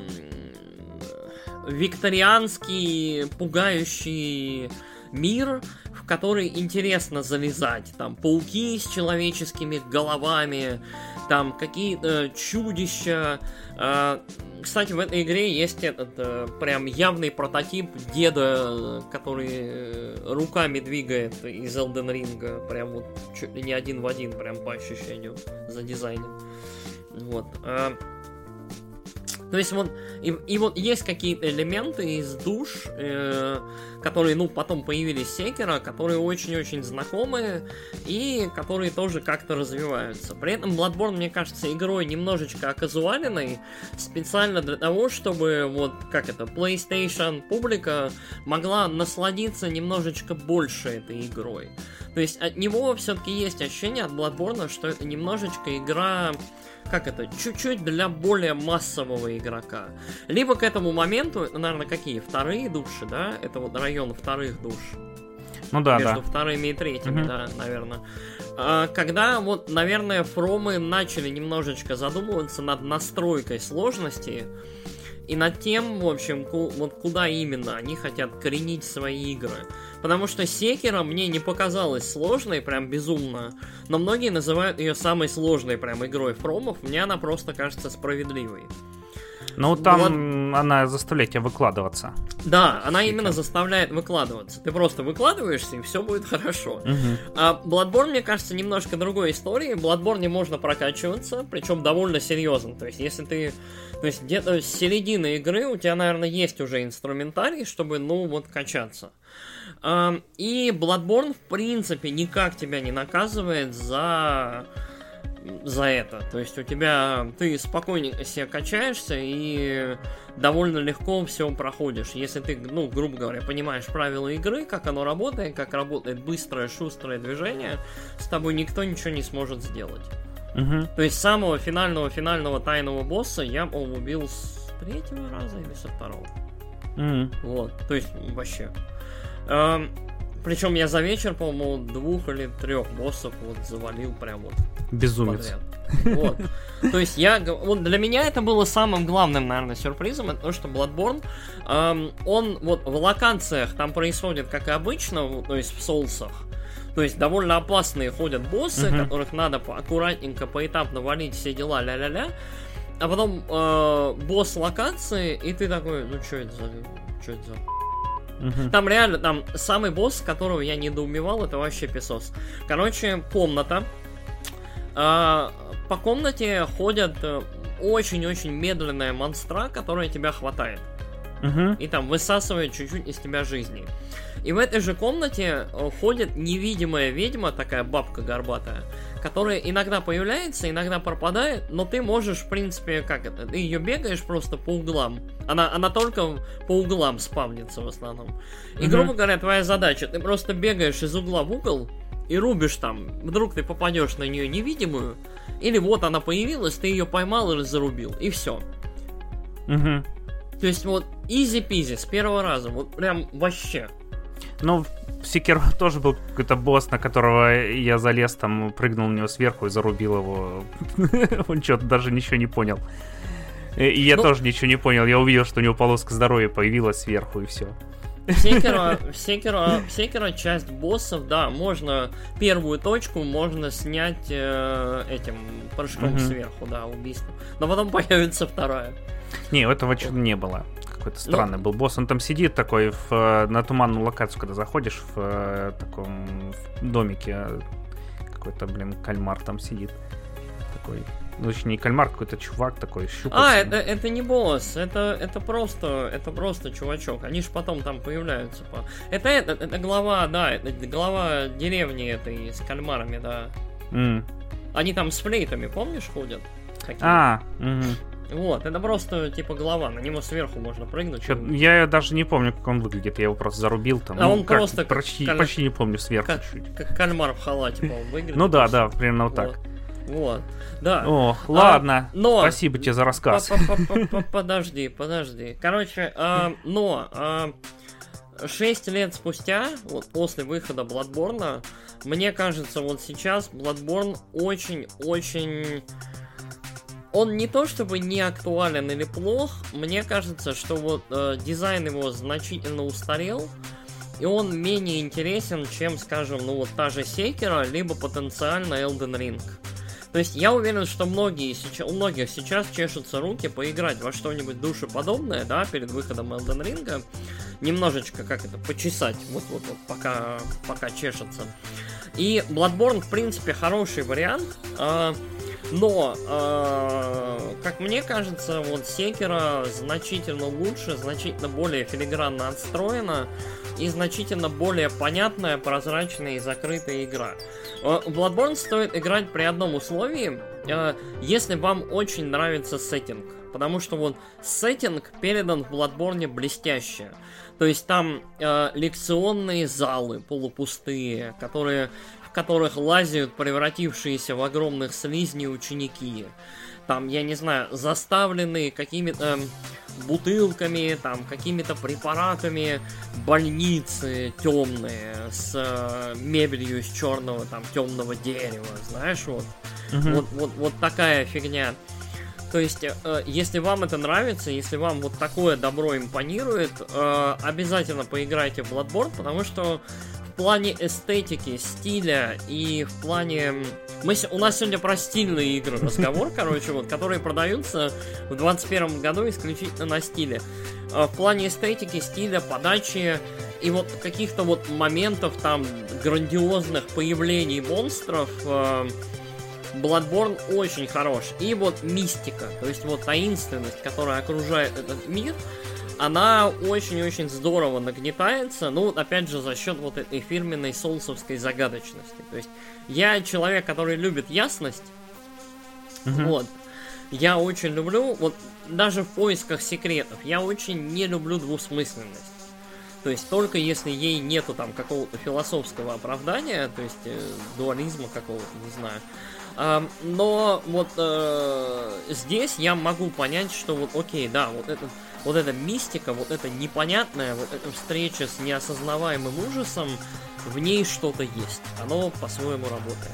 викторианский, пугающий мир, в который интересно залезать. Там пауки с человеческими головами, там какие-то чудища. Кстати, в этой игре есть этот прям явный прототип деда, который руками двигает из Elden Ring. Прям вот чуть ли не один в один, прям по ощущению, за дизайном. Вот. То есть вот, и вот есть какие-то элементы из душ, которые, ну, потом появились в Sekiro, которые очень-очень знакомые и которые тоже как-то развиваются. При этом Bloodborne, мне кажется, игрой немножечко оказуаленной, специально для того, чтобы вот, как это, PlayStation публика могла насладиться немножечко больше этой игрой. То есть от него все-таки есть ощущение от Bloodborne, что это немножечко игра... Как это? Чуть-чуть для более массового игрока. Либо к этому моменту, наверное, какие? Вторые души, да? Это вот район вторых душ. Ну да, между вторыми и третьими, да, наверное. Когда вот, наверное, фромы начали немножечко задумываться над настройкой сложности и над тем, в общем, вот куда именно они хотят коренить свои игры. Потому что Sekiro мне не показалась сложной, прям безумно, но многие называют ее самой сложной прям игрой фромов, мне она просто кажется справедливой. Ну, там она заставляет тебя выкладываться. Да, она именно заставляет выкладываться. Ты просто выкладываешься, и все будет хорошо. А Bloodborne, мне кажется, немножко другой историей. В Bloodborne можно прокачиваться, причем довольно серьезно. То есть, если ты... То есть, где-то с середины игры у тебя, наверное, есть уже инструментарий, чтобы, ну, вот, качаться. И Bloodborne, в принципе, никак тебя не наказывает за это. То есть у тебя... Ты спокойненько себе качаешься и довольно легко все проходишь. Если ты, ну, грубо говоря, понимаешь правила игры, как оно работает, как работает быстрое, шустрое движение, с тобой никто ничего не сможет сделать. То есть самого финального тайного босса я, по-моему, убил с 3-го раза или со 2-го. Вот. То есть вообще... Причем я за вечер, по-моему, 2 или 3 боссов вот завалил прям вот. Безумец. Вот. То есть вот для меня это было самым главным, наверное, сюрпризом, это то, что Bloodborne, он вот в локациях там происходит, как и обычно, то есть в соусах. То есть довольно опасные ходят боссы, которых надо аккуратненько, поэтапно валить, все дела, ля-ля-ля. А потом босс локации, и ты такой, ну что это за... Там реально, там самый босс, которого я недоумевал, это вообще песос. Короче, комната. По комнате ходят очень-очень медленные монстра, которые тебя хватает. И там высасывает чуть-чуть из тебя жизни. И в этой же комнате ходит невидимая ведьма, такая бабка горбатая, которая иногда появляется, иногда пропадает, но ты можешь, в принципе, как это, ты ее бегаешь просто по углам. Она только по углам спавнится в основном. И, грубо говоря, твоя задача, ты просто бегаешь из угла в угол и рубишь там. Вдруг ты попадешь на нее невидимую, или вот она появилась, ты ее поймал или зарубил, и все. То есть вот изи-пизи, с первого раза, вот прям вообще. Ну, в Sekiro тоже был какой-то босс, на которого я залез, там, прыгнул на него сверху и зарубил его. Он что-то даже ничего не понял. И я тоже ничего не понял. Я увидел, что у него полоска здоровья появилась сверху, и все. В Sekiro часть боссов, да, можно первую точку можно снять этим прыжком сверху, да, убийством. Но потом появится вторая. Не, этого что-то не было. Какой-то странный был босс. Он там сидит такой на туманную локацию, когда заходишь в таком домике. Какой-то, кальмар там сидит. Такой. Ну, не кальмар, какой-то чувак такой, щупальцем. Это не босс, это просто чувачок. Они же потом там появляются. Это глава, да, это глава деревни этой с кальмарами, да. Они там с флейтами, помнишь, ходят? Вот, это просто типа глава, на него сверху можно прыгнуть. Я даже не помню, как он выглядит, я его просто зарубил там. Он просто почти не помню сверху чуть. Как кальмар в халате, по-моему, выглядит. Ну да, примерно вот так. Вот, да. О, ладно, спасибо тебе за рассказ. Подожди. Короче, 6 лет спустя, вот после выхода Bloodborne, мне кажется, вот сейчас Bloodborne очень-очень... Он не то чтобы не актуален или плох, мне кажется, что вот дизайн его значительно устарел, и он менее интересен, чем, скажем, ну вот та же Sekiro, либо потенциально Elden Ring. То есть я уверен, что у многих сейчас чешутся руки поиграть во что-нибудь душеподобное, да, перед выходом Elden Ring. Немножечко, как это, почесать, вот пока чешется. И Bloodborne, в принципе, хороший вариант, но, как мне кажется, вот Sekiro значительно лучше, значительно более филигранно отстроена и значительно более понятная, прозрачная и закрытая игра. Bloodborne стоит играть при одном условии, если вам очень нравится сеттинг. Потому что вот сеттинг передан в Bloodborne блестяще. То есть там лекционные залы полупустые, в которых лазят превратившиеся в огромных слизней ученики. Там, я не знаю, заставленные какими-то бутылками, там, какими-то препаратами больницы темные, с мебелью из черного, там, темного дерева, знаешь, вот. Вот такая фигня. То есть, если вам это нравится, если вам вот такое добро импонирует, обязательно поиграйте в Bloodborne, потому что в плане эстетики, стиля и в плане... У нас сегодня про стильные игры разговор, короче, вот, которые продаются в 2021 году исключительно на стиле. В плане эстетики, стиля, подачи и вот каких-то вот моментов там грандиозных появлений монстров... Bloodborne очень хорош. И вот мистика, то есть вот таинственность, которая окружает этот мир, она очень-очень здорово нагнетается, ну, опять же, за счет вот этой фирменной соусовской загадочности. То есть я человек, который любит ясность, вот. Я очень люблю, вот даже в поисках секретов, я очень не люблю двусмысленность. То есть только если ей нету там какого-то философского оправдания, то есть дуализма какого-то, не знаю. Но вот здесь я могу понять, что вот окей, да, вот эта мистика, вот эта непонятная, вот эта встреча с неосознаваемым ужасом, в ней что-то есть. Оно по-своему работает.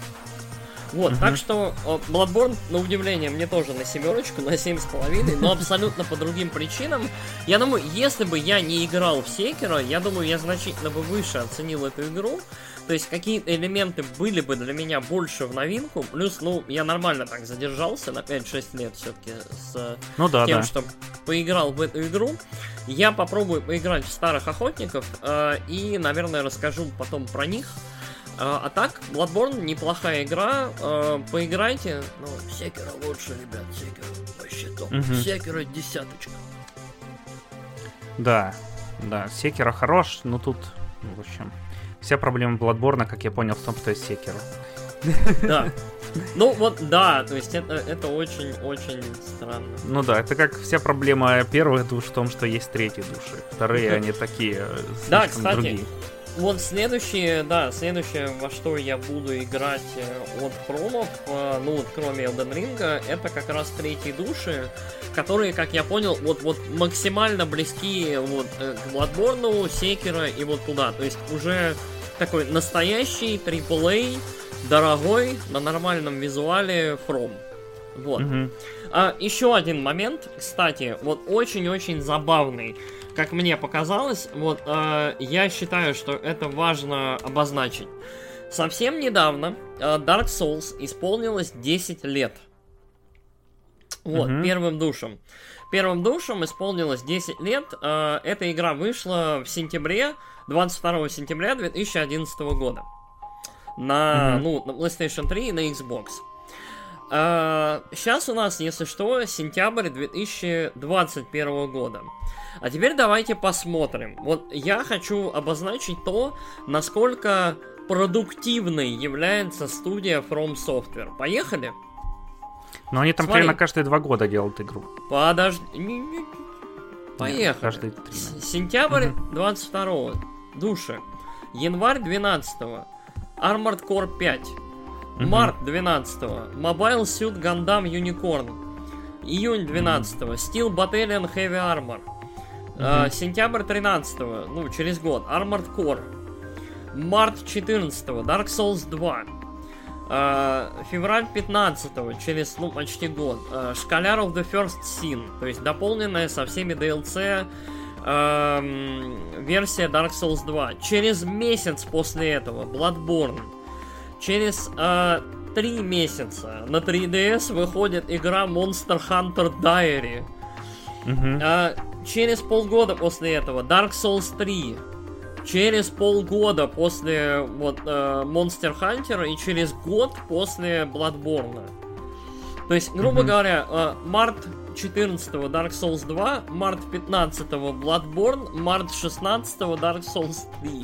Вот, так что Bloodborne, на удивление, мне тоже на 7, на 7,5, но абсолютно по другим причинам. Я думаю, если бы я не играл в Sekiro, я думаю, я значительно бы выше оценил эту игру. То есть какие-то элементы были бы для меня больше в новинку. Плюс, ну, я нормально так задержался на 5-6 лет все-таки с тем, что поиграл в эту игру. Я попробую поиграть в Старых Охотников и, наверное, расскажу потом про них. А так, Bloodborne неплохая игра, поиграйте. Ну, Sekiro лучше, ребят, Sekiro вообще топ. Sekiro 10. Да, Sekiro хорош, но тут, в общем, вся проблема Bloodborne, как я понял, в том, что есть Sekiro. Да. Ну вот, да, то есть это очень-очень странно. Ну да, это как вся проблема первых душ в том, что есть третьи души. Вторые, они такие, да, кстати, другие. Вот следующее, во что я буду играть от промов, ну вот кроме Elden Ring, это как раз третьи души, которые, как я понял, вот максимально близки вот к Bloodborne, Sekiro и вот туда. То есть уже такой настоящий AAA, дорогой, на нормальном визуале From. Вот. Еще один момент, кстати, вот очень-очень забавный. Как мне показалось, вот я считаю, что это важно обозначить. Совсем недавно Dark Souls исполнилось 10 лет. Вот, первым душем. Первым душем исполнилось 10 лет. Эта игра вышла в сентябре, 22 сентября 2011 года. На PlayStation 3 и на Xbox. Сейчас у нас, если что, сентябрь 2021 года. А теперь давайте посмотрим. Вот я хочу обозначить то, насколько продуктивной является студия From Software. Поехали? Но они там примерно каждые 2 года делают игру. Подожди. Поехали. Каждые 3. Сентябрь 22 души. Январь 12 Armored Core 5. Март 12 Mobile Suit Gundam Unicorn. Июнь 12 Steel Battalion Heavy Armor. Сентябрь 13-го, ну, через год, Armored Core. Март 14-го, Dark Souls 2. Февраль 15-го, через, ну, почти год, Scholar of the First Sin, то есть дополненная со всеми DLC версия Dark Souls 2. Через месяц после этого Bloodborne. Через 3 месяца на 3DS выходит игра Monster Hunter Diary. Через полгода после этого Dark Souls 3. Через полгода после вот Monster Hunter и через год после Bloodborne. То есть, грубо говоря, март 14-го Dark Souls 2, март 15-го Bloodborne, март 16-го Dark Souls 3.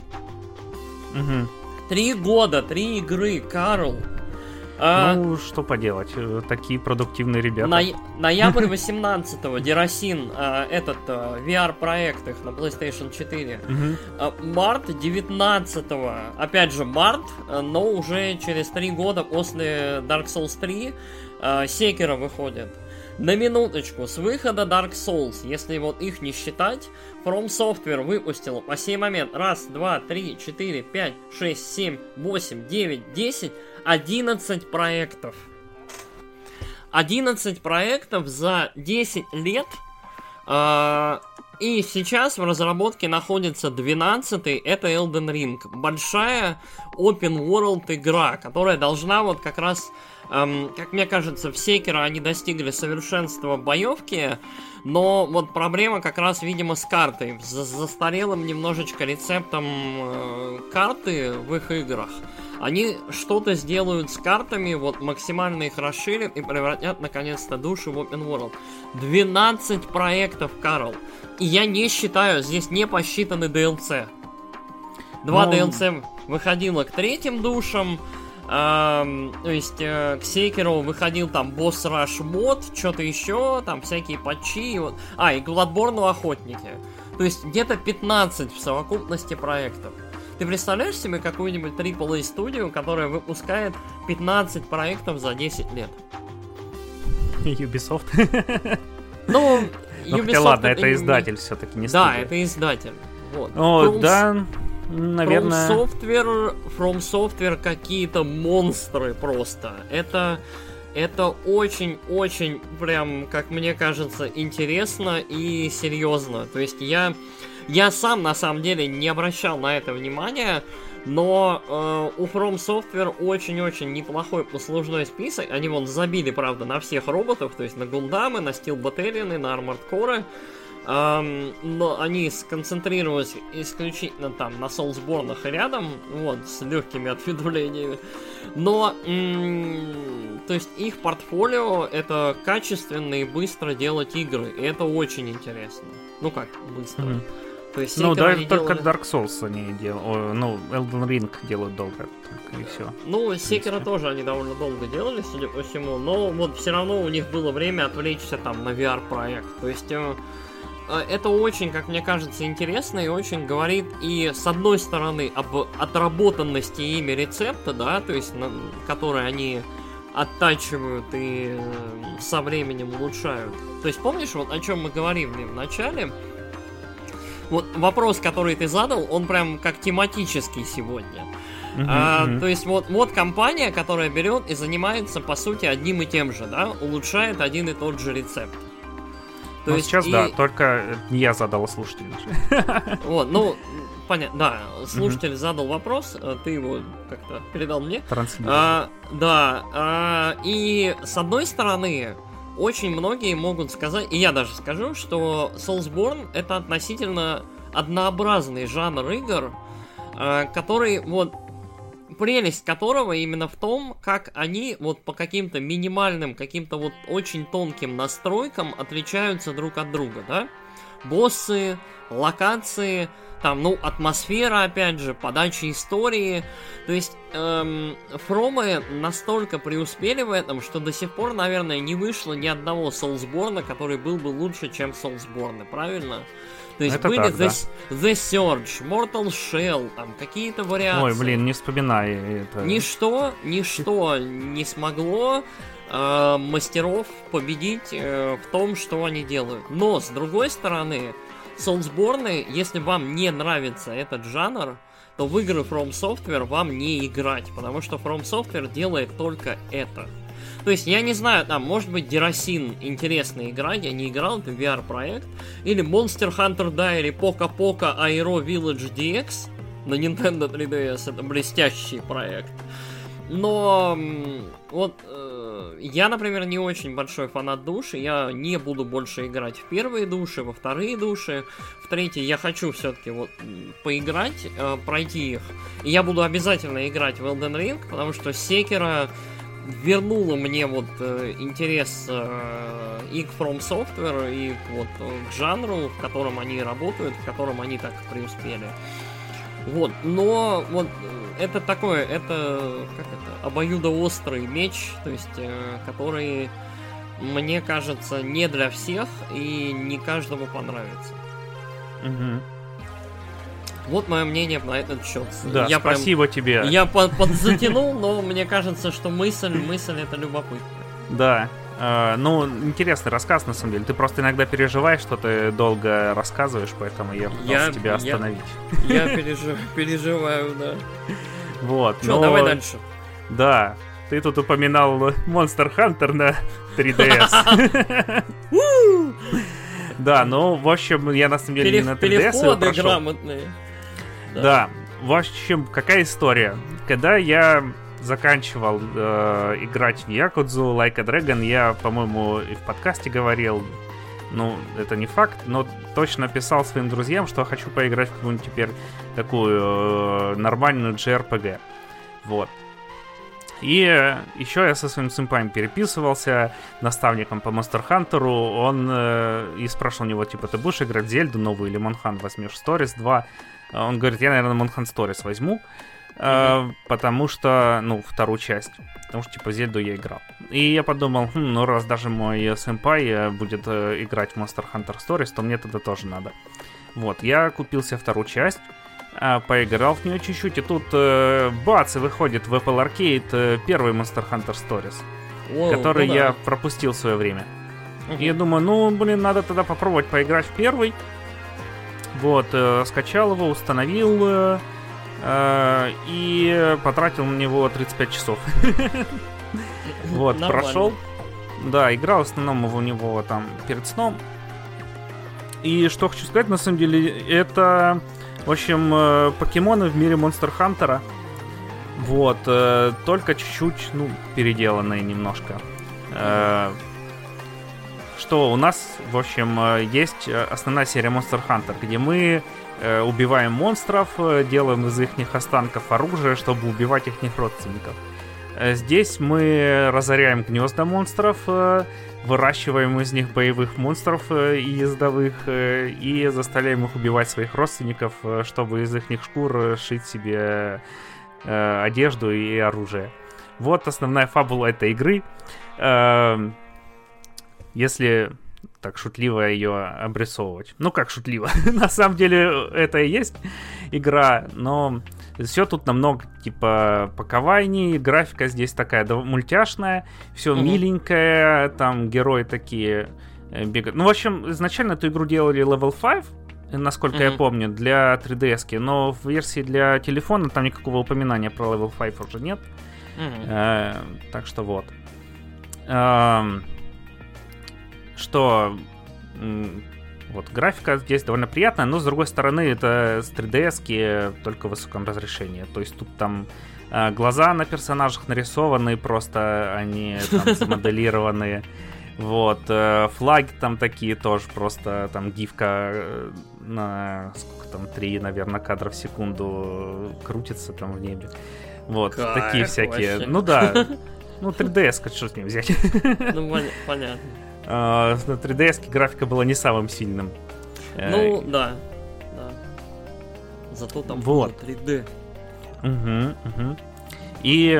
3 года, 3 игры, Карл. Ну, что поделать, такие продуктивные ребята. Ноябрь 18-го, Дерасин, этот VR-проект их на PlayStation 4. Март 19-го, опять же март, но уже через 3 года после Dark Souls 3 Sekiro выходит. На минуточку, с выхода Dark Souls, если вот их не считать, From Software выпустил по сей момент 1, 2, 3, 4, 5, 6, 7, 8, 9, 10, 11 проектов. 11 проектов за 10 лет. И сейчас в разработке находится 12-й, это Elden Ring. Большая open world игра, которая должна вот как раз... как мне кажется, в Sekiro они достигли совершенства боевки, но вот проблема как раз, видимо, с картой, с застарелым немножечко рецептом карты в их играх. Они что-то сделают с картами, вот максимально их расширят и превратят наконец-то душу в open world. 12 проектов, Карл. И я не считаю, здесь не посчитаны DLC. 2 DLC выходило к 3 душам. То есть к Sekiro выходил там босс Rush мод, что-то еще, там всякие патчи, вот. И к Bloodborne охотники. То есть где-то 15 в совокупности проектов. Ты представляешь себе какую-нибудь AAA студию, которая выпускает 15 проектов за 10 лет? Ubisoft. Ну, хотя ладно, это издатель все-таки, не студия. Да, это издатель. Вот. Да. Наверное... From Software какие-то монстры просто. Это очень-очень прям, как мне кажется, интересно и серьезно. То есть я сам на самом деле не обращал на это внимания, но у From Software очень-очень неплохой послужной список. Они вон забили, правда, на всех роботов, то есть на Гундамы, на Steel Battalion, на Armored Core. Но они сконцентрировались исключительно там на Soulsborne и рядом, вот, с легкими ответвлениями. Но, то есть их портфолио — это качественно и быстро делать игры, и это очень интересно. Ну как быстро? То есть даже только Dark Souls они делают, Elden Ring делают долго, и все. Ну, Sekiro тоже они довольно долго делали, судя по всему, но вот все равно у них было время отвлечься там на VR-проект. То есть... это очень, как мне кажется, интересно и очень говорит и, с одной стороны, об отработанности ими рецепта, да, то есть, который они оттачивают и со временем улучшают. То есть, помнишь, вот о чем мы говорили в начале? Вот вопрос, который ты задал, он прям как тематический сегодня. То есть, вот компания, которая берет и занимается, по сути, одним и тем же, да, улучшает один и тот же рецепт. То есть сейчас, да, только я задал слушателю. Вот, понятно, да, слушатель задал вопрос, ты его как-то передал мне. Транслировал. И с одной стороны, очень многие могут сказать, и я даже скажу, что Soulsborne — это относительно однообразный жанр игр, который, вот, прелесть которого именно в том, как они вот по каким-то минимальным, каким-то вот очень тонким настройкам отличаются друг от друга, да? Боссы, локации, там, атмосфера, опять же, подача истории. То есть, Фромы настолько преуспели в этом, что до сих пор, наверное, не вышло ни одного Soulsborne, который был бы лучше, чем Soulsborne, правильно? То есть это были так, The Surge, Mortal Shell, там какие-то вариации. Ой, блин, не вспоминай это. Ничто не смогло мастеров победить в том, что они делают. Но, с другой стороны, Soulsborne, если вам не нравится этот жанр, то в игры From Software вам не играть, потому что From Software делает только это. То есть, я не знаю, там, может быть, Дерасин интересная игра, я не играл, это VR-проект, или Monster Hunter Diary Poca Aero Village DX на Nintendo 3DS, это блестящий проект. Но вот я, например, не очень большой фанат души, я не буду больше играть в первые души, во вторые души, в третьи я хочу все-таки вот поиграть, пройти их, и я буду обязательно играть в Elden Ring, потому что Sekiro вернула мне вот интерес и к From Software, и вот к жанру, в котором они работают, в котором они так преуспели. Вот, но вот это такое, это, как это, обоюдоострый меч, то есть, который, мне кажется, не для всех и не каждому понравится. Угу. Вот мое мнение на этот счет. Да, я спасибо тебе. Я подзатянул, но мне кажется, что мысль это любопытно. Да. Ну, интересный рассказ, на самом деле. Ты просто иногда переживаешь, что ты долго рассказываешь, поэтому я пытался тебя остановить. Я переживаю, да. Вот. Что, давай дальше. Да. Ты тут упоминал Monster Hunter на 3DS. Да, ну, в общем, я на самом деле не на 3DS переходы грамотные. Да. В общем, какая история? Когда я заканчивал играть в Якудзу Like a Dragon, я, по-моему, и в подкасте говорил, ну, это не факт, но точно писал своим друзьям, что хочу поиграть в какую-нибудь теперь такую нормальную JRPG. Вот. И еще я со своим сэмпаем переписывался, наставником по Monster Hunter, он и спрашивал у него, типа, ты будешь играть Зельду новую или Monhan возьмешь Stories 2? Он говорит, я, наверное, Monhan Stories возьму. Потому что, ну, вторую часть. Потому что, типа, Зельду я играл. И я подумал, ну, раз даже мой сэмпай будет играть в Monster Hunter Stories, то мне тогда тоже надо. Вот, я купил себе вторую часть, поиграл в нее чуть-чуть, и тут, бац, и выходит в Apple Arcade первый Monster Hunter Stories, который я пропустил в свое время. И я думаю, ну, блин, надо тогда попробовать поиграть в первый. Вот, скачал его, установил... и потратил на него 35 часов. Вот, прошел. Да, играл в основном в него там перед сном. И что хочу сказать, на самом деле, это, в общем, покемоны в мире Монстр Хантера. Вот, только чуть-чуть, ну, переделанные немножко. Что у нас, в общем, есть основная серия Monster Hunter, где мы убиваем монстров, делаем из их останков оружие, чтобы убивать их родственников. Здесь мы разоряем гнезда монстров, выращиваем из них боевых монстров и ездовых, и заставляем их убивать своих родственников, чтобы из их шкур шить себе одежду и оружие. Вот основная фабула этой игры. Если так шутливо ее обрисовывать. Ну, как шутливо. На самом деле, это и есть игра, но все тут намного, типа, покавайнее. Графика здесь такая мультяшная, все миленькое, там герои такие бегают. Ну, в общем, изначально эту игру делали Level 5, насколько я помню, для 3DS-ки, но в версии для телефона там никакого упоминания про Level 5 уже нет. Так что вот. Что вот графика здесь довольно приятная, но с другой стороны это с 3DS-ки только в высоком разрешении. То есть тут там глаза на персонажах нарисованы, просто они там замоделированные. Вот, флаги там такие тоже, просто там гифка на сколько там, 3, наверное, кадра в секунду крутится там в небе. Вот, такие всякие. Вообще. Ну да, ну 3DS, что с ним взять? Ну, понятно. На 3DS графика была не самым сильным. Ну, да. Зато там было 3D. И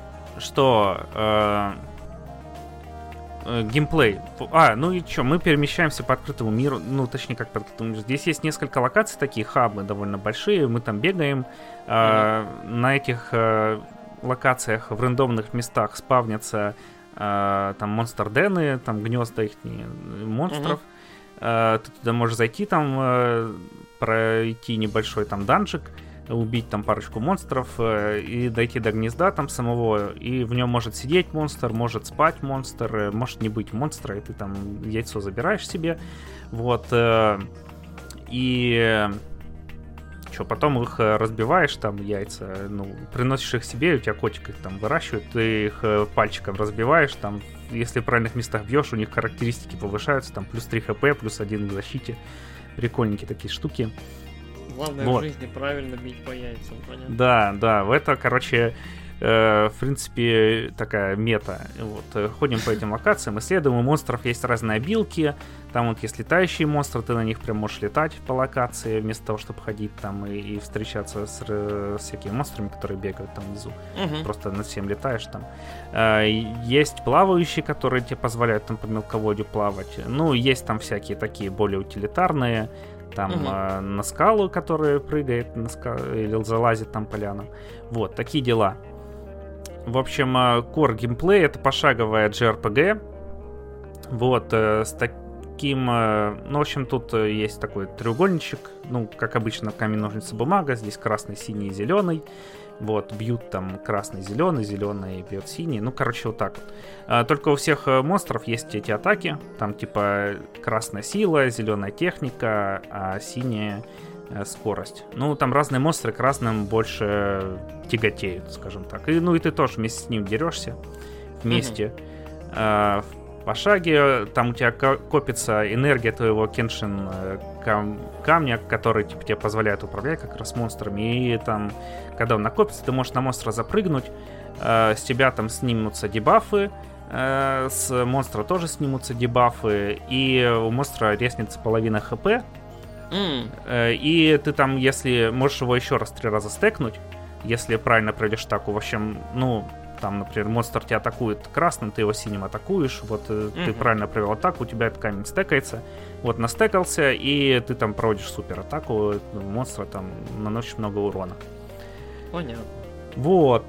что? Геймплей. Ну и что? Мы перемещаемся по открытому миру. Ну, точнее, как по открытому миру. Здесь есть несколько локаций, такие хабы довольно большие. Мы там бегаем. На этих локациях в рандомных местах спавнятся там монстр-дены, там гнезда их монстров. ты туда можешь зайти, там пройти небольшой там данжик, убить там парочку монстров и дойти до гнезда там самого, и в нем может сидеть монстр, может спать монстр, может не быть монстра, и ты там яйцо забираешь себе, вот, и что, потом их разбиваешь, там, яйца, ну, приносишь их себе, у тебя котик их там выращивает, ты их пальчиком разбиваешь, там, если в правильных местах бьешь, у них характеристики повышаются, там, плюс 3 хп, плюс 1 к защите, прикольненькие такие штуки. Главное в жизни правильно бить по яйцам, понятно? Да, это, короче, в принципе, такая мета. Вот, ходим по этим локациям, исследуем, у монстров есть разные обилки, там вот есть летающие монстры, ты на них прям можешь летать по локации, вместо того, чтобы ходить там и встречаться с всякими монстрами, которые бегают там внизу. Просто над всем летаешь там. Есть плавающие, которые тебе позволяют там по мелководью плавать. Ну, есть там всякие такие более утилитарные, там на скалу, которая прыгает или залазит там полянам. Вот, такие дела. В общем, core геймплей — это пошаговая JRPG. Вот, с таким... Ну, в общем, тут есть такой треугольничек. Ну, как обычно, камень, ножницы, бумага. Здесь красный, синий и зеленый. Вот, бьют там красный, зеленый бьет синий. Ну, короче, вот так вот. Только у всех монстров есть эти атаки. Там, типа, красная сила, зеленая техника, а синяя скорость. Ну, там разные монстры к разным больше тяготеют, скажем так. И, ну, и ты тоже вместе с ним дерешься. Вместе. В пошаге там у тебя копится энергия твоего Кеншин камня, который типа, тебе позволяет управлять как раз монстрами. И там, когда он накопится, ты можешь на монстра запрыгнуть, с тебя там снимутся дебафы, с монстра тоже снимутся дебафы, и у монстра резнится половина хп. И ты там, если можешь его еще раз 3 раза стекнуть, если правильно проведешь атаку, в общем, ну, там, например, монстр тебя атакует красным, ты его синим атакуешь, вот ты правильно провел атаку, у тебя этот камень стекается, вот настекался, и ты там проводишь супер атаку, монстра там наносишь много урона. Понятно. Вот.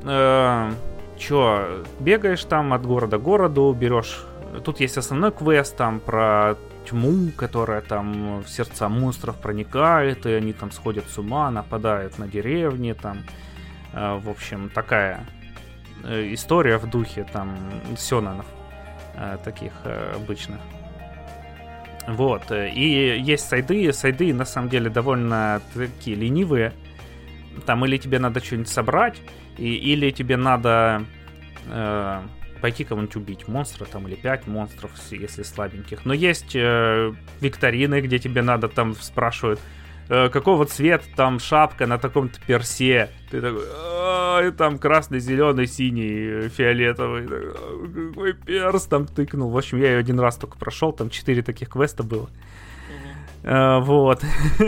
Чё, бегаешь там от города к городу, берешь... Тут есть основной квест там про тьму, которая там в сердца монстров проникает, и они там сходят с ума, нападают на деревни, там, в общем, такая история в духе там сёнэнов таких обычных. Вот, и есть сайды на самом деле довольно такие ленивые, там или тебе надо что-нибудь собрать, или тебе надо... пойти кого-нибудь убить, монстра там или 5 монстров, если слабеньких. Но есть викторины, где тебе надо, там спрашивают, какого цвета там шапка на таком-то персе. Ты такой, там красный, зеленый, синий, фиолетовый. Какой перс там тыкнул. В общем, я ее один раз только прошел, там 4 таких квеста было. Вот.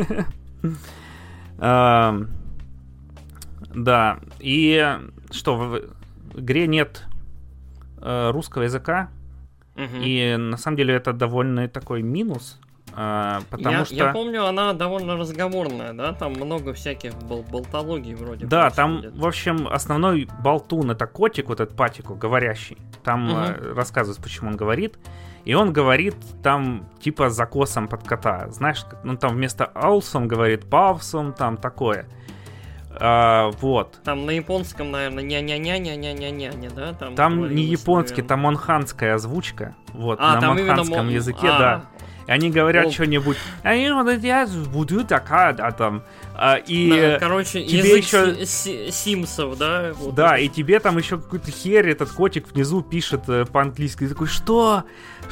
Да, и что, в игре нет русского языка, и на самом деле это довольно такой минус, потому что... Я помню, она довольно разговорная, да, там много всяких болтологий вроде. Да, там, в общем, основной болтун — это котик, вот этот патику, говорящий, там рассказывают, почему он говорит, и он говорит там типа закосом под кота, знаешь, ну там вместо аусом говорит павсом, там такое. Вот. Там на японском, наверное, ня-ня-ня-ня-ня-ня-ня, да? Там не японский, наверное. Там монханская озвучка. Вот, на монханском языке, да. И они говорят что-нибудь. Буду такая, да, там. И короче, тебе язык еще... симсов, да? Вот да, это. И тебе там еще какую-то херь этот котик внизу пишет по-английски. Ты такой, что?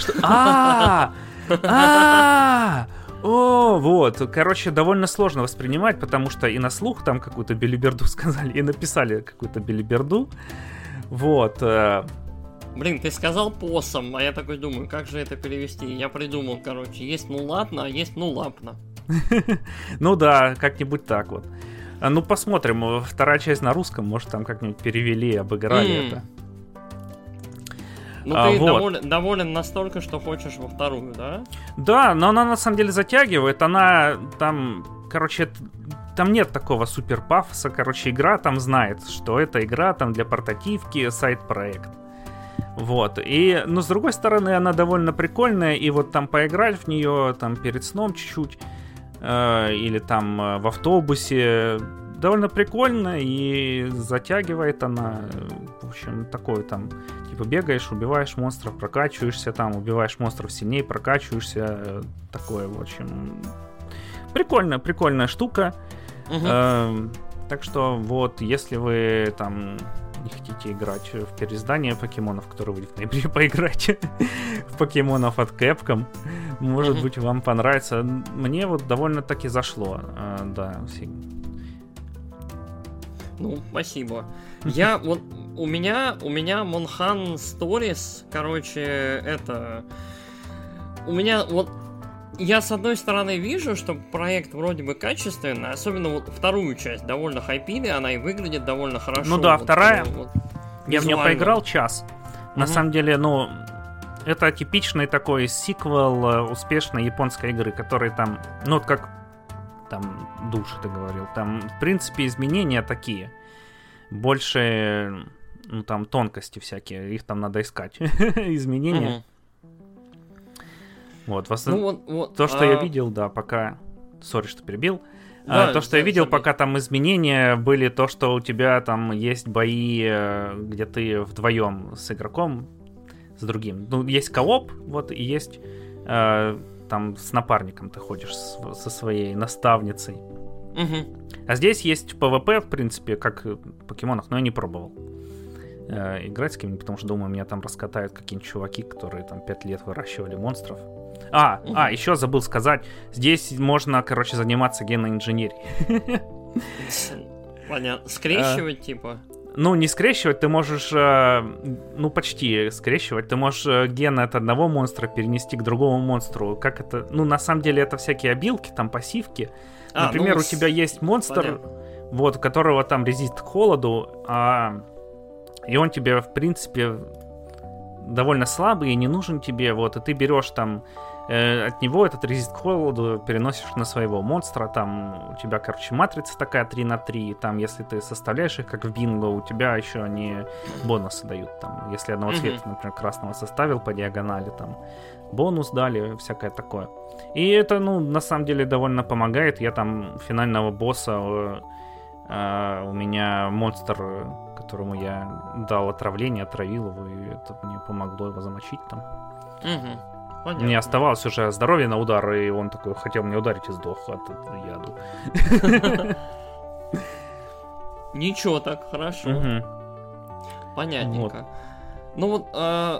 О, вот, короче, довольно сложно воспринимать, потому что и на слух там какую-то белиберду сказали, и написали какую-то белиберду, вот. Блин, ты сказал посом, а я такой думаю, как же это перевести? Я придумал, короче, есть ну ладно, а есть ну лапно. Ну да, как-нибудь так вот. Ну посмотрим, вторая часть на русском, может там как-нибудь перевели, обыграли это. Ну, ты доволен настолько, что хочешь во вторую, да? Да, но она на самом деле затягивает. Она там, короче, там нет такого супер пафоса. Короче, игра там знает, что это игра там для портативки, сайт-проект. Вот. И, но с другой стороны, она довольно прикольная, и вот там поиграть в нее там перед сном чуть-чуть, или там в автобусе, довольно прикольно, и затягивает она. В общем, такой там, типа бегаешь, убиваешь монстров, прокачиваешься там, убиваешь монстров сильнее, прокачиваешься. Такое, в общем, прикольная штука. Так что вот, если вы там не хотите играть в переиздание покемонов, которые выйдет в ноябре, поиграйте в покемонов от Capcom. Может быть, вам понравится. Мне вот довольно-таки зашло. Да, ну, спасибо. Я вот у меня Monhan Stories, короче, это у меня вот я с одной стороны вижу, что проект вроде бы качественный, особенно вот вторую часть довольно хайпили, она и выглядит довольно хорошо. Ну да, вот, вторая. Вот, я в нее поиграл час. На самом деле, ну, это типичный такой сиквел успешной японской игры, который там, ну, вот как там Душа ты говорил, там, в принципе, изменения такие. Больше, ну, там, тонкости всякие, их там надо искать. Изменения. Вот, то, что я видел, да, пока... Сори, что перебил. Да, то, что я видел, пока там изменения были, то, что у тебя там есть бои, где ты вдвоем с игроком, с другим. Ну, есть кооп, вот, и есть там с напарником ты ходишь со своей наставницей. А здесь есть PvP, в принципе, как в покемонах, но я не пробовал играть с кем-нибудь, потому что, думаю, меня там раскатают какие-нибудь чуваки, которые там 5 лет выращивали монстров. Еще забыл сказать, здесь можно, короче, заниматься генной инженерией. Понятно. Скрещивать, типа? Ну, не скрещивать, ты можешь, ну, почти скрещивать. Ты можешь ген от одного монстра перенести к другому монстру. Как это? Ну, на самом деле, это всякие обилки, там, пассивки. Например, у тебя есть монстр, вот, у которого там резист к холоду, и он тебе, в принципе, довольно слабый и не нужен тебе, вот, и ты берешь там от него этот резист к холоду, переносишь на своего монстра, там у тебя, короче, матрица такая 3/3, там, если ты составляешь их, как в бинго, у тебя еще они бонусы дают, там, если одного цвета, например, красного составил по диагонали, там, бонус дали, всякое такое. И это, ну, на самом деле довольно помогает. Я там финального босса, у меня монстр, которому я дал отравление, отравил его, и это мне помогло его замочить там. Понятно. Мне оставалось уже здоровье на удар, и он такой хотел мне ударить и сдох от яду. Ничего так, хорошо. Понятненько. Ну вот,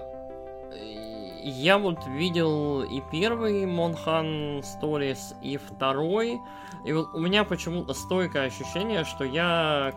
я вот видел и первый Monhan Stories, и второй. И вот у меня почему-то стойкое ощущение, что я,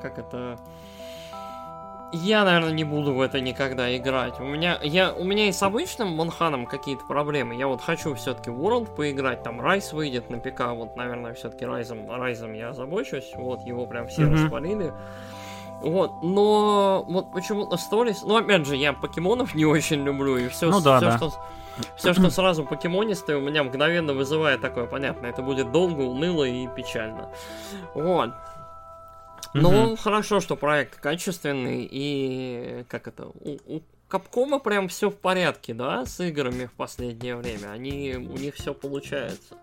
я, наверное, не буду в это никогда играть. У меня и с обычным Монханом какие-то проблемы. Я вот хочу все-таки World поиграть. Там Rise выйдет на ПК. Вот, наверное, все-таки Райзом я озабочусь. Вот, его прям все распалили. Вот, но вот почему-то Stories... Ну, опять же, я покемонов не очень люблю. И все, что сразу покемонистое, у меня мгновенно вызывает такое, понятно, это будет долго, уныло и печально. Вот. Ну, хорошо, что проект качественный, и у Капкома прям все в порядке, да, с играми в последнее время. У них все получается.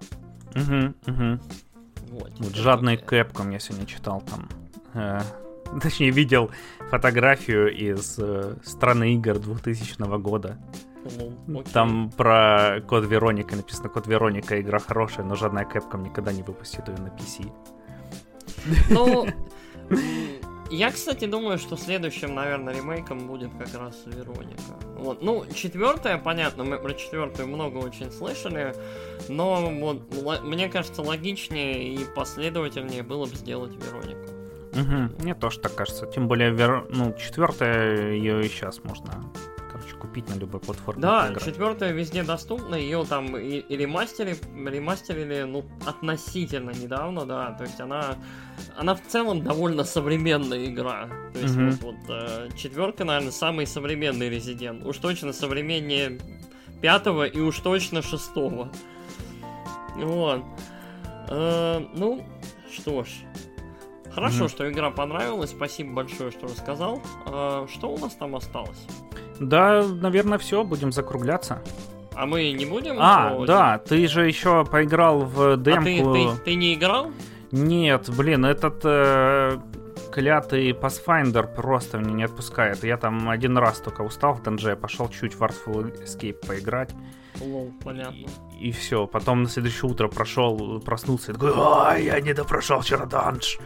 Вот жадный Capcom я сегодня читал там. Точнее, видел фотографию из страны игр 2000 года. Там про Код Вероника написано: Код Вероника игра хорошая, но жадная Capcom никогда не выпустит ее на PC. Ну, я, кстати, думаю, что следующим, наверное, ремейком будет как раз Вероника. Вот. Ну, 4-я, понятно, мы про 4-ю много очень слышали, но вот мне кажется, логичнее и последовательнее было бы сделать Веронику. Мне тоже так кажется. Тем более, 4-я ее и сейчас можно, короче, купить на любой платформе. Да, 4-я везде доступна, ее там и ремастерили, ну, относительно недавно, да, то есть она в целом довольно современная игра. То есть вот 4-ка, наверное, самый современный Резидент. Уж точно современнее 5-го и уж точно 6-го. Вот. Ну, что ж. Хорошо, что игра понравилась. Спасибо большое, что рассказал. Что у нас там осталось? Да, наверное, все, будем закругляться. А мы не будем? Да, ты же еще поиграл в демку. А ты не играл? Нет, блин, этот клятый Pathfinder просто меня не отпускает. Я там один раз только устал в данже, пошел чуть в Artful Escape поиграть. Понятно. И все, потом на следующее утро проснулся и такой: я не допрошел вчера данж.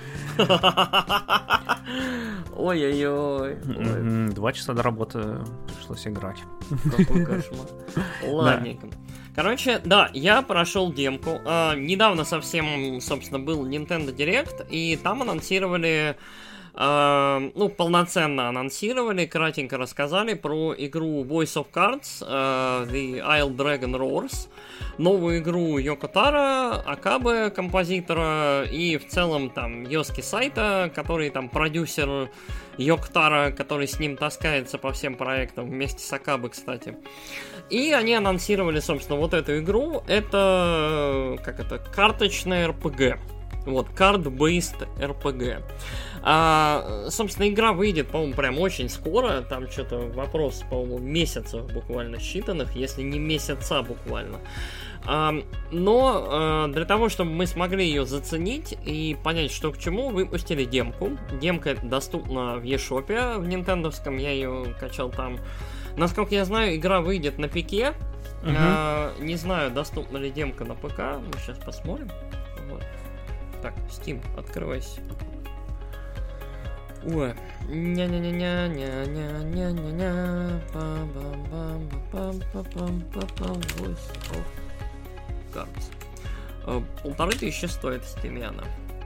Ой-ой-ой. 2 часа до работы пришлось играть. Какой кошмар. Ладненько. Короче, да, я прошел демку. Недавно совсем, собственно, был Nintendo Direct, и там анонсировали, полноценно анонсировали, кратенько рассказали про игру Voice of Cards, The Isle Dragon Roars, новую игру Йоко Таро, Акабе, композитора, и в целом там Йоски Сайта, который там продюсер Йоко Таро, который с ним таскается по всем проектам, вместе с Акабе, кстати. И они анонсировали, собственно, вот эту игру. Это, карточная RPG. Вот, card-based RPG. Собственно, игра выйдет, по-моему, прям очень скоро. Там что-то вопрос, по-моему, месяцев буквально считанных, если не месяца буквально. Но для того, чтобы мы смогли ее заценить и понять, что к чему, выпустили демку. Демка доступна в eShop, в нинтендовском, я ее качал там. Насколько я знаю, игра выйдет на ПК. Не знаю, доступна ли демка на ПК. Мы сейчас посмотрим. Вот. Так, Steam, открывайся. Ой. Ня-ня-ня-ня-ня-ня-ня-ня. Voice of Cards. 1500 стоит в Steam она.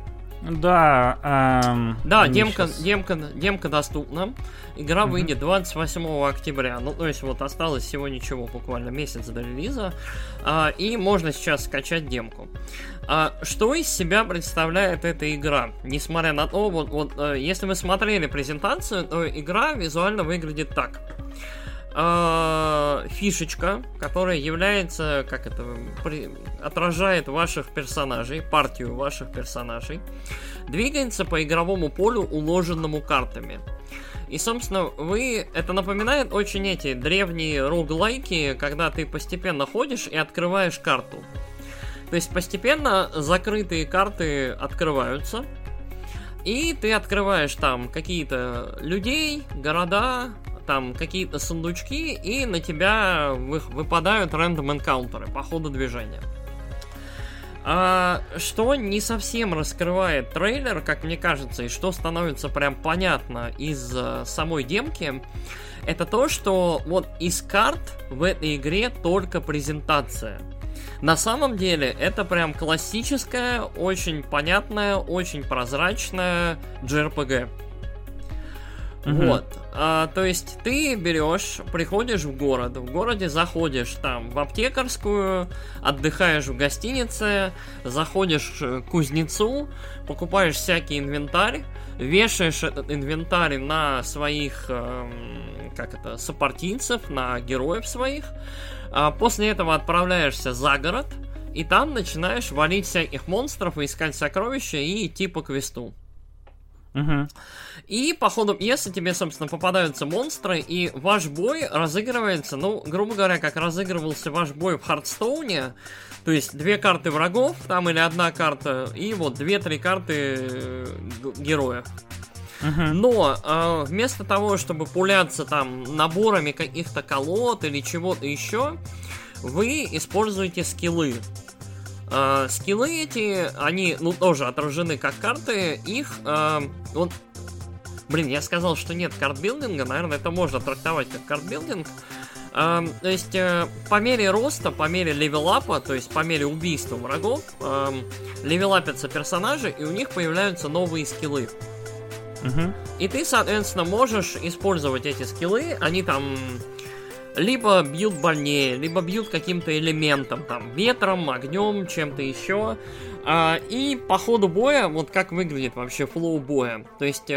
Да, демка доступна. Игра выйдет 28 октября. Ну, то есть вот осталось всего ничего, буквально месяц до релиза. И можно сейчас скачать демку. Что из себя представляет эта игра? Несмотря на то, если вы смотрели презентацию, то игра визуально выглядит так. Фишечка, которая является, отражает ваших персонажей, партию ваших персонажей, двигается по игровому полю, уложенному картами. И, собственно, это напоминает очень эти древние роглайки, когда ты постепенно ходишь и открываешь карту. То есть постепенно закрытые карты открываются, и ты открываешь там какие-то людей, города, там какие-то сундучки, и на тебя выпадают рандом энкаунтеры по ходу движения. Что не совсем раскрывает трейлер, как мне кажется, и что становится прям понятно из самой демки, это то, что вот из карт в этой игре только презентация. На самом деле это прям классическая, очень понятная, очень прозрачная JRPG. Вот. То есть ты приходишь в городе заходишь там в аптекарскую, отдыхаешь в гостинице, заходишь к кузнецу, покупаешь всякий инвентарь, вешаешь этот инвентарь на своих, сопартийцев, на героев своих, после этого отправляешься за город, и там начинаешь валить всяких монстров, искать сокровища и идти по квесту. И по ходу пьесы тебе, собственно, попадаются монстры, и ваш бой разыгрывается, грубо говоря, как разыгрывался ваш бой в Хардстоуне. То есть 2 карты врагов, там или 1 карта, и вот 2-3 карты героев. Но вместо того, чтобы пуляться там наборами каких-то колод или чего-то еще, вы используете скиллы. Скиллы эти, они, тоже отражены как карты. Их, я сказал, что нет картбилдинга. Наверное, это можно трактовать как картбилдинг. То есть, по мере роста, по мере левелапа, то есть по мере убийства врагов, левелапятся персонажи, и у них появляются новые скиллы. И ты, соответственно, можешь использовать эти скиллы. Они там либо бьют больнее, либо бьют каким-то элементом, там, ветром, огнем, чем-то еще. И по ходу боя, вот как выглядит вообще флоу боя. То есть,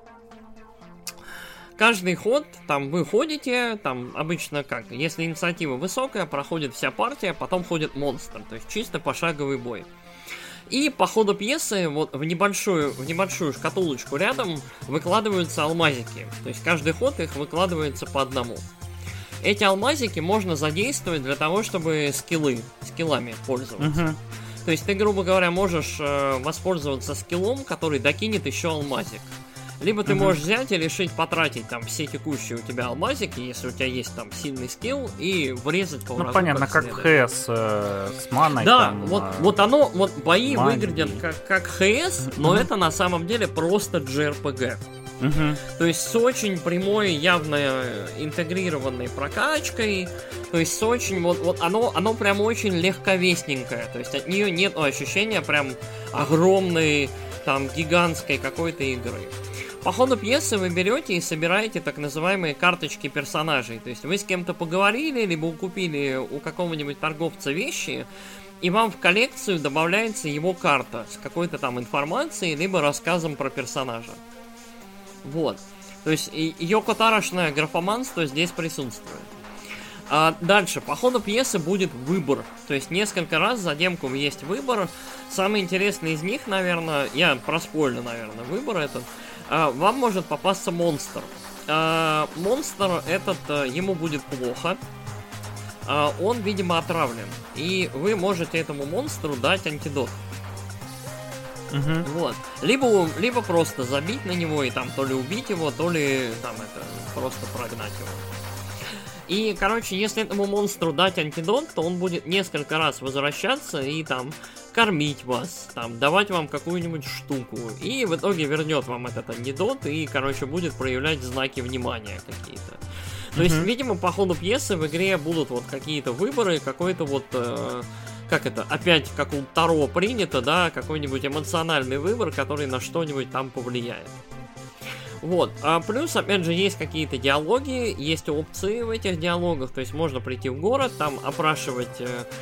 каждый ход, там, вы ходите, там, обычно как, если инициатива высокая, проходит вся партия, потом ходит монстр. То есть, чисто пошаговый бой. И по ходу пьесы вот в небольшую шкатулочку рядом выкладываются алмазики. То есть каждый ход их выкладывается по одному. Эти алмазики можно задействовать для того, чтобы скиллами пользоваться. То есть ты, грубо говоря, можешь воспользоваться скиллом, который докинет еще алмазик. Либо ты можешь взять и решить потратить там все текущие у тебя алмазики, если у тебя есть там сильный скилл, и врезать по врагу. Ну понятно, как в ХС с маной. Да, там, вот бои магии. выглядят как ХС, но это на самом деле просто JRPG. То есть с очень прямой, явно интегрированной прокачкой. То есть с очень, вот оно прям очень легковесненькое. То есть от нее нет ощущения прям огромной, там, гигантской какой-то игры. По ходу пьесы вы берете и собираете так называемые карточки персонажей. То есть вы с кем-то поговорили, либо купили у какого-нибудь торговца вещи, и вам в коллекцию добавляется его карта с какой-то там информацией, либо рассказом про персонажа. Вот. То есть Йоко Тарошное графоманство здесь присутствует. А дальше, по ходу пьесы будет выбор. То есть несколько раз за демку есть выбор. Самый интересный из них, наверное, я проспойлю, наверное, выбор этот. Вам может попасться монстр. Монстр этот, ему будет плохо. Он, видимо, отравлен. И вы можете этому монстру дать антидот. Вот. Либо просто забить на него и там то ли убить его, то ли там это просто прогнать его. И, короче, если этому монстру дать антидот, то он будет несколько раз возвращаться и там кормить вас, там, давать вам какую-нибудь штуку. И в итоге вернет вам этот антидот и, короче, будет проявлять знаки внимания какие-то. То есть, видимо, по ходу пьесы в игре будут вот какие-то выборы, какой-то вот... как это, опять как у Таро принято, да, какой-нибудь эмоциональный выбор, который на что-нибудь там повлияет. Вот, а плюс, опять же, есть какие-то диалоги, есть опции в этих диалогах, то есть можно прийти в город, там опрашивать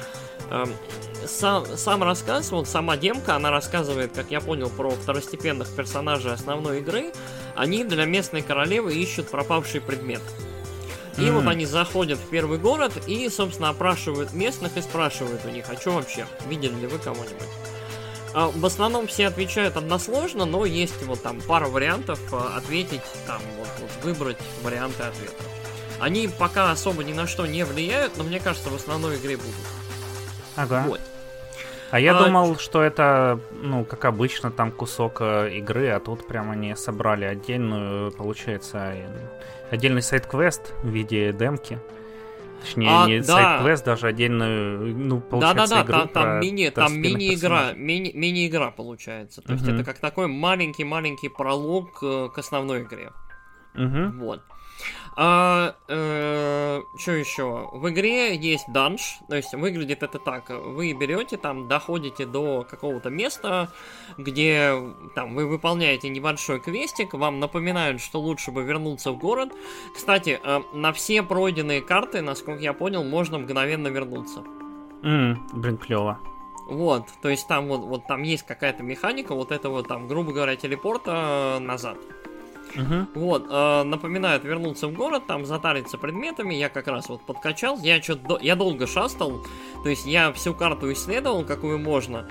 сам рассказ, вот сама демка, она рассказывает, как я понял, про второстепенных персонажей основной игры, они для местной королевы ищут пропавший предмет. И вот они заходят в первый город и, собственно, опрашивают местных и спрашивают у них, а что вообще, видели ли вы кого-нибудь? В основном все отвечают односложно, но есть вот там пара вариантов ответить, там вот выбрать варианты ответа. Они пока особо ни на что не влияют, но мне кажется, в основной игре будут. Ага. Вот. А я думал, что это, ну, как обычно, там кусок игры, а тут прям они собрали отдельную, получается, отдельный сайд-квест в виде демки. Точнее, не сайд-квест, даже отдельную, ну, получается, игру. Там мини-игра получается. То есть это как такой маленький пролог к основной игре. Вот. Что еще? В игре есть данж, то есть выглядит это так. Вы берете там, доходите до какого-то места, где там вы выполняете небольшой квестик, вам напоминают, что лучше бы вернуться в город. Кстати, на все пройденные карты, насколько я понял, можно мгновенно вернуться. Блин, клево. Вот, то есть там вот там есть какая-то механика, вот этого там, грубо говоря, телепорта назад. Вот, напоминают вернуться в город, там затариться предметами. Я как раз вот подкачал. Я долго шастал. То есть я всю карту исследовал, какую можно.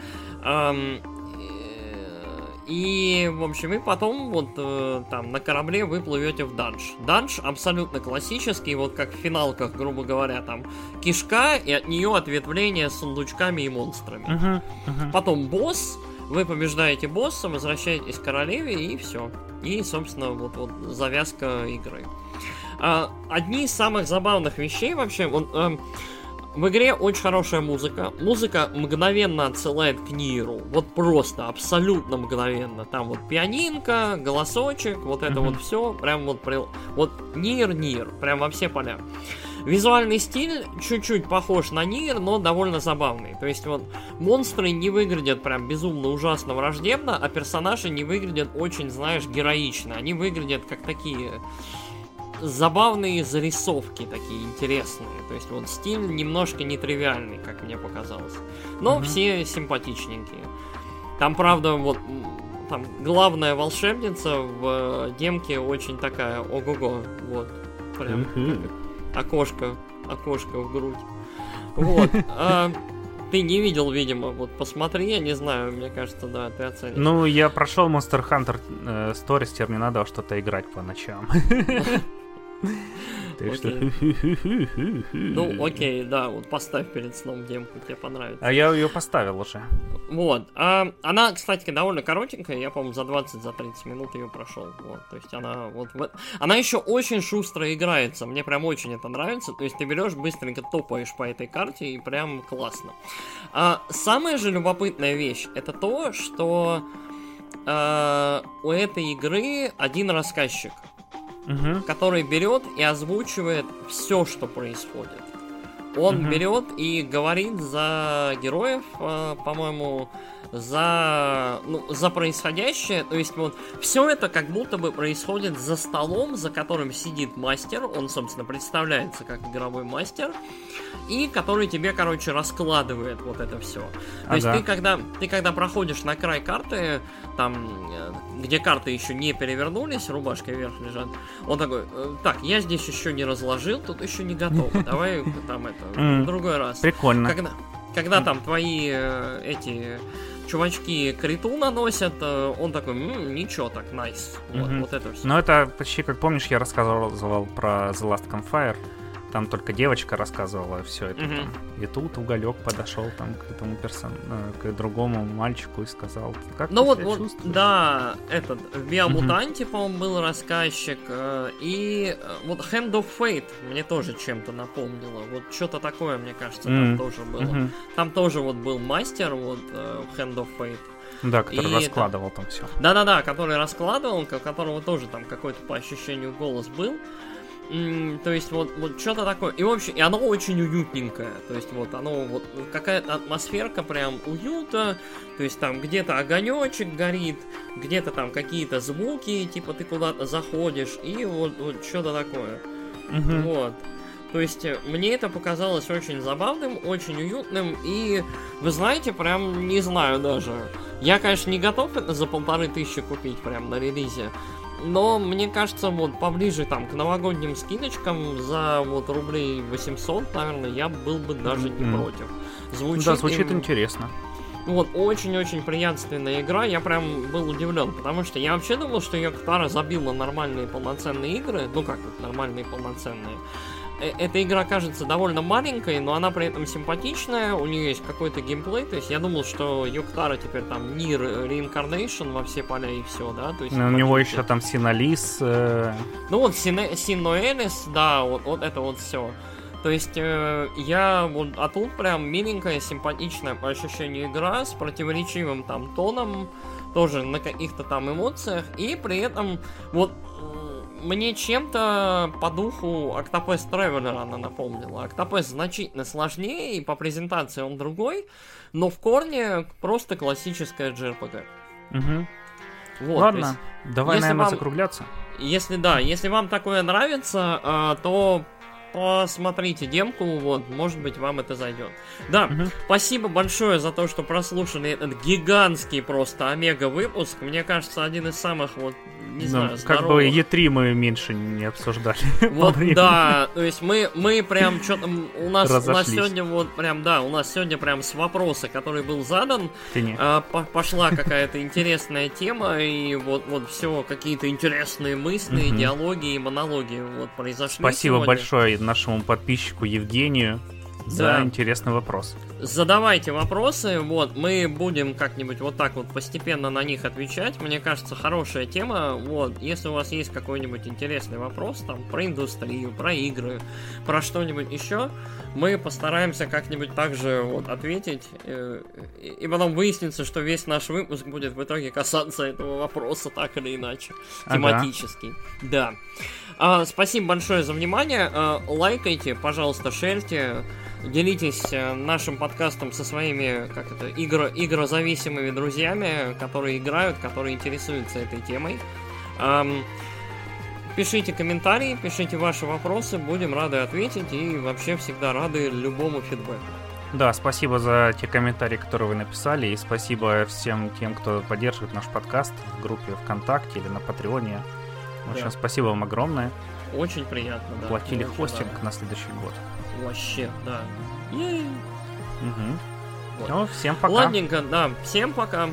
И, в общем, и потом вот там на корабле вы плывете в данж. Данж абсолютно классический, вот как в финалках, грубо говоря, там кишка, и от нее ответвление с сундучками и монстрами. Потом босс. Вы побеждаете босса, возвращаетесь к королеве, и все. И, собственно, вот завязка игры. Одни из самых забавных вещей вообще... в игре очень хорошая музыка. Музыка мгновенно отсылает к Ниру. Вот просто, абсолютно мгновенно. Там вот пианинка, голосочек, вот это вот все. Прям вот... Вот Нир, прям во все поля. Визуальный стиль чуть-чуть похож на Нир, но довольно забавный. То есть вот монстры не выглядят прям безумно ужасно враждебно, а персонажи не выглядят очень, знаешь, героично. Они выглядят как такие забавные зарисовки, такие интересные. То есть вот стиль немножко нетривиальный, как мне показалось. Но все симпатичненькие. Там, правда, вот там главная волшебница в демке очень такая ого-го. Вот. Прям... Окошко в грудь. Вот. ты не видел, видимо, вот посмотри, я не знаю, мне кажется, да, ты оценишь. Ну, я прошел Monster Hunter Stories, теперь мне надо что-то играть по ночам. Ну, окей, да, вот поставь перед сном демку, тебе понравится. А я ее поставил уже. Вот. Она, кстати, довольно коротенькая, я, по-моему, за 20-30 минут ее прошел. Вот, то есть она вот... Она еще очень шустро играется, мне прям очень это нравится. То есть ты берешь, быстренько топаешь по этой карте, и прям классно. Самая же любопытная вещь, это то, что у этой игры один рассказчик. Который берет и озвучивает все, что происходит. Он берет и говорит за героев, по-моему, за происходящее. То есть вот все это как будто бы происходит за столом, за которым сидит мастер. Он, собственно, представляется как игровой мастер. И который тебе, короче, раскладывает вот это все. То есть ты когда проходишь на край карты, там, где карты еще не перевернулись, рубашкой вверх лежат, он такой: так, я здесь еще не разложил, тут еще не готов. Давай там это в другой раз. Прикольно. Когда там твои эти чувачки криту наносят, он такой: ничего, так, найс. Вот это все. Ну, это почти как, помнишь, я рассказывал про The Last Campfire. Там только девочка рассказывала все это. Там. И тут уголек подошел там к этому к другому мальчику и сказал: как ты себя чувствуешь? Да, этот в Биомутанте, по-моему, был рассказчик. И вот Hand of Fate мне тоже чем-то напомнило. Вот что-то такое, мне кажется, там тоже было. Там тоже вот был мастер, вот Hand of Fate. Да, который раскладывал там все. Да-да-да, который раскладывал, у которого тоже там какой-то по ощущению голос был. То есть вот что-то такое. И вообще, и оно очень уютненькое. То есть вот оно вот какая-то атмосферка прям уюта. То есть там где-то огонечек горит, где-то там какие-то звуки, типа ты куда-то заходишь, и вот что-то такое. Вот. То есть мне это показалось очень забавным, очень уютным. И вы знаете, прям не знаю даже. Я, конечно, не готов это за 1500 купить прям на релизе. Но мне кажется, вот поближе там к новогодним скидочкам за вот рублей 800, наверное, я был бы даже не против. Звучит интересно. Вот, очень-очень приятственная игра, я прям был удивлен, потому что я вообще думал, что Йокотаро забил на нормальные полноценные игры. Ну как вот нормальные полноценные. Эта игра кажется довольно маленькой, но она при этом симпатичная, у нее есть какой-то геймплей, то есть я думал, что Йокотаро теперь там Nier Reincarnation во все поля и все, да, то есть... Но у него еще там Синолис... Ну вот Синоэлис, да, вот это вот все. То есть я вот, а тут прям миленькая, симпатичная по ощущению игра с противоречивым там тоном, тоже на каких-то там эмоциях, и при этом вот... Мне чем-то по духу Octopath Traveler она напомнила. Octopath значительно сложнее, и по презентации он другой, но в корне просто классическая JRPG. Вот, ладно, давай, наверное, закругляться. Если вам такое нравится, то посмотрите демку, вот, может быть, вам это зайдет. Да, спасибо большое за то, что прослушали этот гигантский просто омега-выпуск. Мне кажется, один из самых, вот, не знаю, здоровых. Как бы E3 мы меньше не обсуждали. Вот, да, то есть мы прям что-то, у нас сегодня вот прям, да, у нас сегодня прям с вопроса, который был задан, пошла какая-то интересная тема, и вот все, какие-то интересные мысли, диалоги и монологи вот произошли. Спасибо большое нашему подписчику Евгению за интересный вопрос. Задавайте вопросы, вот, мы будем как-нибудь вот так вот постепенно на них отвечать. Мне кажется, хорошая тема, вот, если у вас есть какой-нибудь интересный вопрос, там, про индустрию, про игры, про что-нибудь еще, мы постараемся как-нибудь также вот ответить, и потом выяснится, что весь наш выпуск будет в итоге касаться этого вопроса так или иначе, тематически. Да. Спасибо большое за внимание, лайкайте, пожалуйста, шерьте, делитесь нашим подкастом со своими, игрозависимыми друзьями, которые играют, которые интересуются этой темой. Пишите комментарии, пишите ваши вопросы, будем рады ответить и вообще всегда рады любому фидбэку. Да, спасибо за те комментарии, которые вы написали, и спасибо всем тем, кто поддерживает наш подкаст в группе ВКонтакте или на Патреоне. В общем, спасибо вам огромное. Очень приятно, да. Платили хостинг на следующий год. Вообще, да. Вот. Ну, всем пока. Ладненько, да, всем пока.